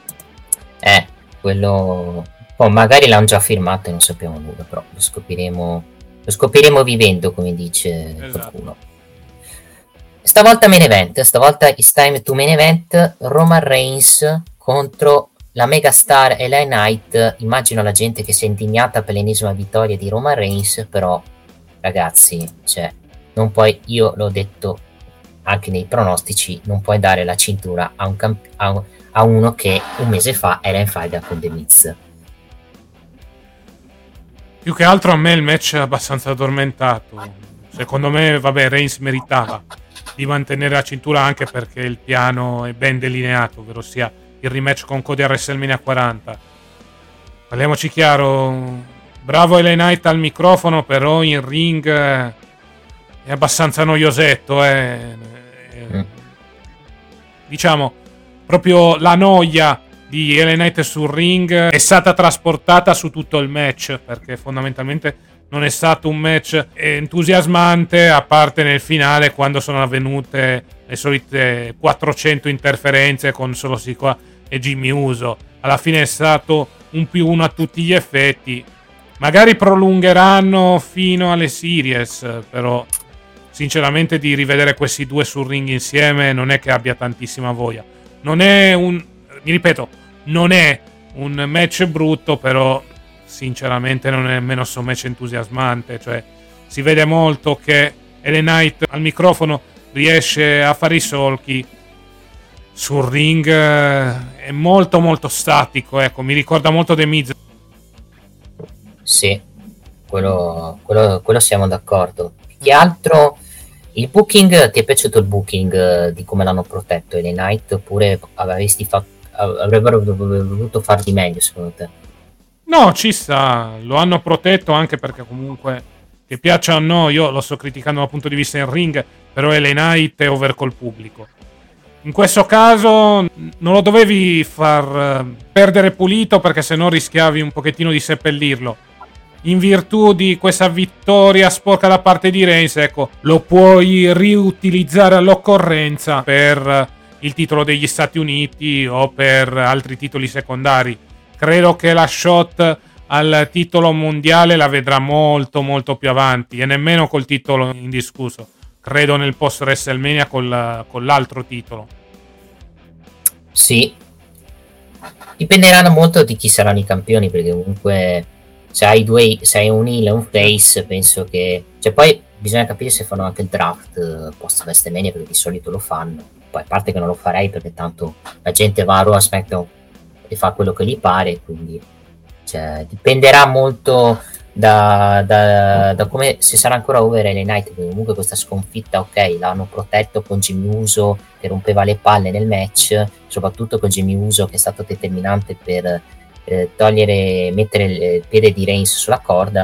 Quello... magari l'hanno già firmato e non sappiamo nulla, però lo scopriremo vivendo, come dice qualcuno. Stavolta main event, stavolta it's time to main event. Roman Reigns contro la megastar LA Knight. Immagino la gente che si è indignata per l'ennesima vittoria di Roman Reigns, però ragazzi, cioè, non puoi, io l'ho detto anche nei pronostici, non puoi dare la cintura a uno che un mese fa era in faida con The Miz. Più che altro a me il match è abbastanza addormentato. Secondo me, Reigns meritava di mantenere la cintura, anche perché il piano è ben delineato, ovvero sia il rematch con Cody a WrestleMania 40. Parliamoci chiaro, bravo LA Knight al microfono, però in ring è abbastanza noiosetto. Diciamo, proprio la noia di LA Knight sul ring è stata trasportata su tutto il match, perché fondamentalmente non è stato un match entusiasmante, a parte nel finale, quando sono avvenute le solite 400 interferenze con solo Sikoa e Jimmy Uso. Alla fine è stato un più uno a tutti gli effetti. Magari prolungheranno fino alle series, però sinceramente di rivedere questi due sul ring insieme non è che abbia tantissima voglia. Non è un match brutto, però sinceramente non è nemmeno un match entusiasmante. Cioè, si vede molto che LA Knight al microfono riesce a fare i solchi, sul ring è molto molto statico, ecco, mi ricorda molto The Miz. Sì, quello siamo d'accordo. Che altro, il booking, ti è piaciuto il booking di come l'hanno protetto LA Knight, oppure avrebbero voluto far di meglio secondo te? No, ci sta, lo hanno protetto, anche perché comunque, che piaccia o no, io lo sto criticando dal punto di vista in ring, però LA Knight è over col pubblico. In questo caso non lo dovevi far perdere pulito, perché sennò rischiavi un pochettino di seppellirlo. In virtù di questa vittoria sporca da parte di Reigns, ecco, lo puoi riutilizzare all'occorrenza per il titolo degli Stati Uniti o per altri titoli secondari. Credo che la shot al titolo mondiale la vedrà molto molto più avanti, e nemmeno col titolo indiscusso. Credo nel post WrestleMania con l'altro titolo. Sì, dipenderanno molto di chi saranno i campioni, perché comunque se hai un heel e un face, penso che, cioè, poi bisogna capire se fanno anche il draft post WrestleMania, perché di solito lo fanno. Poi a parte che non lo farei, perché tanto la gente va a Raw, aspetta e fa quello che gli pare, quindi cioè, dipenderà molto da come, se sarà ancora over LA Knight, perché comunque questa sconfitta, ok, l'hanno protetto con Jimmy Uso che rompeva le palle nel match, soprattutto con Jimmy Uso che è stato determinante per mettere il piede di Reigns sulla corda.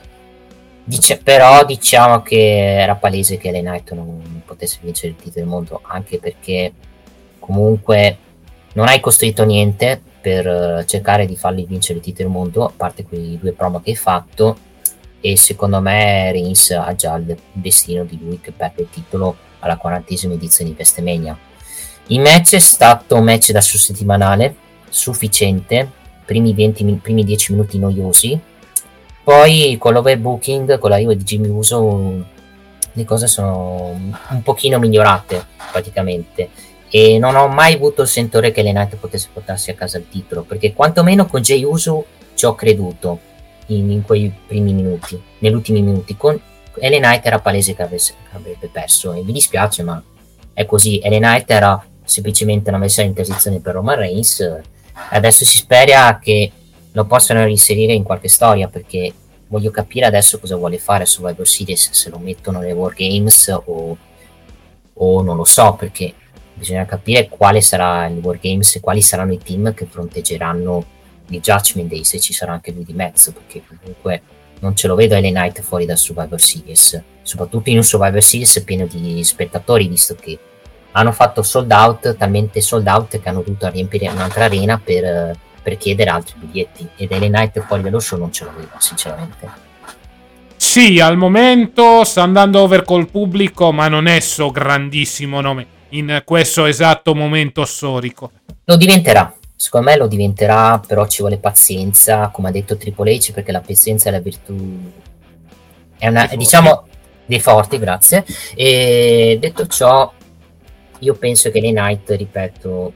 Però diciamo che era palese che LA Knight non potesse vincere il titolo del mondo, anche perché comunque non hai costruito niente per cercare di farli vincere il titolo del mondo, a parte quei 2 promo che hai fatto, e secondo me Reigns ha già il destino di lui che perde il titolo alla 40esima edizione di WrestleMania. Il match è stato un match da su settimanale, sufficiente, primi 10 minuti noiosi, poi con l'overbooking, con l'arrivo di Jimmy Uso, le cose sono un pochino migliorate praticamente, e non ho mai avuto il sentore che LA Knight potesse portarsi a casa il titolo, perché quantomeno con Jey Uso ci ho creduto in quei primi minuti, negli ultimi minuti. Con LA Knight era palese che avrebbe perso, e mi dispiace, ma è così. LA Knight era semplicemente una messa in posizione per Roman Reigns. Adesso si spera che lo possano reinserire in qualche storia, perché voglio capire adesso cosa vuole fare Survivor Series, se lo mettono nei War Games o non lo so, perché bisogna capire quale sarà il War Games e quali saranno i team che fronteggeranno il Judgment Day, se ci sarà anche lui di mezzo, perché comunque non ce lo vedo LA Knight fuori dal Survivor Series, soprattutto in un Survivor Series pieno di spettatori, visto che hanno fatto sold out, talmente sold out che hanno dovuto riempire un'altra arena per chiedere altri biglietti, ed LA Knight fuori dallo show non ce lo vedo sinceramente. Sì, al momento sta andando over col pubblico, ma non è so grandissimo nome in questo esatto momento storico. Lo diventerà, secondo me lo diventerà, però ci vuole pazienza, come ha detto Triple H, perché la pazienza è la virtù, è una, diciamo, dei forti, grazie. E detto ciò, io penso che LA Knight, ripeto,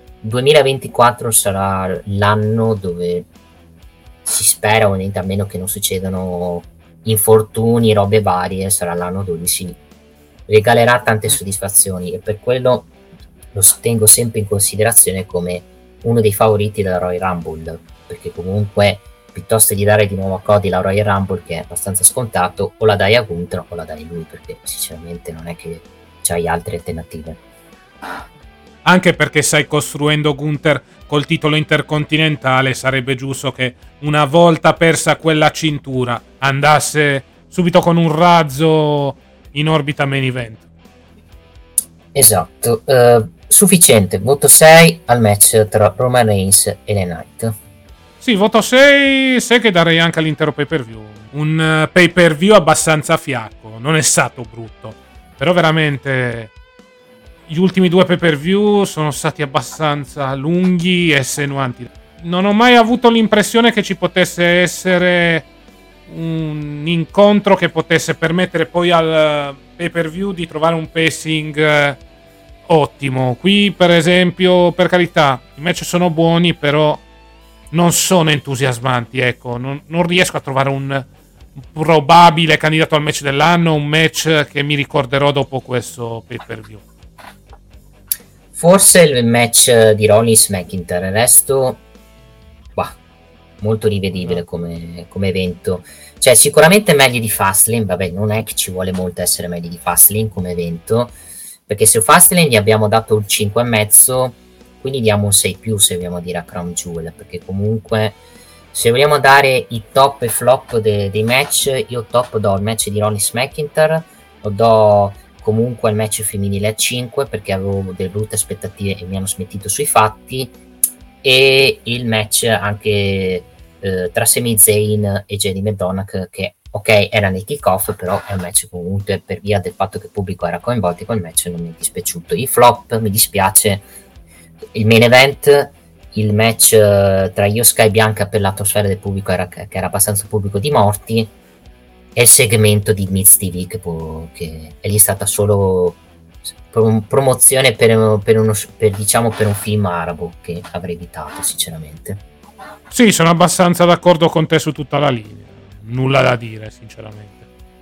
2024 sarà l'anno dove si spera, ovviamente, a meno che non succedano infortuni, robe varie, sarà l'anno dove si regalerà tante soddisfazioni, e per quello lo tengo sempre in considerazione come uno dei favoriti della Royal Rumble, perché comunque piuttosto di dare di nuovo a Cody la Royal Rumble, che è abbastanza scontato, o la dai a Gunther o la dai a lui, perché sinceramente non è che c'hai altre alternative. Anche perché stai costruendo Gunther col titolo intercontinentale, sarebbe giusto che una volta persa quella cintura andasse subito con un razzo in orbita main event. Esatto, sufficiente, voto 6 al match tra Roman Reigns e LA Knight. Sì, voto 6, sai che darei anche all'intero pay per view. Un pay per view abbastanza fiacco, non è stato brutto, però veramente gli ultimi 2 pay per view sono stati abbastanza lunghi e estenuanti. Non ho mai avuto l'impressione che ci potesse essere un incontro che potesse permettere poi al pay per view di trovare un pacing ottimo. Qui, per esempio, per carità, i match sono buoni, però non sono entusiasmanti, ecco. Non riesco a trovare un probabile candidato al match dell'anno, un match che mi ricorderò dopo questo pay per view. Forse il match di Rollins-McIntyre, il resto molto rivedibile come evento. Cioè, sicuramente meglio di Fastlane, vabbè, non è che ci vuole molto essere meglio di Fastlane come evento, perché su Fastlane gli abbiamo dato un 5,5, quindi diamo un 6+, se vogliamo dire, a Crown Jewel, perché comunque se vogliamo dare i top e flop dei match, io top do il match di Rollins-McIntyre, lo do comunque al match femminile a 5 perché avevo delle brutte aspettative e mi hanno smentito sui fatti, e il match anche tra Sami Zayn e Jenny McDonough, che ok era nei kick-off, però è un match comunque, per via del fatto che il pubblico era coinvolto, quel match non mi è dispiaciuto. I flop, mi dispiace, il main event, il match tra Io Sky e Bianca, per l'atmosfera del pubblico che era abbastanza pubblico di morti, e il segmento di Miz TV che è lì stata solo promozione per un film arabo che avrei evitato sinceramente. Sì, sono abbastanza d'accordo con te su tutta la linea, nulla da dire sinceramente.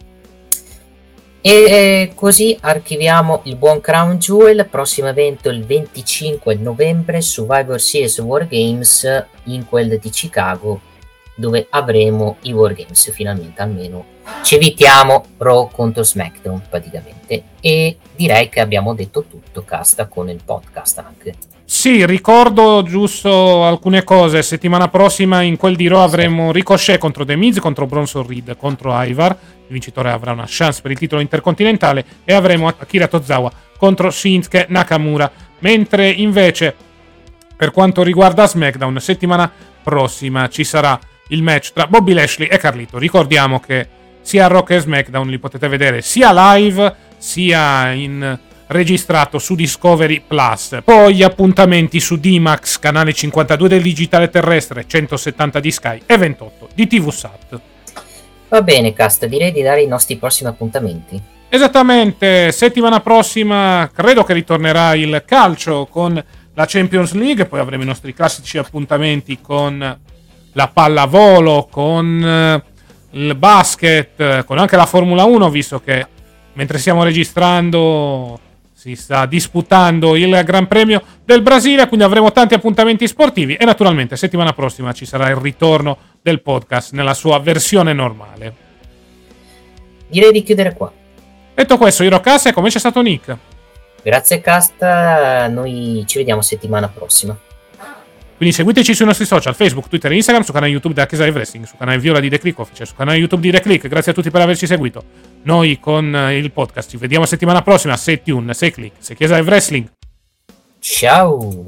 E così archiviamo il buon Crown Jewel. Prossimo evento il 25 novembre, Survivor Series War Games, in quel di Chicago, dove avremo i War Games finalmente, almeno ci evitiamo Raw contro SmackDown praticamente. E direi che abbiamo detto tutto, Casta, con il podcast anche. Sì, ricordo giusto alcune cose. Settimana prossima in quel di Raw avremo Ricochet contro The Miz, contro Bronson Reed, contro Ivar. Il vincitore avrà una chance per il titolo intercontinentale, e avremo Akira Tozawa contro Shinsuke Nakamura. Mentre invece per quanto riguarda SmackDown, settimana prossima ci sarà il match tra Bobby Lashley e Carlito. Ricordiamo che sia Raw che SmackDown li potete vedere sia live sia in registrato su Discovery Plus. Poi gli appuntamenti su D-Max, canale 52 del digitale terrestre, 170 di Sky e 28 di TVSAT. Va bene, Casta, direi di dare i nostri prossimi appuntamenti. Esattamente, settimana prossima credo che ritornerà il calcio con la Champions League, poi avremo i nostri classici appuntamenti con la pallavolo, con il basket, con anche la Formula 1, visto che mentre stiamo registrando si sta disputando il Gran Premio del Brasile, quindi avremo tanti appuntamenti sportivi e naturalmente settimana prossima ci sarà il ritorno del podcast nella sua versione normale. Direi di chiudere qua. Detto questo, io ero Cassa e come c'è stato Nick. Grazie Casta, noi ci vediamo settimana prossima. Quindi seguiteci sui nostri social, Facebook, Twitter e Instagram, su canale YouTube della Chiesa del Wrestling, su canale Viola di The Click Official, su canale YouTube di The Click. Grazie a tutti per averci seguito. Noi con il podcast ci vediamo settimana prossima. Stay tuned, stay click, sei Chiesa del Wrestling. Ciao!